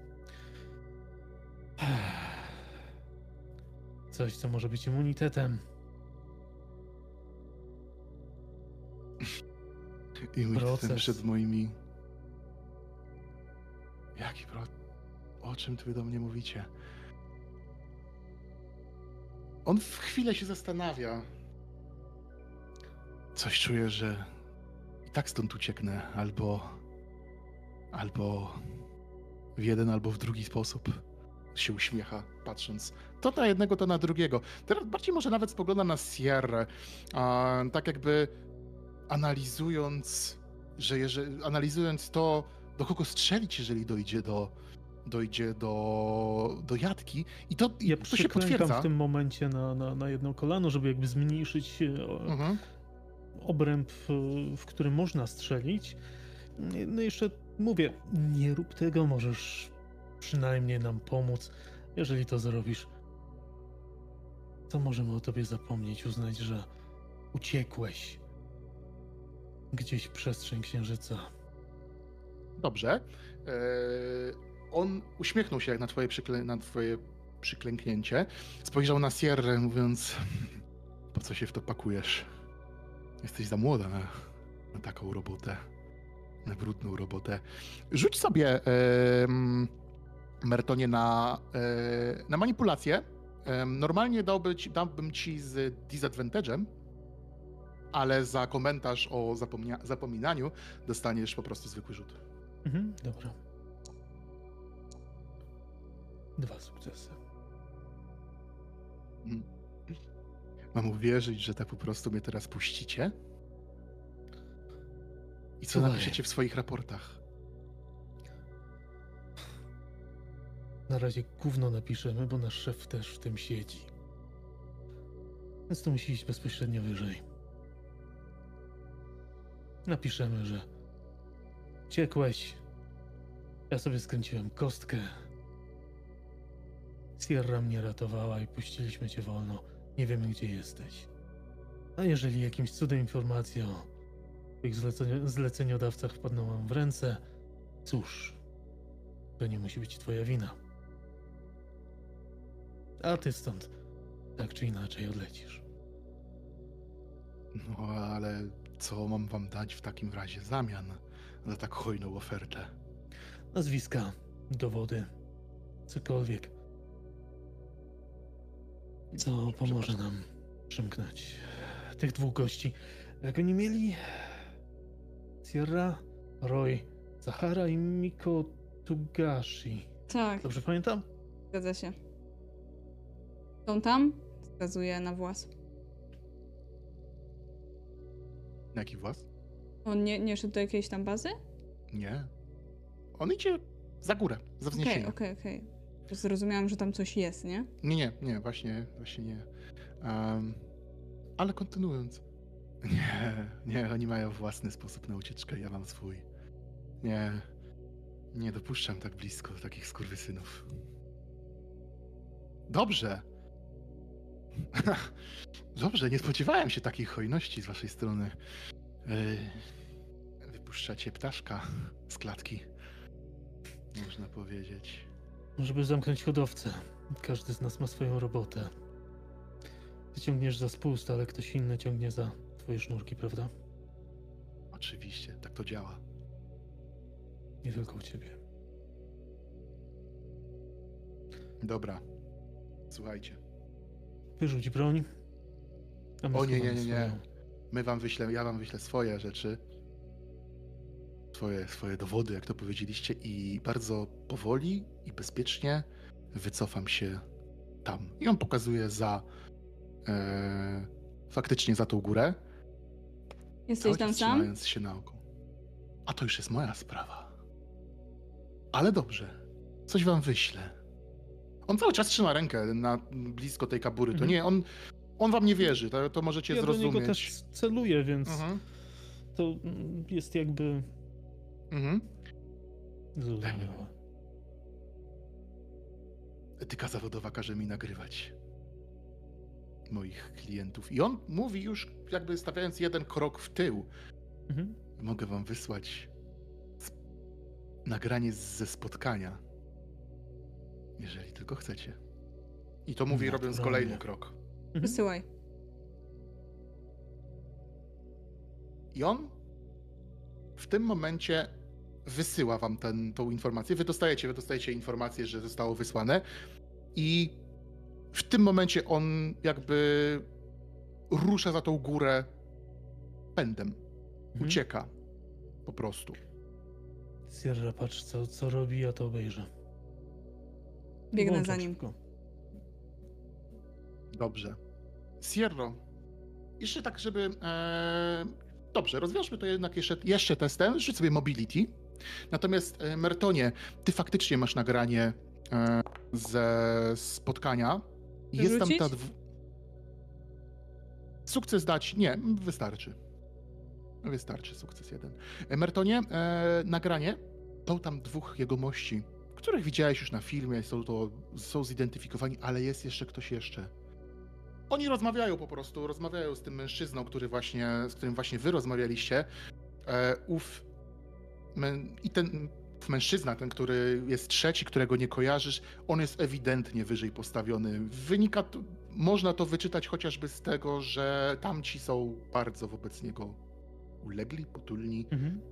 coś, co może być immunitetem. Immunitetem przed moimi... Jaki pro... O czym wy do mnie mówicie? On w chwilę się zastanawia. Coś czuję, że i tak stąd ucieknę, albo, albo w jeden, albo w drugi sposób. Się uśmiecha, patrząc to na jednego, to na drugiego. Teraz bardziej może nawet spogląda na Sierrę, a, tak jakby analizując, że jeżeli, analizując to, do kogo strzelić, jeżeli dojdzie do, dojdzie do, do jatki. I to, ja to się potwierdza. w tym momencie na, na, na jedno kolano, żeby jakby zmniejszyć mhm. obręb, w którym można strzelić. No jeszcze mówię, nie rób tego, możesz przynajmniej nam pomóc. Jeżeli to zrobisz, to możemy o tobie zapomnieć, uznać, że uciekłeś gdzieś w przestrzeń Księżyca. Dobrze. Eee, on uśmiechnął się jak na twoje, przyklę- na twoje przyklęknięcie. Spojrzał na Sierrę, mówiąc: po co się w to pakujesz? Jesteś za młoda na, na taką robotę. na brudną robotę. Rzuć sobie, em, Mertonie, na, e, na manipulację. Em, normalnie dałby ci, dałbym ci z disadvantage'em, ale za komentarz o zapomnia- zapominaniu dostaniesz po prostu zwykły rzut. Mhm, dobra. Dwa sukcesy. Mhm. Mam uwierzyć, że tak po prostu mnie teraz puścicie? I co Słuchaj. napiszecie w swoich raportach? Na razie gówno napiszemy, bo nasz szef też w tym siedzi. Więc to musi iść bezpośrednio wyżej. Napiszemy, że ciekłeś, ja sobie skręciłem kostkę, Sierra mnie ratowała i puściliśmy cię wolno. Nie wiemy, gdzie jesteś. A jeżeli jakimś cudem informacje o tych zleceni- zleceniodawcach wpadną wam w ręce, cóż, to nie musi być twoja wina. A ty stąd tak czy inaczej odlecisz. No ale co mam wam dać w takim razie w zamian za tak hojną ofertę? Nazwiska, dowody, cokolwiek, co pomoże nam przymknąć tych dwóch gości. Jak oni mieli? Sierra, Roy, Zahara i Miko Tugashi. Tak, Dobrze pamiętam? zgadza się. Są tam? Wskazuje na włas. Na jaki włas? On nie, nie szedł do jakiejś tam bazy? Nie. On idzie za górę, za Okej, wzniesienie. okej, okej. To zrozumiałam, że tam coś jest, nie? Nie, nie, nie, właśnie, właśnie nie. Um, ale kontynuując. Nie, nie, oni mają własny sposób na ucieczkę, ja mam swój. Nie, nie dopuszczam tak blisko takich skurwysynów. Dobrze. Dobrze, nie spodziewałem się takiej hojności z waszej strony. Yy, wypuszczacie ptaszka z klatki, można powiedzieć. Żeby zamknąć hodowcę. Każdy z nas ma swoją robotę. Ty ciągniesz za spust, ale ktoś inny ciągnie za twoje sznurki, prawda? Oczywiście, tak to działa. Nie tylko u ciebie. Dobra, słuchajcie. Wyrzuć broń. A my O nie, nie, schowamy nie, nie. swoją. My wam wyślę, ja wam wyślę swoje rzeczy. Swoje, swoje dowody, jak to powiedzieliście, i bardzo powoli i bezpiecznie wycofam się tam. I on pokazuje za e, faktycznie za tą górę. Jesteś Cały tam czas sam? trzymając się na oku. A to już jest moja sprawa. Ale dobrze. Coś wam wyślę. On cały czas trzyma rękę na blisko tej kabury. To Mhm. nie, on, on wam nie wierzy, to, to możecie Ja do niego zrozumieć. też celuję, więc Mhm. to mm, jest jakby Mhm. zrozumiałe. Etyka zawodowa każe mi nagrywać moich klientów. I on mówi już jakby stawiając jeden krok w tył. Mhm. Mogę wam wysłać sp- nagranie ze spotkania. Jeżeli tylko chcecie. I to mówi robiąc Naturalnie. kolejny krok. Mhm. Wysyłaj. I on w tym momencie wysyła wam ten, tą informację. Wy dostajecie, wy dostajecie informację, że zostało wysłane. I w tym momencie on jakby rusza za tą górę pędem. Mhm. Ucieka. Po prostu. Sierra, patrz co, co robi, ja to obejrzę. Biegnę Włączam za nim. szybko. Dobrze. Sierro, jeszcze tak, żeby... E, dobrze, rozwiążmy to jednak jeszcze, jeszcze testem. Rzuć sobie mobility. Natomiast e, Mertonie, ty faktycznie masz nagranie e, ze spotkania. Jest tam ta... Wyrzucić? Dw... Sukces dać? Nie, wystarczy. Wystarczy sukces jeden. E, Mertonie, e, nagranie. Są tam dwóch jegomości, których widziałeś już na filmie, są, to, są zidentyfikowani, ale jest jeszcze ktoś jeszcze. Oni rozmawiają po prostu, rozmawiają z tym mężczyzną, który właśnie, z którym właśnie wy rozmawialiście. E, ów mę- I ten ów mężczyzna, ten, który jest trzeci, którego nie kojarzysz, on jest ewidentnie wyżej postawiony. Wynika, to, można to wyczytać chociażby z tego, że tamci są bardzo wobec niego ulegli, potulni. Mhm.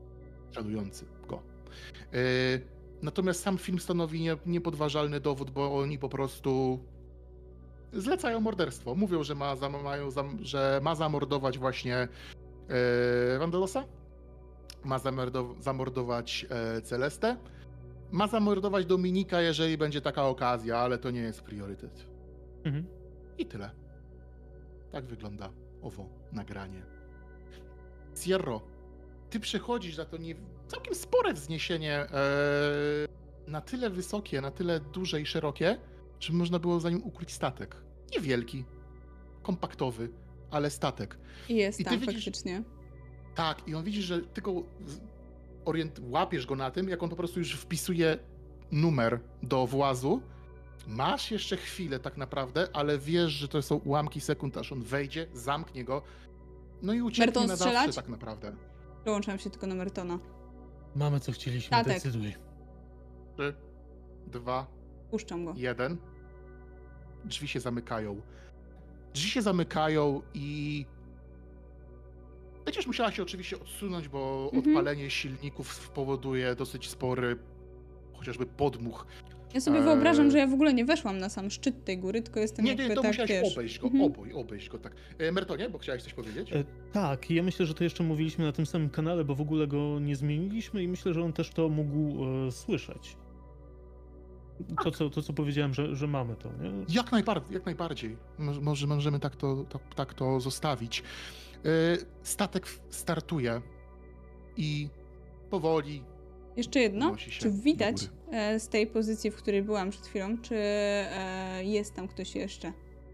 Szanujący go. Yy, natomiast sam film stanowi nie, niepodważalny dowód, bo oni po prostu zlecają morderstwo. Mówią, że ma, zam- mają, zam- że ma zamordować właśnie yy, Vandelosa, ma zamordow- zamordować yy, Celestę, ma zamordować Dominika, jeżeli będzie taka okazja, ale to nie jest priorytet. Mhm. I tyle. Tak wygląda owo nagranie. Sierro, ty przechodzisz za to nie... całkiem spore wzniesienie, e... na tyle wysokie, na tyle duże i szerokie, że można było za nim ukryć statek. Niewielki, kompaktowy, ale statek. I jest I ty tam widzisz- faktycznie. Tak, i on widzi, że ty go z- orient... łapiesz go na tym, jak on po prostu już wpisuje numer do włazu. Masz jeszcze chwilę tak naprawdę, ale wiesz, że to są ułamki sekund, aż on wejdzie, zamknie go, no i ucieknie Merton na zawsze strzelać? tak naprawdę. Dołączam się tylko do Mertona. Mamy co chcieliśmy, Statek. decyduj. Trzy, dwa, Puszczam go. jeden. Drzwi się zamykają. Drzwi się zamykają i będziesz musiała się oczywiście odsunąć, bo Mhm. odpalenie silników spowoduje dosyć spory chociażby podmuch. Ja sobie Eee. wyobrażam, że ja w ogóle nie weszłam na sam szczyt tej góry, tylko jestem Nie, jakby nie, to tak, musiałeś wiesz... obejść go, Mhm. oboj, obejść go, tak. E, Mertonie, bo chciałeś coś powiedzieć? E, tak, ja myślę, że to jeszcze mówiliśmy na tym samym kanale, bo w ogóle go nie zmieniliśmy i myślę, że on też to mógł e, słyszeć. To co, to, co powiedziałem, że, że mamy to, nie? Jak najbardziej, jak najbardziej. Mo- Może możemy tak to, tak, tak to zostawić. E, Statek startuje i powoli Jeszcze jedno. unosi się Czy do widać góry. e, z tej pozycji, w której byłam przed chwilą, czy e, jest tam ktoś jeszcze?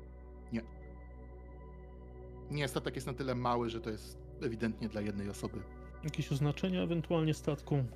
Nie, statek jest na tyle mały, że to jest ewidentnie dla jednej osoby. Jakieś oznaczenia ewentualnie statku?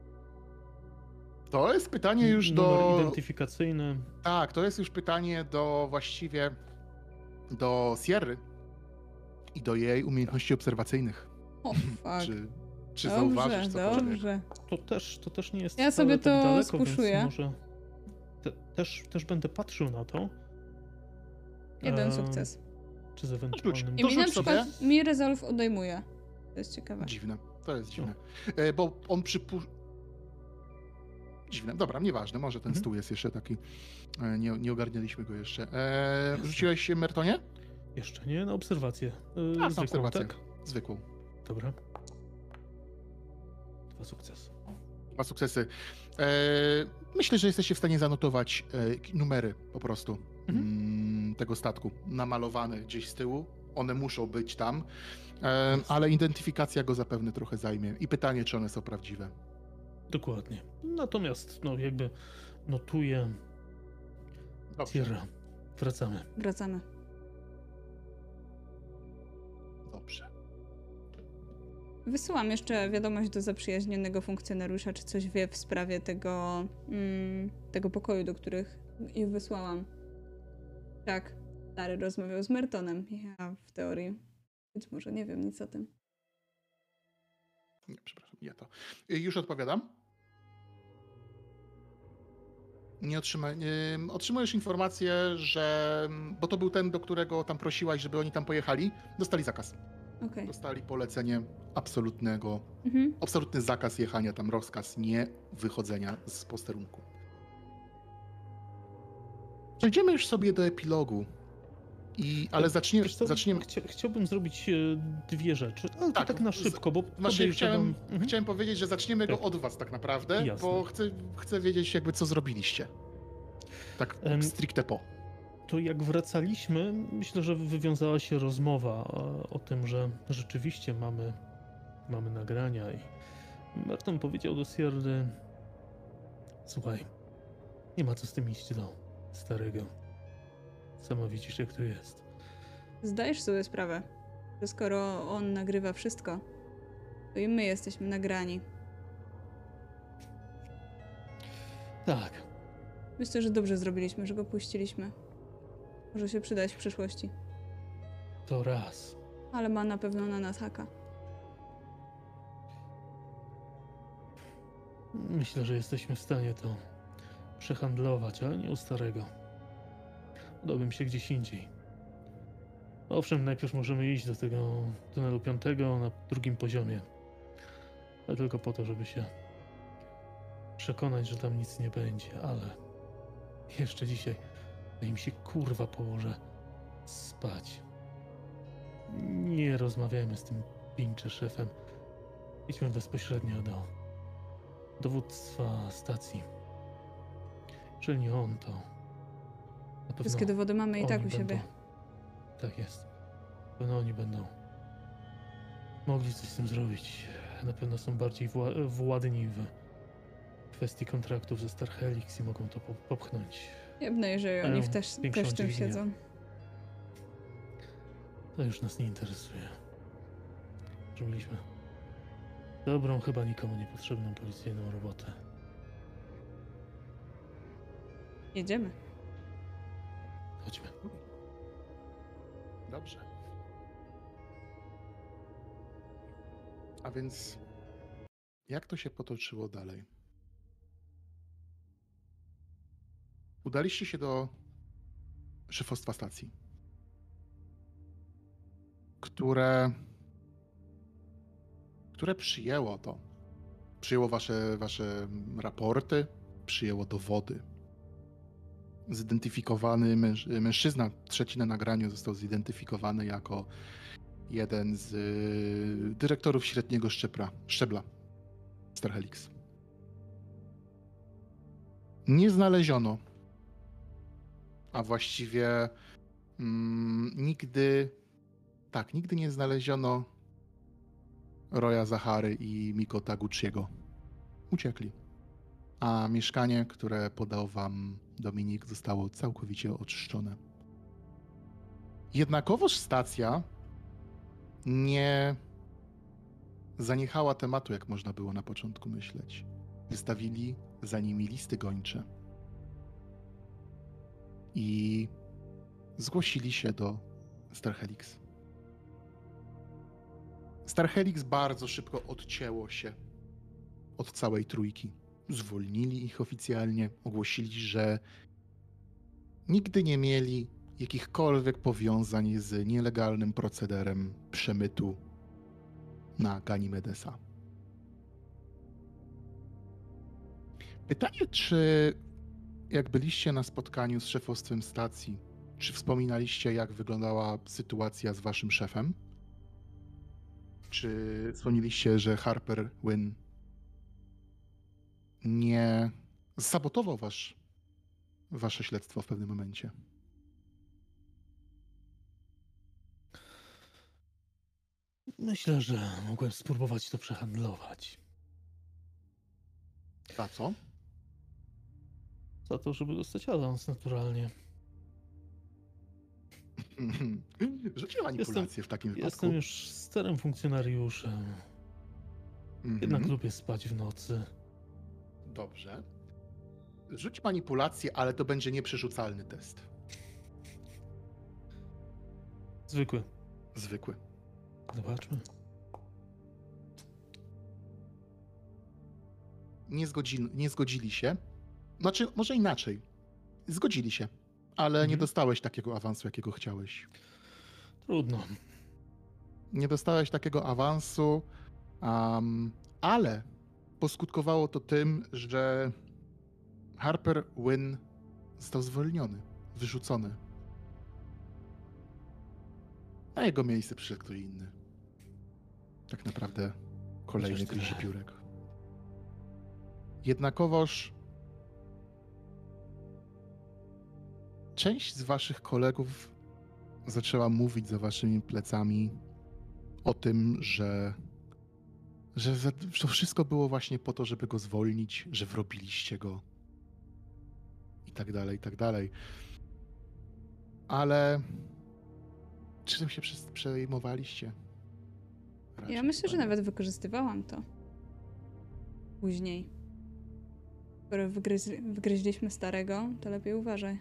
To jest pytanie już Numer do... identyfikacyjny? Tak, to jest już pytanie do właściwie do Sierry i do jej umiejętności obserwacyjnych. O, fuck. Czy, czy dobrze, zauważysz cokolwiek? dobrze. To też, to też nie jest Ja wcale sobie tak to daleko, spuszuję. więc może te, też, też będę patrzył na to. Jeden Eee, sukces. Czy z ewentualnym... I To mi na rzuć przykład, sobie. mi resolve odejmuje. To jest ciekawe. Dziwne, to jest dziwne. E, bo on przypuszcza... Dziwne, dobra, nieważne, może ten Mhm. stół jest jeszcze taki, e, nie, nie ogarnialiśmy go jeszcze. E, rzuciłeś się Mertonie? Jeszcze nie, na obserwację. Yy, A, na zwykłą, obserwację. tak? Zwykłą. Dobra. Dwa sukcesy. Dwa sukcesy. E, myślę, że jesteście w stanie zanotować e, numery po prostu Mhm. mm, tego statku, namalowane gdzieś z tyłu. One muszą być tam, e, ale identyfikacja go zapewne trochę zajmie. I pytanie, czy one są prawdziwe. Dokładnie. Natomiast, no jakby notuję. Dobrze, Sierra, wracamy. Wracamy. dobrze. Wysyłam jeszcze wiadomość do zaprzyjaźnionego funkcjonariusza, czy coś wie w sprawie tego, mm, tego pokoju, do których ich wysłałam. Tak, stary rozmawiał z Mertonem. Ja w teorii być może nie wiem nic o tym. Nie, przepraszam, nie to. Y, Już odpowiadam. Nie otrzyma, nie, otrzymujesz informację, że. Bo to był ten, do którego tam prosiłaś, żeby oni tam pojechali. Dostali zakaz. Okej. Dostali polecenie absolutnego, Mhm. absolutny zakaz jechania tam, rozkaz nie wychodzenia z posterunku. Przejdziemy już sobie do epilogu. I, ale zacznie, Wiesz co, zaczniemy. chcia, chciałbym zrobić e, dwie rzeczy, ale Tak, tak, tak na z- szybko, bo Znaczy, podejrzewam- chciałem, Mhm. chciałem powiedzieć, że zaczniemy go Tak. od was tak naprawdę, Jasne. bo chcę, chcę wiedzieć jakby co zrobiliście. Tak Em, stricte po. To jak wracaliśmy, myślę, że wywiązała się rozmowa e, o tym, że rzeczywiście mamy, mamy nagrania i Merton powiedział do Sierry: słuchaj, nie ma co z tym iść do starego. Sama widzisz, jak to jest. Zdajesz sobie sprawę, że skoro on nagrywa wszystko, to i my jesteśmy nagrani. Tak, Myślę, że dobrze zrobiliśmy, że go puściliśmy. Może się przydać w przyszłości. to raz. Ale ma na pewno na nas haka. Myślę, że jesteśmy w stanie to przehandlować, ale nie u starego. Udałbym się gdzieś indziej. Owszem, najpierw możemy iść do tego tunelu piątego na drugim poziomie. ale tylko po to, żeby się przekonać, że tam nic nie będzie, ale jeszcze dzisiaj, zanim się kurwa położę spać, nie rozmawiajmy z tym pincze szefem. Idźmy bezpośrednio do dowództwa stacji. Jeżeli nie on, to na pewno Wszystkie dowody mamy i tak oni u siebie. będą- Tak jest. Na pewno oni będą mogli coś z tym zrobić. Na pewno są bardziej wła- władni w kwestii kontraktów ze Star Helix i mogą to po- popchnąć. Jebne, jeżeli oni Mają w też, większą też w tym dźwignię. siedzą. To już nas nie interesuje. Że mieliśmy dobrą, chyba nikomu niepotrzebną policyjną robotę. Jedziemy. Chodźmy. Dobrze. A więc jak to się potoczyło dalej? Udaliście się do szefostwa stacji, które, które przyjęło to. Przyjęło wasze, wasze raporty, przyjęło dowody. Zidentyfikowany męż, mężczyzna, trzeci na nagraniu, został zidentyfikowany jako jeden z y, dyrektorów średniego szczebla, szczebla Star Helix. Nie znaleziono, a właściwie mm, nigdy, tak, nigdy nie znaleziono Roya Zachary i Miko Taguchiego. Uciekli. A mieszkanie, które podał wam Dominik, zostało całkowicie oczyszczone. Jednakowoż stacja nie zaniechała tematu, jak można było na początku myśleć. Wystawili za nimi listy gończe i zgłosili się do Star Helix. Star Helix bardzo szybko odcięło się od całej trójki. Zwolnili ich oficjalnie, ogłosili, że nigdy nie mieli jakichkolwiek powiązań z nielegalnym procederem przemytu na Ganimedesa. Pytanie, czy jak byliście na spotkaniu z szefostwem stacji, czy wspominaliście, jak wyglądała sytuacja z waszym szefem? Czy wspomnieliście, że Harper Wynn nie sabotował wasz, wasze śledztwo w pewnym momencie? Myślę, że mogłem spróbować to przehandlować. Za co? Za to, żeby dostać awans naturalnie. Rzucił manipulację w takim wypadku. Jestem już starym funkcjonariuszem. Mhm. Jednak lubię spać w nocy. Dobrze. Rzuć manipulację, ale to będzie nieprzerzucalny test. Zwykły. Zwykły. Zobaczmy. Nie, zgodzi, nie zgodzili się. Znaczy, może inaczej. Zgodzili się, ale nie Mhm. dostałeś takiego awansu, jakiego chciałeś. Trudno. Nie dostałeś takiego awansu, um, ale poskutkowało to tym, że Harper Wynn został zwolniony, wyrzucony. Na jego miejsce przyszedł ktoś inny. Tak naprawdę kolejny Chociaż tyle. gryzipiórek. Jednakowoż część z waszych kolegów zaczęła mówić za waszymi plecami o tym, że, że za- to wszystko było właśnie po to, żeby go zwolnić, że wrobiliście go i tak dalej, i tak dalej. Ale czy tym się przez- przejmowaliście? Raczej Ja myślę, chyba że nie. nawet wykorzystywałam to. Później. Skoro wygryz- wygryźliśmy starego, to lepiej uważaj.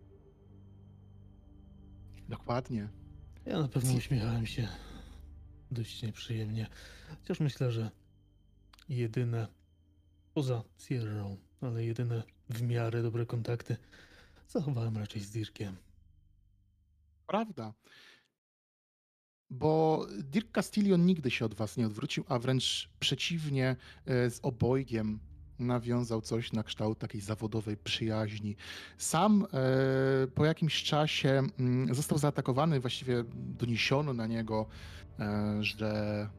Dokładnie. Ja na pewno uśmiechałem się dość nieprzyjemnie. Chociaż myślę, że jedyne, poza Sierrą, ale jedyne w miarę dobre kontakty zachowałem raczej z Dirkiem. Prawda. Bo Dirk Castillion nigdy się od was nie odwrócił, a wręcz przeciwnie, e, z obojgiem nawiązał coś na kształt takiej zawodowej przyjaźni. Sam e, po jakimś czasie mm, został zaatakowany, właściwie doniesiono na niego, e, że,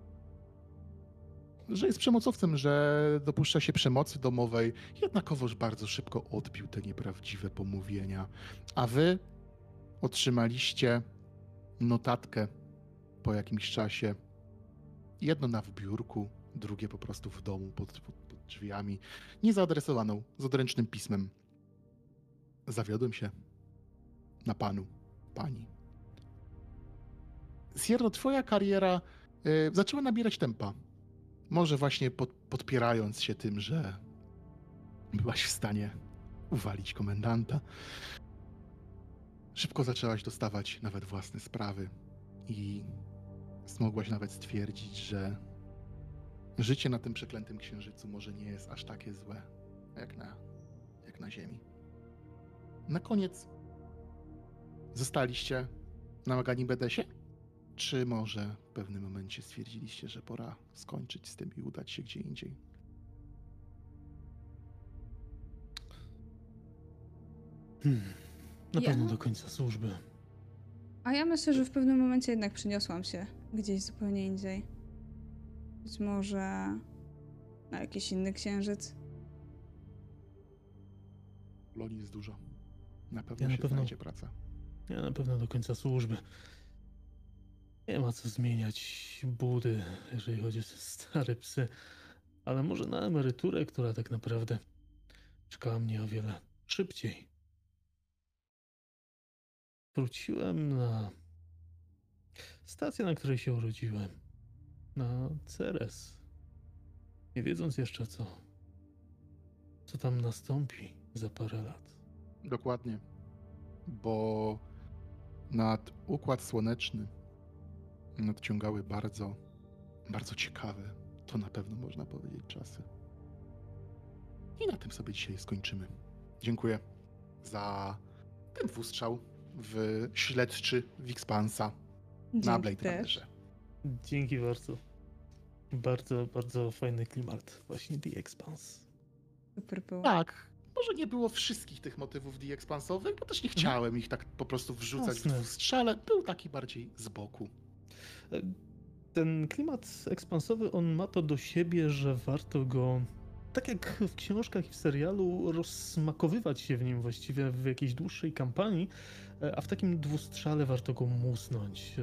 że jest przemocowcem, że dopuszcza się przemocy domowej. Jednakowoż bardzo szybko odbił te nieprawdziwe pomówienia. A wy otrzymaliście notatkę po jakimś czasie. Jedno na wbiórku, drugie po prostu w domu, pod, pod, pod drzwiami. Niezaadresowaną, z odręcznym pismem. Zawiodłem się na panu, pani. Sierro, twoja kariera y, zaczęła nabierać tempa. Może właśnie pod, podpierając się tym, że byłaś w stanie uwalić komendanta. Szybko zaczęłaś dostawać nawet własne sprawy i mogłaś nawet stwierdzić, że życie na tym przeklętym księżycu może nie jest aż takie złe, jak na, jak na Ziemi. Na koniec zostaliście na Ganimedesie? Czy może w pewnym momencie stwierdziliście, że pora skończyć z tym i udać się gdzie indziej? Hmm. Na Ja? pewno do końca służby. A ja myślę, że w pewnym momencie jednak przeniosłam się gdzieś zupełnie indziej. Być może na jakiś inny księżyc. Loni jest dużo. Na pewno Ja na się pewno- znajdzie praca. Ja na pewno do końca służby. Nie ma co zmieniać budy, jeżeli chodzi o te stare psy. Ale może na emeryturę, która tak naprawdę czekała mnie o wiele szybciej. Wróciłem na stację, na której się urodziłem. Na Ceres. Nie wiedząc jeszcze co, co tam nastąpi za parę lat. Dokładnie. Bo nad Układ Słoneczny nadciągały bardzo, bardzo ciekawe, to na pewno można powiedzieć, czasy. I na tym sobie dzisiaj skończymy. Dziękuję za ten dwustrzał w śledczy Wixpansa na Dzięki Blade też. Runnerze. Dzięki bardzo. Bardzo, bardzo fajny klimat. Właśnie The Expanse. Super było. Tak, może nie było wszystkich tych motywów The Expansowych, bo też nie chciałem ich tak po prostu wrzucać Jasne. w dwustrzale. Był taki bardziej z boku. Ten klimat ekspansowy, on ma to do siebie, że warto go, tak jak w książkach i w serialu, rozsmakowywać się w nim właściwie w jakiejś dłuższej kampanii, a w takim dwustrzale warto go musnąć.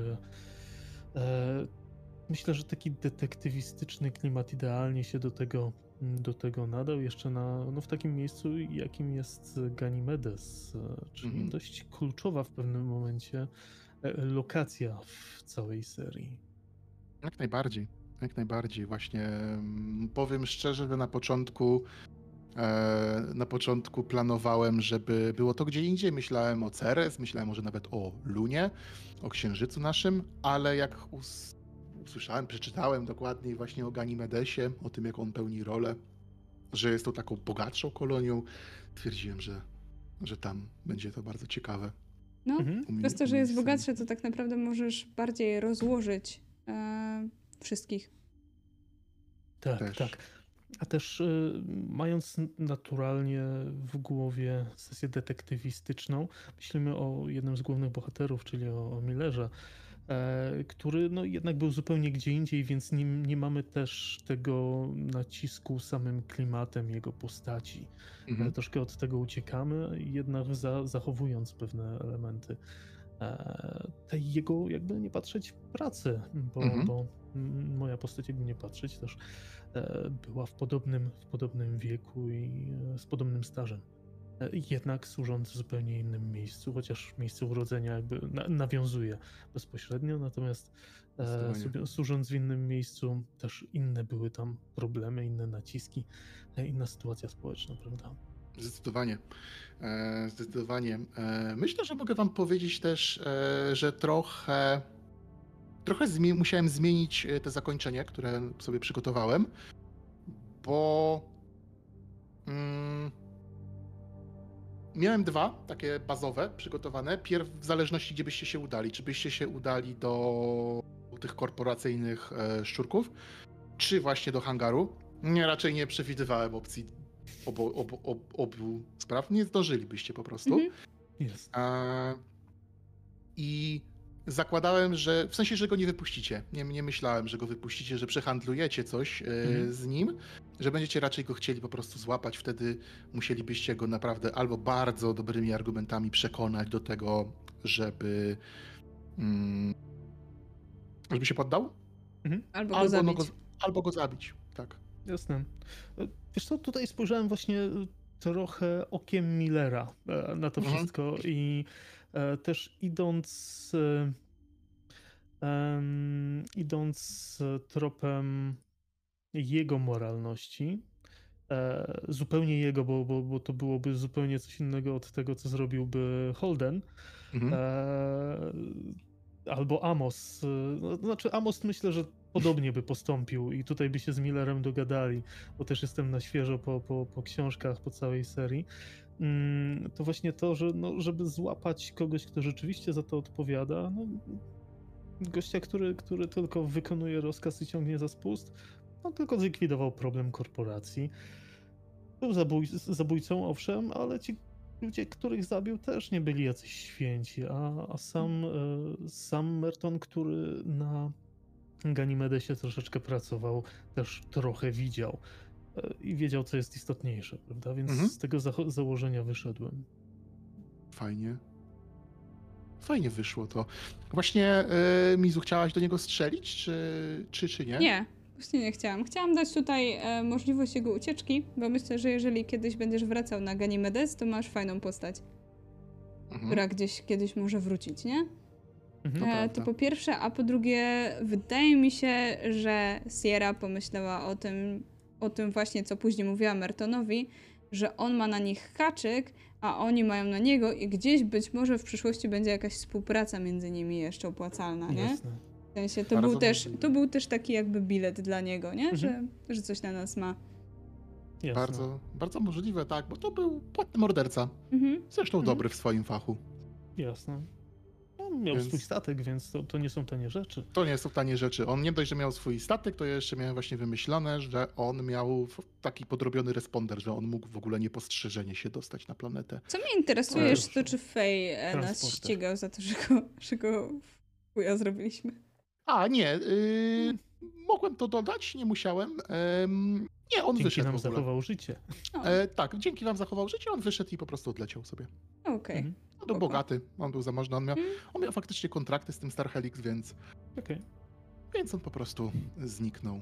E, Myślę, że taki detektywistyczny klimat idealnie się do tego, do tego nadał, jeszcze na, no w takim miejscu, jakim jest Ganimedes, e, czyli Mhm. dość kluczowa w pewnym momencie e, lokacja w całej serii. Jak najbardziej, jak najbardziej. Właśnie mm, powiem szczerze, że na początku e, na początku planowałem, żeby było to gdzie indziej. Myślałem o Ceres, myślałem może nawet o Lunie, o Księżycu naszym, ale jak us, usłyszałem, przeczytałem dokładniej właśnie o Ganimedesie, o tym, jak on pełni rolę, że jest to taką bogatszą kolonią, twierdziłem, że, że tam będzie to bardzo ciekawe. No, Mhm. U mnie- przez to, u że mnie jest w serii. bogatsze, to tak naprawdę możesz bardziej rozłożyć e, wszystkich. Tak, Też. tak. A też y, mając naturalnie w głowie sesję detektywistyczną, myślimy o jednym z głównych bohaterów, czyli o, o Millerze, e, który no, jednak był zupełnie gdzie indziej, więc nie, nie mamy też tego nacisku samym klimatem jego postaci. Mhm. E, troszkę od tego uciekamy, jednak za, zachowując pewne elementy e, tej jego, jakby nie patrzeć, pracy, bo, Mhm. bo mm, moja postać, jakby nie patrzeć, też e, była w podobnym, w podobnym wieku i e, z podobnym stażem. E, Jednak służąc w zupełnie innym miejscu, chociaż miejsce urodzenia jakby na, nawiązuje bezpośrednio, natomiast e, Zdecydowanie. sobie, służąc w innym miejscu też inne były tam problemy, inne naciski, e, inna sytuacja społeczna, prawda? Zdecydowanie. E, Zdecydowanie. E, Myślę, że mogę wam powiedzieć też, e, że trochę, trochę zmie- musiałem zmienić e, te zakończenie, które sobie przygotowałem, bo mm, miałem dwa takie bazowe przygotowane. Pierw w zależności, gdzie byście się udali. Czy byście się udali do tych korporacyjnych e, szczurków, czy właśnie do hangaru. Nie, raczej nie przewidywałem opcji obu, obu, obu, obu spraw. Nie zdążylibyście po prostu. Mhm. Jest. E, I zakładałem, że w sensie, że go nie wypuścicie. Nie, nie myślałem, że go wypuścicie, że przehandlujecie coś e, Mhm. z nim, że będziecie raczej go chcieli po prostu złapać. Wtedy musielibyście go naprawdę albo bardzo dobrymi argumentami przekonać do tego, żeby, mm, żeby się poddał, Mhm. Albo go albo, zabić. no go, albo go zabić. Tak. Jasne. E, Wiesz co, tutaj spojrzałem właśnie e, trochę okiem Millera e, na to Mhm. wszystko i e, też idąc e, em, idąc e, tropem jego moralności, e, zupełnie jego, bo, bo, bo to byłoby zupełnie coś innego od tego, co zrobiłby Holden, Mhm. e, albo Amos. e, No, to znaczy Amos myślę, że podobnie by postąpił i tutaj by się z Millerem dogadali, bo też jestem na świeżo po, po, po książkach, po całej serii. Mm, To właśnie to, że no, żeby złapać kogoś, kto rzeczywiście za to odpowiada, no, gościa, który, który tylko wykonuje rozkaz i ciągnie za spust, on tylko zlikwidował problem korporacji. Był zabój, zabójcą, owszem, ale ci ludzie, których zabił, też nie byli jacyś święci, a, a sam, e, sam Merton, który na Ganimedesie troszeczkę pracował, też trochę widział e, i wiedział, co jest istotniejsze, prawda? Więc Mhm. z tego zacho- założenia wyszedłem. Fajnie. Fajnie wyszło to. Właśnie, y, Mizu, chciałaś do niego strzelić, czy, czy, czy nie? Nie, właśnie nie chciałam. Chciałam dać tutaj e, możliwość jego ucieczki, bo myślę, że jeżeli kiedyś będziesz wracał na Ganimedes, to masz fajną postać, Mhm. która gdzieś kiedyś może wrócić, nie? Mhm. No E, prawda. to po pierwsze, a po drugie, wydaje mi się, że Sierra pomyślała o tym, o tym właśnie, co później mówiła Mertonowi, że on ma na nich haczyk, a oni mają na niego i gdzieś być może w przyszłości będzie jakaś współpraca między nimi jeszcze opłacalna, nie? Jasne. W sensie to Bardzo był, też, możliwe. to był też taki jakby bilet dla niego, nie? Mhm. Że, że coś na nas ma. Jasne. Bardzo, bardzo możliwe, tak, bo to był płatny morderca. Mhm. Zresztą Mhm. dobry w swoim fachu. Jasne. No, miał Więc- swój statek, więc to, to nie są tanie rzeczy. To nie są tanie rzeczy. On nie dość, że miał swój statek, to jeszcze miałem właśnie wymyślone, że on miał w- taki podrobiony responder, że on mógł w ogóle niepostrzeżenie się dostać na planetę. Co mnie interesuje, Ale- jest to, czy Faye e, nas Transporter. ścigał za to, że go, że go w chuja zrobiliśmy. A, nie, yy, mogłem to dodać, nie musiałem. Ym, nie, on Dzięki wyszedł nam w ogóle. zachował życie. O, E, tak, dzięki wam zachował życie, on wyszedł i po prostu odleciał sobie. okej. Mhm. On był Spoko. bogaty, on był zamożny, on miał, Mm. on miał faktycznie kontrakty z tym Star Helix, więc, Okej, więc on po prostu zniknął.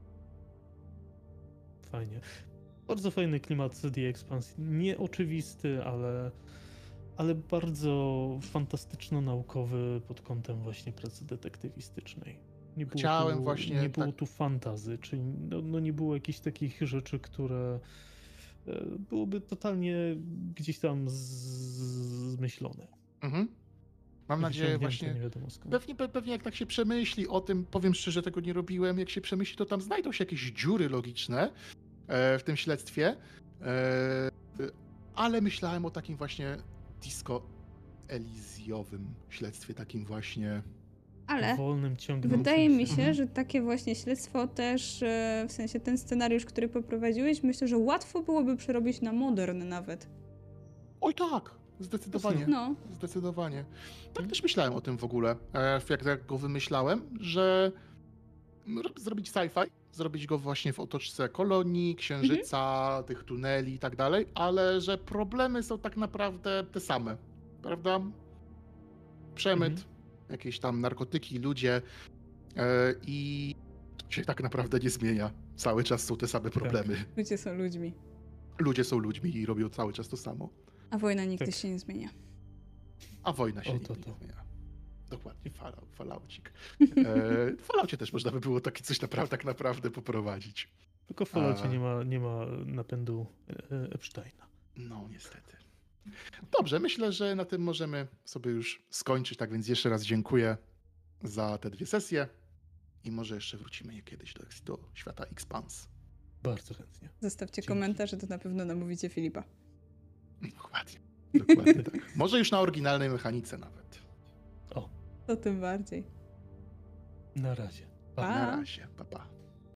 fajnie. Bardzo fajny klimat The Expanse. Nieoczywisty, ale, ale bardzo fantastyczno-naukowy pod kątem właśnie pracy detektywistycznej. Nie było Chciałem tu, właśnie Nie było tak- tu fantazy, czyli no, no nie było jakichś takich rzeczy, które e, byłoby totalnie gdzieś tam z- zmyślone. Mhm. Mam nadzieję Wyciągnięte właśnie, Nie wiadomo skąd. pewnie, pe- pewnie jak tak się przemyśli o tym, powiem szczerze, tego nie robiłem, jak się przemyśli, to tam znajdą się jakieś dziury logiczne e, w tym śledztwie, e, ale myślałem o takim właśnie disco elizjowym śledztwie, takim właśnie. Ale Wolnym, ciągnącym wydaje mi się, Mhm. że takie właśnie śledztwo też, e, w sensie ten scenariusz, który poprowadziłeś, myślę, że łatwo byłoby przerobić na modern nawet. Oj tak, zdecydowanie. No, Zdecydowanie. Tak Mhm. też myślałem o tym w ogóle, e, jak, jak go wymyślałem, że ro- zrobić sci-fi, zrobić go właśnie w otoczce kolonii, księżyca, tych tuneli i tak dalej, ale że problemy są tak naprawdę te same, prawda? Przemyt, Mhm. jakieś tam narkotyki, ludzie e, i to się tak naprawdę nie zmienia. Cały czas są te same problemy. ludzie są ludźmi, Ludzie są ludźmi i robią cały czas to samo. a wojna nigdy Tak. się nie zmienia. A wojna się O, nigdy to, nie to. zmienia. Dokładnie, falał, falaucik. E, w falaucie też można by było takie coś naprawdę, tak naprawdę poprowadzić. Tylko w Falloutie A. nie ma, nie ma napędu e, Epsteina. No, niestety. Dobrze, myślę, że na tym możemy sobie już skończyć. Tak więc jeszcze raz dziękuję za te dwie sesje i może jeszcze wrócimy je kiedyś do, do świata Expanse. Bardzo chętnie. Zostawcie Dzięki. komentarze, to na pewno namówicie Filipa. Dokładnie. Dokładnie tak. Może już na oryginalnej mechanice nawet. O, To tym bardziej. na razie. Pa. Pa. Na razie. Pa, pa.